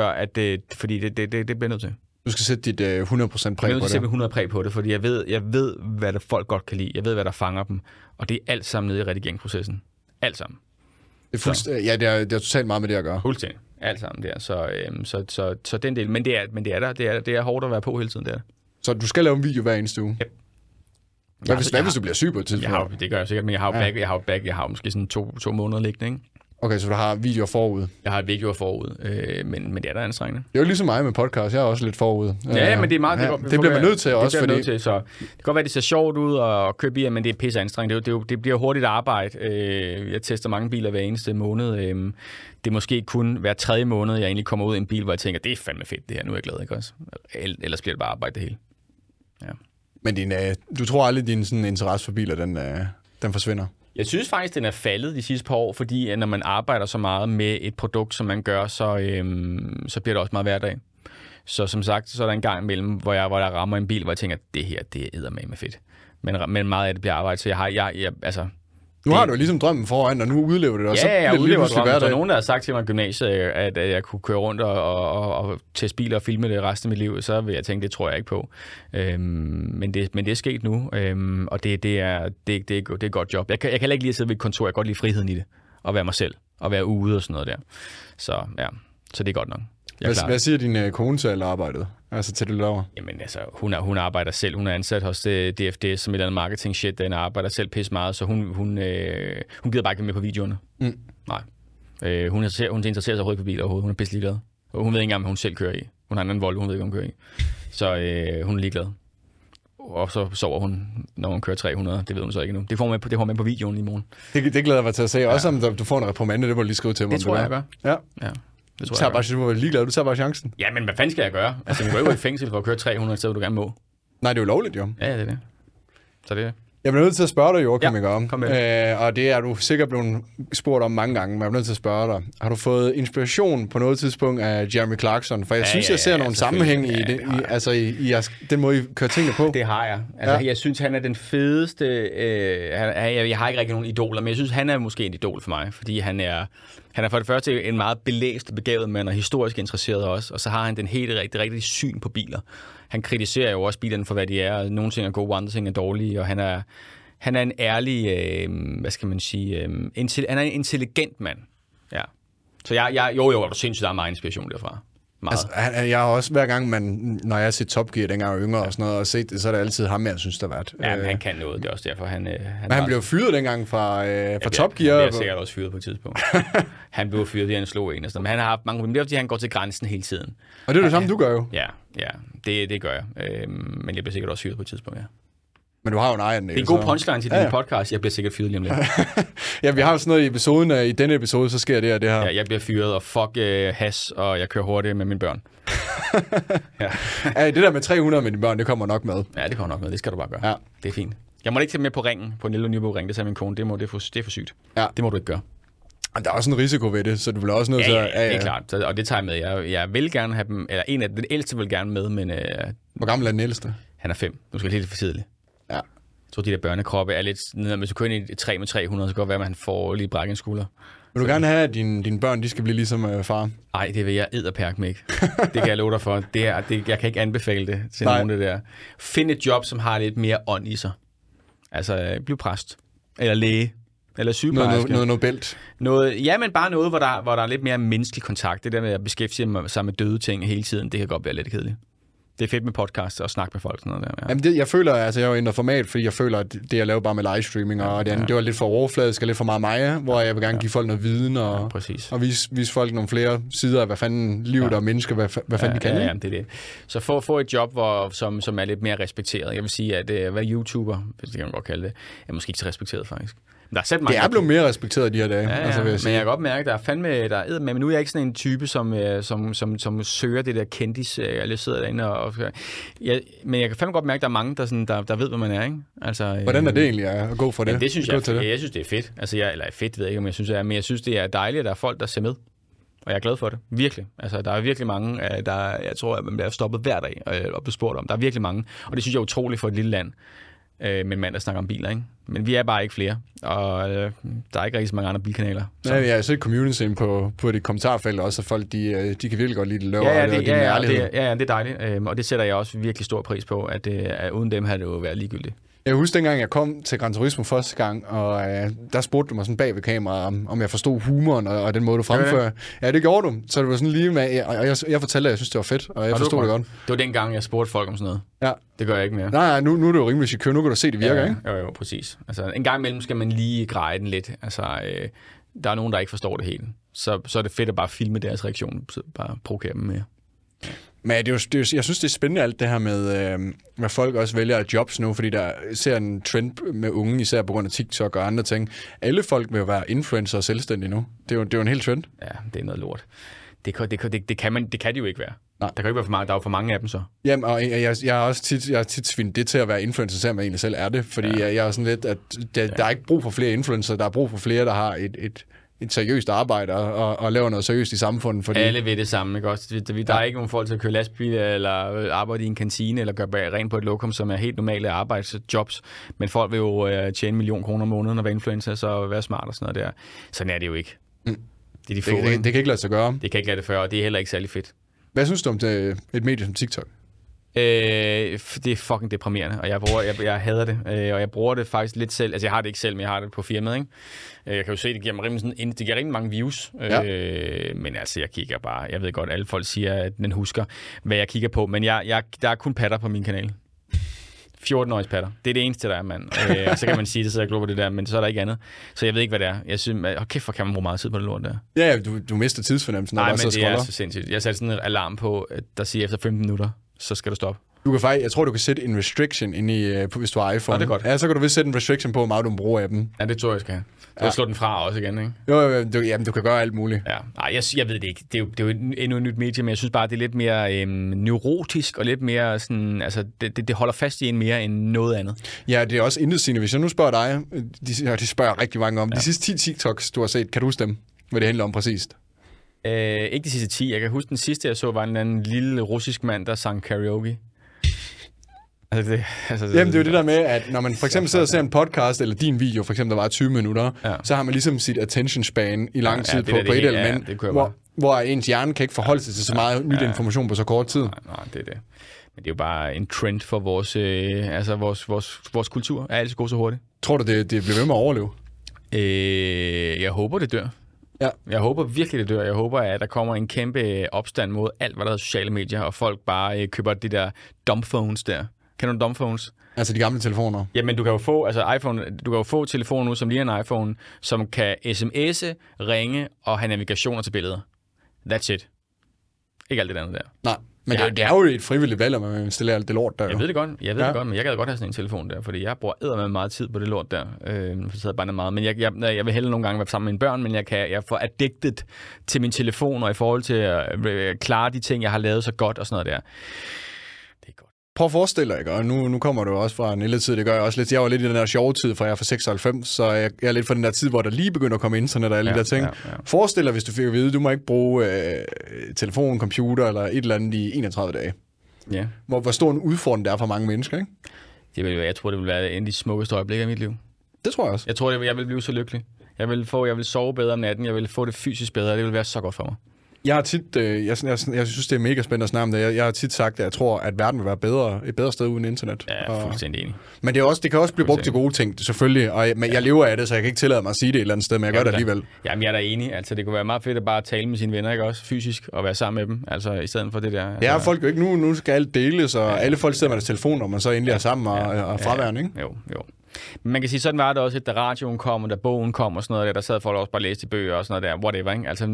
fordi det bliver nødt til. Du skal sætte dit 100% præg på det. Jeg vil sætte 100 præg på det, fordi jeg ved, hvad der folk godt kan lide. Jeg ved, hvad der fanger dem. Og det er alt sammen nede i redigeringsprocessen. Alt sammen. Det er totalt meget med det at gøre. Fuldstændig. Alt sammen der. Så den del. Men det er der. Det er hårdt at være på hele tiden der. Så du skal lave en video hver eneste uge? Yep. Hvad hvis du bliver syg på et tidspunkt? Det gør jeg sikkert, men jeg har måske sådan to måneder liggende, ikke? Okay, så du har videoer forud? Jeg har et videoer forud, men det er da anstrengende. Det er jo ligesom mig med podcast, jeg er også lidt forud. Ja, men det er meget... Det bliver man nødt til også, fordi... Til, så det kan godt være, det ser sjovt ud og køre biler, men det er pisse anstrengende. Det bliver hurtigt arbejde. Jeg tester mange biler hver eneste måned. Det er måske kun hver 3. måned, jeg egentlig kommer ud i en bil, hvor jeg tænker, det er fandme fedt det her, nu er jeg glad, ikke også? Ellers bliver det bare arbejde det hele. Ja. Men du tror aldrig, din sådan, interesse for biler, den forsvinder? Jeg synes faktisk, den er faldet de sidste par år, fordi når man arbejder så meget med et produkt, som man gør, så bliver det også meget hverdag. Så som sagt, så er der en gang imellem, hvor jeg rammer en bil, hvor jeg tænker, det her, det er eddermame fedt. Men meget af det bliver arbejde, så altså... Nu har du ligesom drømmen foran, og nu udlever det også. Ja, jeg udlever drømmen. Der er nogen, der har sagt til mig i gymnasiet, at jeg kunne køre rundt og teste biler og filme det resten af mit liv, så vil jeg tænke, det tror jeg ikke på. Men det er sket nu, og det er et godt job. Jeg kan heller ikke lide at sidde ved et kontor, jeg kan godt lide friheden i det, og være mig selv, og være ude og sådan noget der. Så det er godt nok. Hvad siger din kone til alt arbejdet? Altså til det laver? Jamen altså, hun arbejder selv. Hun er ansat hos DFDS som et eller andet marketing shit. Den arbejder selv pisse meget, så hun gider bare ikke med på videoerne. Mm. Nej. Hun interesserer sig overhovedet på biler overhovedet. Hun er pisse ligeglad. Og hun ved ikke engang, hvad hun selv kører i. Hun har en anden Volvo, hun ved ikke, hvad hun kører i. Så hun er ligeglad. Og så sover hun, når hun kører 300. Det ved hun så ikke nu. Det får hun med på videoen i morgen. Det glæder jeg mig til at se. Også om du får en reprimande, det må du lige skrive til mig. Det tror jeg gør. Ja. Du tager ligeglad, du tager bare chancen. Ja, men hvad fanden skal jeg gøre? Altså, vi går jo i fængsel for at køre 300 et sted, hvor du gerne må. Nej, det er jo lovligt, jo. Ja, det er det. Så det er det. Jeg bliver nødt til at spørge dig, Joachim, ikke om. Og det er du sikkert blevet spurgt om mange gange, men jeg bliver nødt til at spørge dig. Har du fået inspiration på noget tidspunkt af Jeremy Clarkson? For jeg synes, jeg ser nogle sammenhæng i den måde, I kører tingene på. Det har jeg. Altså, jeg synes, han er den fedeste... jeg har ikke rigtig nogen idoler, men jeg synes, han er måske en idol for mig, fordi han er for det første en meget belæst og begavet mand, og historisk interesseret også, og så har han den helt rigtige syn på biler. Han kritiserer jo også bilerne for, hvad de er, og nogle ting er gode, andre ting er dårlige, og han er en ærlig, hvad skal man sige, han er en intelligent mand. Ja. Så jo, du sindssygt, der er meget inspiration derfra. Altså, jeg har også, hver gang når jeg har set Top Gear, dengang jeg var yngre og sådan noget, og set det, så er det altid ham, jeg synes, der har været. Ja, men han kan noget, det er også derfor, han blev fyret dengang fra Top Gear. Han bliver sikkert også fyret på et tidspunkt. Han blev fyret, fordi han slog en og sådan. Men han har haft mange problemer, fordi han går til grænsen hele tiden. Og det er det samme, du gør jo. Ja, det gør jeg. Men jeg bliver sikkert også fyret på et tidspunkt, ja. Men du har jo en egen... Det er en god punchline til din podcast. Jeg bliver sikkert fyret lige om lidt. Ja, vi har jo sådan noget i episoden. I denne episode, så sker det her. Ja, jeg bliver fyret, og fuck has, og jeg kører hurtigt med mine børn. Ja, det der med 300 med dine børn, det kommer nok med. Ja, det kommer nok med. Det skal du bare gøre. Ja. Det er fint. Jeg må ikke tage med på ringen, på en lille Nürburgring. Det sagde min kone. Det er for sygt. Ja. Det må du ikke gøre. Og der er også en risiko ved det, så du vil også nødt til at... Ja, det er klart. Og det tager jeg med. Jeg vil gerne have dem... Eller en af den ældste vil gerne med, men... Hvor gammel er den ældste? Han er 5. Du skal helt for tidligt. Ja. Jeg tror, de der børnekroppe er lidt... Hvis du kører ind i et 3 med 300, så kan det være, at han får lige brækket en skulder. Vil du gerne have, at dine børn de skal blive ligesom far? Nej, det vil jeg edderperk med ikke. Det kan jeg love dig for. Jeg kan ikke anbefale det til nogen af det der. Find et job, som har lidt mere ånd i sig. Altså, bliv præst. Eller læge. Eller sygeplejerske. Noget Nobelt. Ja, men bare noget, hvor der er lidt mere menneskelig kontakt. Det der med at beskæftige sig med døde ting hele tiden, det kan godt være lidt kedeligt. Det er fedt med podcast og snakke med folk. Sådan noget der, ja. Jamen jeg føler, altså jeg har ændret format, fordi jeg føler, at det jeg laver bare med livestreaming og det andet, det var lidt for overfladisk og lidt for meget mig, hvor jeg vil gerne give folk noget viden og vise folk nogle flere sider af, hvad fanden livet og mennesker, hvad fanden de kan. Ja, det er det. Så få et job, som er lidt mere respekteret. Jeg vil sige, at være YouTuber, hvis det kan man godt kalde det, er måske ikke så respekteret faktisk. Det er blevet mere respekteret de her dage. Ja, altså, vil jeg sige. Men jeg kan godt mærke, at der er fandme, men nu er jeg ikke sådan en type, som søger det der kendis, jeg sidder derinde men jeg kan fandme godt mærke, at der er mange, der ved, hvad man er, ikke? Altså, hvordan er det egentlig at gå for det? Det synes jeg synes, det er fedt. Altså, eller fedt ved jeg ikke, om jeg synes, det er, men jeg synes, det er dejligt, at der er folk, der ser med. Og jeg er glad for det. Virkelig. Altså, der er virkelig mange, jeg tror, at man bliver stoppet hver dag og bliver spurgt om. Der er virkelig mange. Og det synes jeg er utroligt for et lille land. Med en mand, der snakker om biler, ikke? Men vi er bare ikke flere, og der er ikke rigtig så mange andre bilkanaler. Ja, jeg har set communityen på det kommentarfelt også, at folk, de kan virkelig godt lide det løber, og det er det er dejligt, og det sætter jeg også virkelig stor pris på, at uden dem havde det jo været ligegyldigt. Jeg husker dengang, jeg kom til Gran Turismo første gang, og der spurgte du mig sådan bag ved kameraet, om jeg forstod humoren og den måde, du fremfører. Ja, det gjorde du. Så det var sådan lige med, og jeg fortalte, at jeg synes, det var fedt, og jeg forstod det godt. Det var dengang, jeg spurgte folk om sådan noget. Ja. Det gør jeg ikke mere. Nej, nu er det jo rimelig secure. Nu kan du se, det virker, ikke? Jo, præcis. Altså, en gang imellem skal man lige greje den lidt. Altså, der er nogen, der ikke forstår det helt. Så er det fedt at bare filme deres reaktion, så bare provokere dem mere. Men jeg synes, det er spændende alt det her med, hvad folk også vælger af jobs nu, fordi der ser en trend med unge, især på grund af TikTok og andre ting. Alle folk vil jo være influencer og selvstændige nu. Det er jo en hel trend. Ja, det er noget lort. Det kan de jo ikke være. Nej. Der kan ikke være for mange, der er jo for mange af dem så. Jamen, og jeg har tit svindt det til at være influencer, selvom jeg egentlig selv er det, fordi jeg er sådan lidt, at der er ikke brug for flere influencer, der er brug for flere, der har et seriøst arbejde og laver noget seriøst i samfundet. Fordi... Alle ved det samme, ikke også? Der er ikke nogen folk til at køre lastbil eller arbejde i en kantine eller gøre rent på et lokum, som er helt normale arbejdsjobs. Men folk vil jo tjene 1 million kroner om måneden og være influencer, så være smart og sådan noget der. Sådan er det jo ikke. Det er de få. Det kan ikke lade sig gøre. Det kan ikke lade det før, og det er heller ikke særlig fedt. Hvad synes du om et medie som TikTok? Det er fucking deprimerende, og jeg hader det, og jeg bruger det faktisk lidt selv. Altså, jeg har det ikke selv, men jeg har det på firmaet, ikke? Jeg kan jo se, det giver mig rimelig mange views, men altså, jeg kigger bare. Jeg ved godt, alle folk siger, at den husker, hvad jeg kigger på, men der er kun patter på min kanal. 14-årige patter. Det er det eneste, der er, mand. Og så kan man sige, det så jeg glor på det der, men så er der ikke andet. Så jeg ved ikke, hvad det er. Jeg synes, kæft, hvor kan man bruge meget tid på det lort der. Ja, du mister tidsfornemmelsen. Nej, men det er så sindssygt. Jeg satte sådan en alarm på, der siger efter 15 minutter, så skal du stoppe. Jeg tror, du kan sætte en restriction ind i, hvis du har iPhone. Ja, det er godt. Ja, så kan du vist sætte en restriction på, hvor meget du bruger af dem. Ja, det tror jeg skal have. Du kan slå den fra også igen, ikke? Jo, du kan gøre alt muligt. Ja. Nej, jeg ved det ikke. Det er jo endnu et nyt medie, men jeg synes bare, det er lidt mere neurotisk og lidt mere sådan, altså det holder fast i en mere end noget andet. Ja, det er også indudsigende. Hvis jeg nu spørger dig, de spørger rigtig mange om, de sidste 10 TikToks, du har set, kan du huske dem? Hvad det handler om præcist? Ikke de sidste 10. Jeg kan huske den sidste, jeg så, var en anden lille russisk mand, der sang karaoke. Jamen, det er jo det der med, at når man for eksempel sidder og ser en podcast, eller din video for eksempel, der var 20 minutter, så har man ligesom sit attention span i lang tid på et element, hvor ens hjerne kan ikke forholde sig til så meget nyt information på så kort tid. Nej, det er det. Men det er jo bare en trend for vores kultur. Er altid gået så hurtigt. Tror du, det bliver ved med at overleve? Jeg håber, det dør. Ja. Jeg håber virkelig, det dør. Jeg håber, at der kommer en kæmpe opstand mod alt, hvad der er sociale medier, og folk bare køber de der dumbphones der. Kender du dumbphones? Altså de gamle telefoner? Jamen, du kan jo få telefoner nu, som lige en iPhone, som kan sms'e, ringe og have navigationer til billeder. That's it. Ikke alt det andet der. Nej, men det er jo et frivilligt valg, at man installerer alt det lort der. Jeg ved det godt, men jeg kan godt have sådan en telefon der, fordi jeg bruger eddermame meget tid på det lort der. For bare meget. Men jeg vil hellere nogle gange være sammen med mine børn, men jeg får addicted til min telefon, og i forhold til at klare de ting, jeg har lavet så godt og sådan noget der. Det er godt. Prøv at forestille dig, ikke? Og nu kommer du også fra en lille tid, det gør jeg også lidt. Jeg var lidt i den der sjove tid, for jeg er fra 96, så jeg er lidt fra den der tid, hvor der lige begynder at komme internet og alle de der ting. Ja. Forestil dig, hvis du fik at vide, du må ikke bruge telefon, computer eller et eller andet i 31 dage. Ja. Hvor stor en udfordring det er for mange mennesker, ikke? Jeg tror, det vil være en af de smukkeste øjeblikke af mit liv. Det tror jeg også. Jeg tror, jeg vil blive så lykkelig. Jeg vil sove bedre om natten, jeg vil få det fysisk bedre, det vil være så godt for mig. Jeg har tit, jeg synes, det er mega spændende at snakke om det. Jeg har tit sagt, at jeg tror, at verden vil være et bedre sted uden internet. Ja, jeg er fuldstændig enig. Men det kan også blive brugt til gode ting, selvfølgelig. Men jeg lever af det, så jeg kan ikke tillade mig at sige det et eller andet sted, men jeg gør det alligevel. Jamen, jeg er da enig. Altså, det kunne være meget fedt at bare tale med sine venner, ikke også? Fysisk, og være sammen med dem, altså i stedet for det der. Altså... Ja, folk jo ikke. Nu skal alt deles, og alle folk sidder med deres telefon, når man så endelig er sammen og fraværende, ikke? Jo. Men man kan sige, sådan var det også, at da radioen kom, og da bogen kom og sådan noget der sad folk også bare læste bøger og sådan noget der, whatever, ikke? Altså,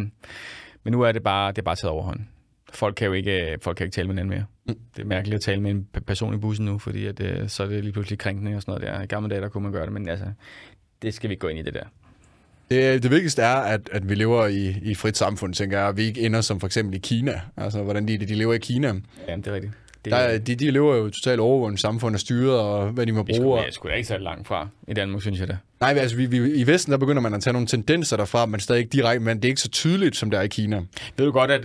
men nu er det bare taget overhånd. Folk kan jo ikke tale med hinanden mere. Det er mærkeligt at tale med en person i bussen nu, fordi at, så er det lige pludselig krænkende og sådan noget der. I gamle dage, der kunne man gøre det, men altså, det skal vi gå ind i det der. Det vigtigste er, at vi lever i et frit samfund, tænker jeg, og vi ikke ender som for eksempel i Kina. Altså, hvordan de lever i Kina. Ja, det er rigtigt. De lever jo totalt overvåget samfund og styret, og hvad de må bruge. Jeg skulle da ikke så langt fra i Danmark, synes jeg det. Nej, altså i Vesten, der begynder man at tage nogle tendenser derfra, men stadig ikke direkte, men det er ikke så tydeligt, som det er i Kina. Ved du godt,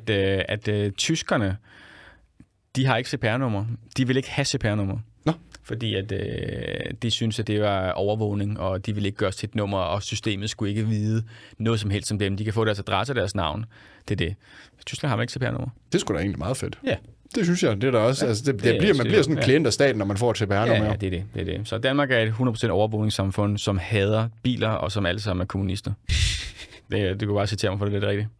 at tyskerne, de har ikke CPR-nummer. De vil ikke have CPR-nummer. Nå. Fordi at de synes, at det var overvågning, og de vil ikke gøres til et nummer, og systemet skulle ikke vide noget som helst om dem. De kan få deres adresse og deres navn. Det er det. Tyskland har man ikke CPR-nummer. Det skulle da egentlig meget fedt. Ja. Det synes jeg, det er der også. Ja, altså, man bliver sådan en klient af staten, når man får et CPR-nummer. Ja, det er det. Så Danmark er et 100% overvågningssamfund, som hader biler, og som alle sammen er kommunister. Du kan bare citere mig for det lidt rigtigt.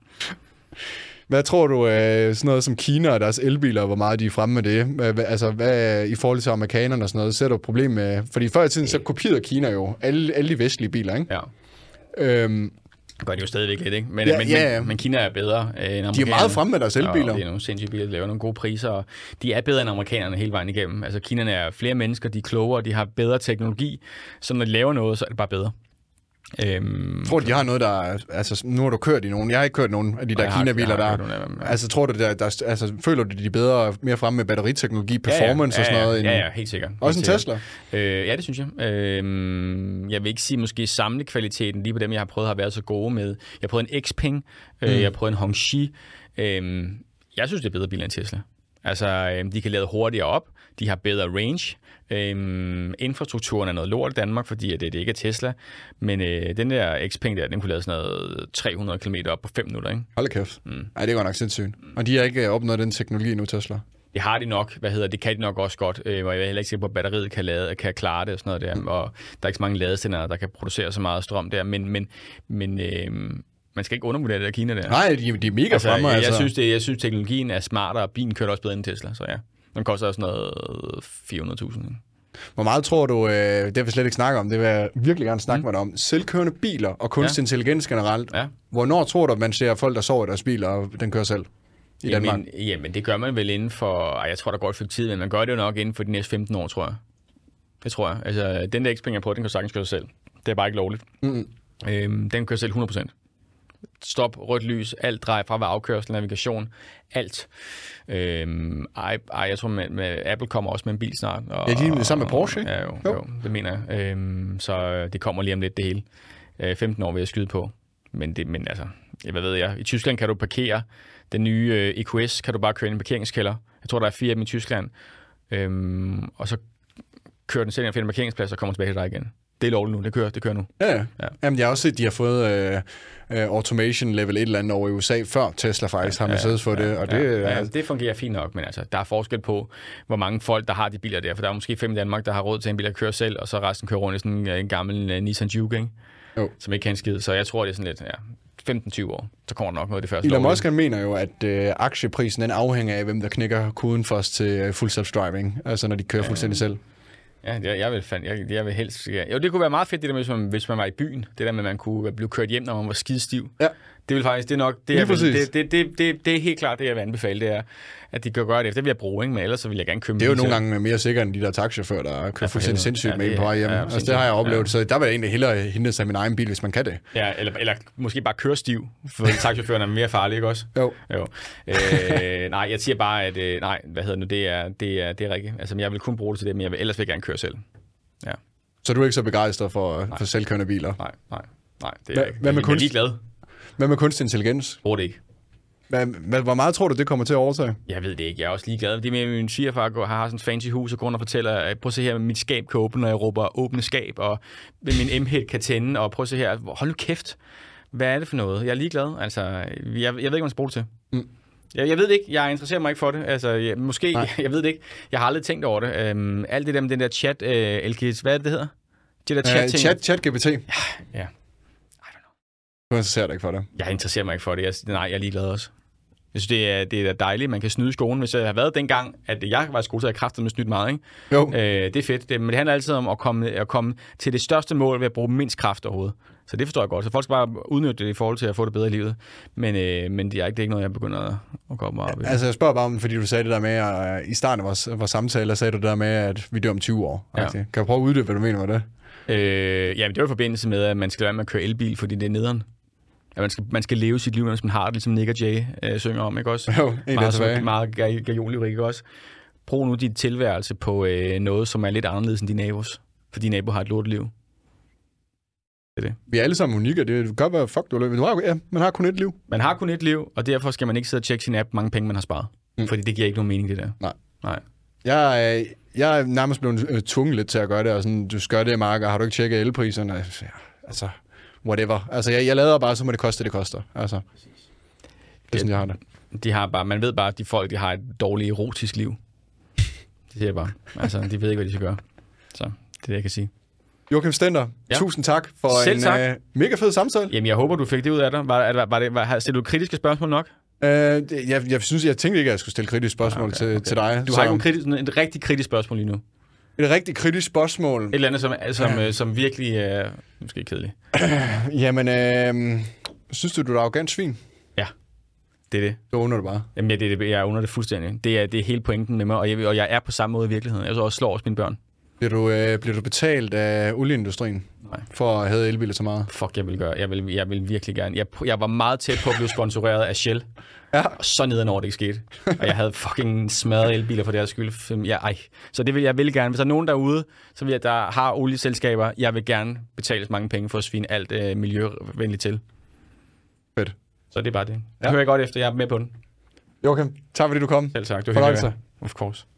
Hvad tror du, sådan noget som Kina og deres elbiler, hvor meget de er fremme med det? Altså, hvad i forhold til amerikanerne og sådan noget, ser du et problem med? Fordi før i tiden, så kopierede Kina jo alle de vestlige biler, ikke? Gør det jo stadigvæk lidt, ikke? Men Kina er bedre end amerikanerne. De er meget fremme med deres elbiler. Det er nogle sindssyge biler, der laver nogle gode priser, og de er bedre end amerikanerne hele vejen igennem. Altså, Kina er flere mennesker, de er klogere, de har bedre teknologi, så når de laver noget, så er det bare bedre. Tror du, de har noget, der... Altså, nu har du kørt i nogen. Jeg har ikke kørt nogen af de der Kina-biler, der... Altså, tror du, altså, føler du, de er bedre mere fremme med batteriteknologi, performance og sådan noget? Ja, helt sikkert. Også en Tesla? Ja, det synes jeg. Jeg vil ikke sige, måske samlekvaliteten lige på dem, jeg har prøvet, har været så gode med. Jeg har prøvet en Xpeng, jeg har prøvet en Hongqi. Jeg synes, det er bedre biler end Tesla. Altså, de kan lade hurtigere op, de har bedre range. Infrastrukturen er noget lort i Danmark, fordi det ikke er Tesla. Men den der Xpeng der, den kunne lade sådan noget 300 km op på 5 minutter, ikke? Hold kæft. Ej, det er godt nok sindssygt. Og de har ikke opnået den teknologi nu, Tesla? Det har de nok. Det kan de nok også godt. Og jeg er heller ikke sikker på, at batteriet kan klare det og sådan noget der. Og der er ikke så mange ladestænder, der kan producere så meget strøm der. Men man skal ikke undervurdere det der Kina der. Nej, de er mega fremme. Jeg synes, teknologien er smartere, og bilen kører også bedre end Tesla, så ja. Den koster også noget 400.000. Hvor meget tror du, det vil vi slet ikke snakke om, det vil jeg virkelig gerne snakke med dig om, selvkørende biler og kunstig intelligens generelt. Ja. Hvornår tror du, at man ser folk, der sover i deres biler, og den kører selv i Danmark? Jamen, det gør man vel inden for, jeg tror, der går et stykke tid, men man gør det jo nok inden for de næste 15 år, tror jeg. Det tror jeg. Altså, den der Xpeng på, den kan sagtens køre sig selv. Det er bare ikke lovligt. Den kører selv 100%. Stop, rødt lys, alt drej fra ved afkørsel, navigation, alt. Jeg tror, med Apple kommer også med en bil snart. Og, de er sammen med Porsche, ikke? Ja, jo, det mener jeg. Så det kommer lige om lidt det hele. 15 år vil jeg skyde på. Men altså, hvad ved jeg. I Tyskland kan du parkere den nye EQS, kan du bare køre ind i en parkeringskælder. Jeg tror, der er 4 af dem i Tyskland. Og så kører den selv ind og finder en parkeringsplads og kommer tilbage til dig igen. Det er lovligt nu, det kører nu. Ja. Jamen, jeg har også set, at de har fået automation level 1 eller andet over i USA, før Tesla faktisk har Mercedes fået det. Og det fungerer fint nok, men altså, der er forskel på, hvor mange folk, der har de biler der. For der er måske 5 i Danmark, der har råd til en bil, der kører selv, og så resten kører rundt i sådan en gammel Nissan Juke, ikke? Som ikke kan skide. Så jeg tror, det er sådan lidt, 15-20 år, så kommer der nok noget af det første. Elon Musk mener jo, at aktieprisen den afhænger af, hvem der knækker koden først til full self-driving, altså når de kører fuldstændig selv. Ja, jeg vil helst... Ja. Jo, det kunne være meget fedt, det der med, hvis man var i byen. Det der med, at man kunne blive kørt hjem, når man var skidestiv. Ja. Det vil faktisk... Det er nok... Det er helt klart, det jeg vil anbefale, det er, at de kan gøre det efter. Det vil jeg bruge, ikke? Men ellers så vil jeg gerne købe. Det er jo nogle gange mere sikkert end de der taxichauffører, der kører fuldstændig sindssygt med på vej hjem. Altså, det har jeg oplevet. Så der vil jeg egentlig hellere hente sig min egen bil, hvis man kan det. Ja, eller måske bare køre stiv, for taxichaufføren er mere farlig, ikke også? Jo. Nej, jeg siger bare, at det er rigtigt. Altså, jeg vil kun bruge det til det, men ellers vil jeg gerne køre selv. Ja. Så du er ikke så begejstret for selvkørende biler? Nej, det er ikke. Jeg er ligeglad. Hvad med kunstig intelligens? Bruger det ikke. Hvor meget tror du, det kommer til at overtage? Jeg ved det ikke. Jeg er også ligeglad. Det er med, at min svigerfar har sådan et fancy hus, og går og fortæller, at prøv at se her, mit skab kan åbne, når jeg råber åbne skab, og min M-head kan tænde, og prøv at se her, hold nu kæft. Hvad er det for noget? Jeg er ligeglad. Altså, jeg ved ikke, hvad man skal bruge det til. Jeg ved det ikke. Jeg interesserer mig ikke for det. Altså, jeg ved det ikke. Jeg har aldrig tænkt over det. Alt det der med den der chat, LGS, hvad er det hedder? Det der chat-GPT. Ja. I don't know. Du interesserer dig ikke for det? Jeg interesserer mig ikke for det. Jeg er ligeglad også. Jeg synes, det er dejligt, man kan snyde skolen. Hvis jeg har været dengang, at jeg var i skole, så jeg kræftet med snydt meget, ikke? Jo. Det er fedt. Men det handler altid om at komme til det største mål ved at bruge mindst kraft overhovedet. Så det forstår jeg godt. Så folk skal bare udnytte det i forhold til at få det bedre i livet. Men det er ikke noget, jeg begynder at gå meget op i. Altså, jeg spørger bare om, fordi du sagde det der med, at i starten af vores samtale, sagde du det der med, at vi dør om 20 år. Ja. Kan du prøve at uddybe, hvad du mener med det? Jamen, det var i forbindelse med, at man skal være med at køre elbil, fordi det er nederen. At man skal leve sit liv, mens man har det, ligesom Nick og Jay synger om, ikke også? Jo, meget gajollyrik, ikke også? Brug nu dit tilværelse på noget, som er lidt anderledes end din nabos. For din nabo har et lorteliv. Det. Vi er alle sammen unikke, det kan godt være, fuck du løber. Man har kun et liv. Man har kun et liv, og derfor skal man ikke sidde og tjekke sin app, hvor mange penge man har sparet. Fordi det giver ikke nogen mening, det der. Nej. Jeg er nærmest blevet tvunget lidt til at gøre det, og sådan, du skal gøre det, Mark, og har du ikke tjekket elpriserne? Altså, whatever. Altså, jeg lader bare, så må det koste, det koster. Altså, det er sådan, jeg har det. Man ved bare, at de folk, de har et dårligt erotisk liv. Det siger jeg bare. Altså, de ved ikke, hvad de skal gøre. Så, det er det, jeg kan sige. Joachim Stender, tusind tak for en mega fed samtale. Jamen, jeg håber, du fik det ud af dig. Stillede du kritiske spørgsmål nok? Jeg tænkte ikke, at jeg skulle stille kritiske spørgsmål til dig. Du har ikke et rigtig kritisk spørgsmål lige nu? Et rigtig kritisk spørgsmål. Et eller andet, som virkelig er måske kedeligt. Jamen, synes du er arrogant svin? Ja, det er det. Så under det bare. Jamen, jeg under det fuldstændig. Det er hele pointen med mig, og jeg er på samme måde i virkeligheden. Jeg så også slår også mine børn. Bliver du betalt af olieindustrien? Nej. For at have elbiler så meget? Fuck, jeg vil virkelig gerne. Jeg var meget tæt på at blive sponsoreret af Shell. Ja. Og så nedenover det ikke skete. Og jeg havde fucking smadret elbiler for deres skyld. Så det vil jeg vil gerne. Hvis der er nogen derude, der har olieselskaber, jeg vil gerne betale mange penge for at svine alt miljøvenligt til. Fedt. Så det er bare det. Det hører jeg godt efter, jeg er med på den. Joachim, tak fordi du kom. Selv tak. Det var hyggeligt. Of course.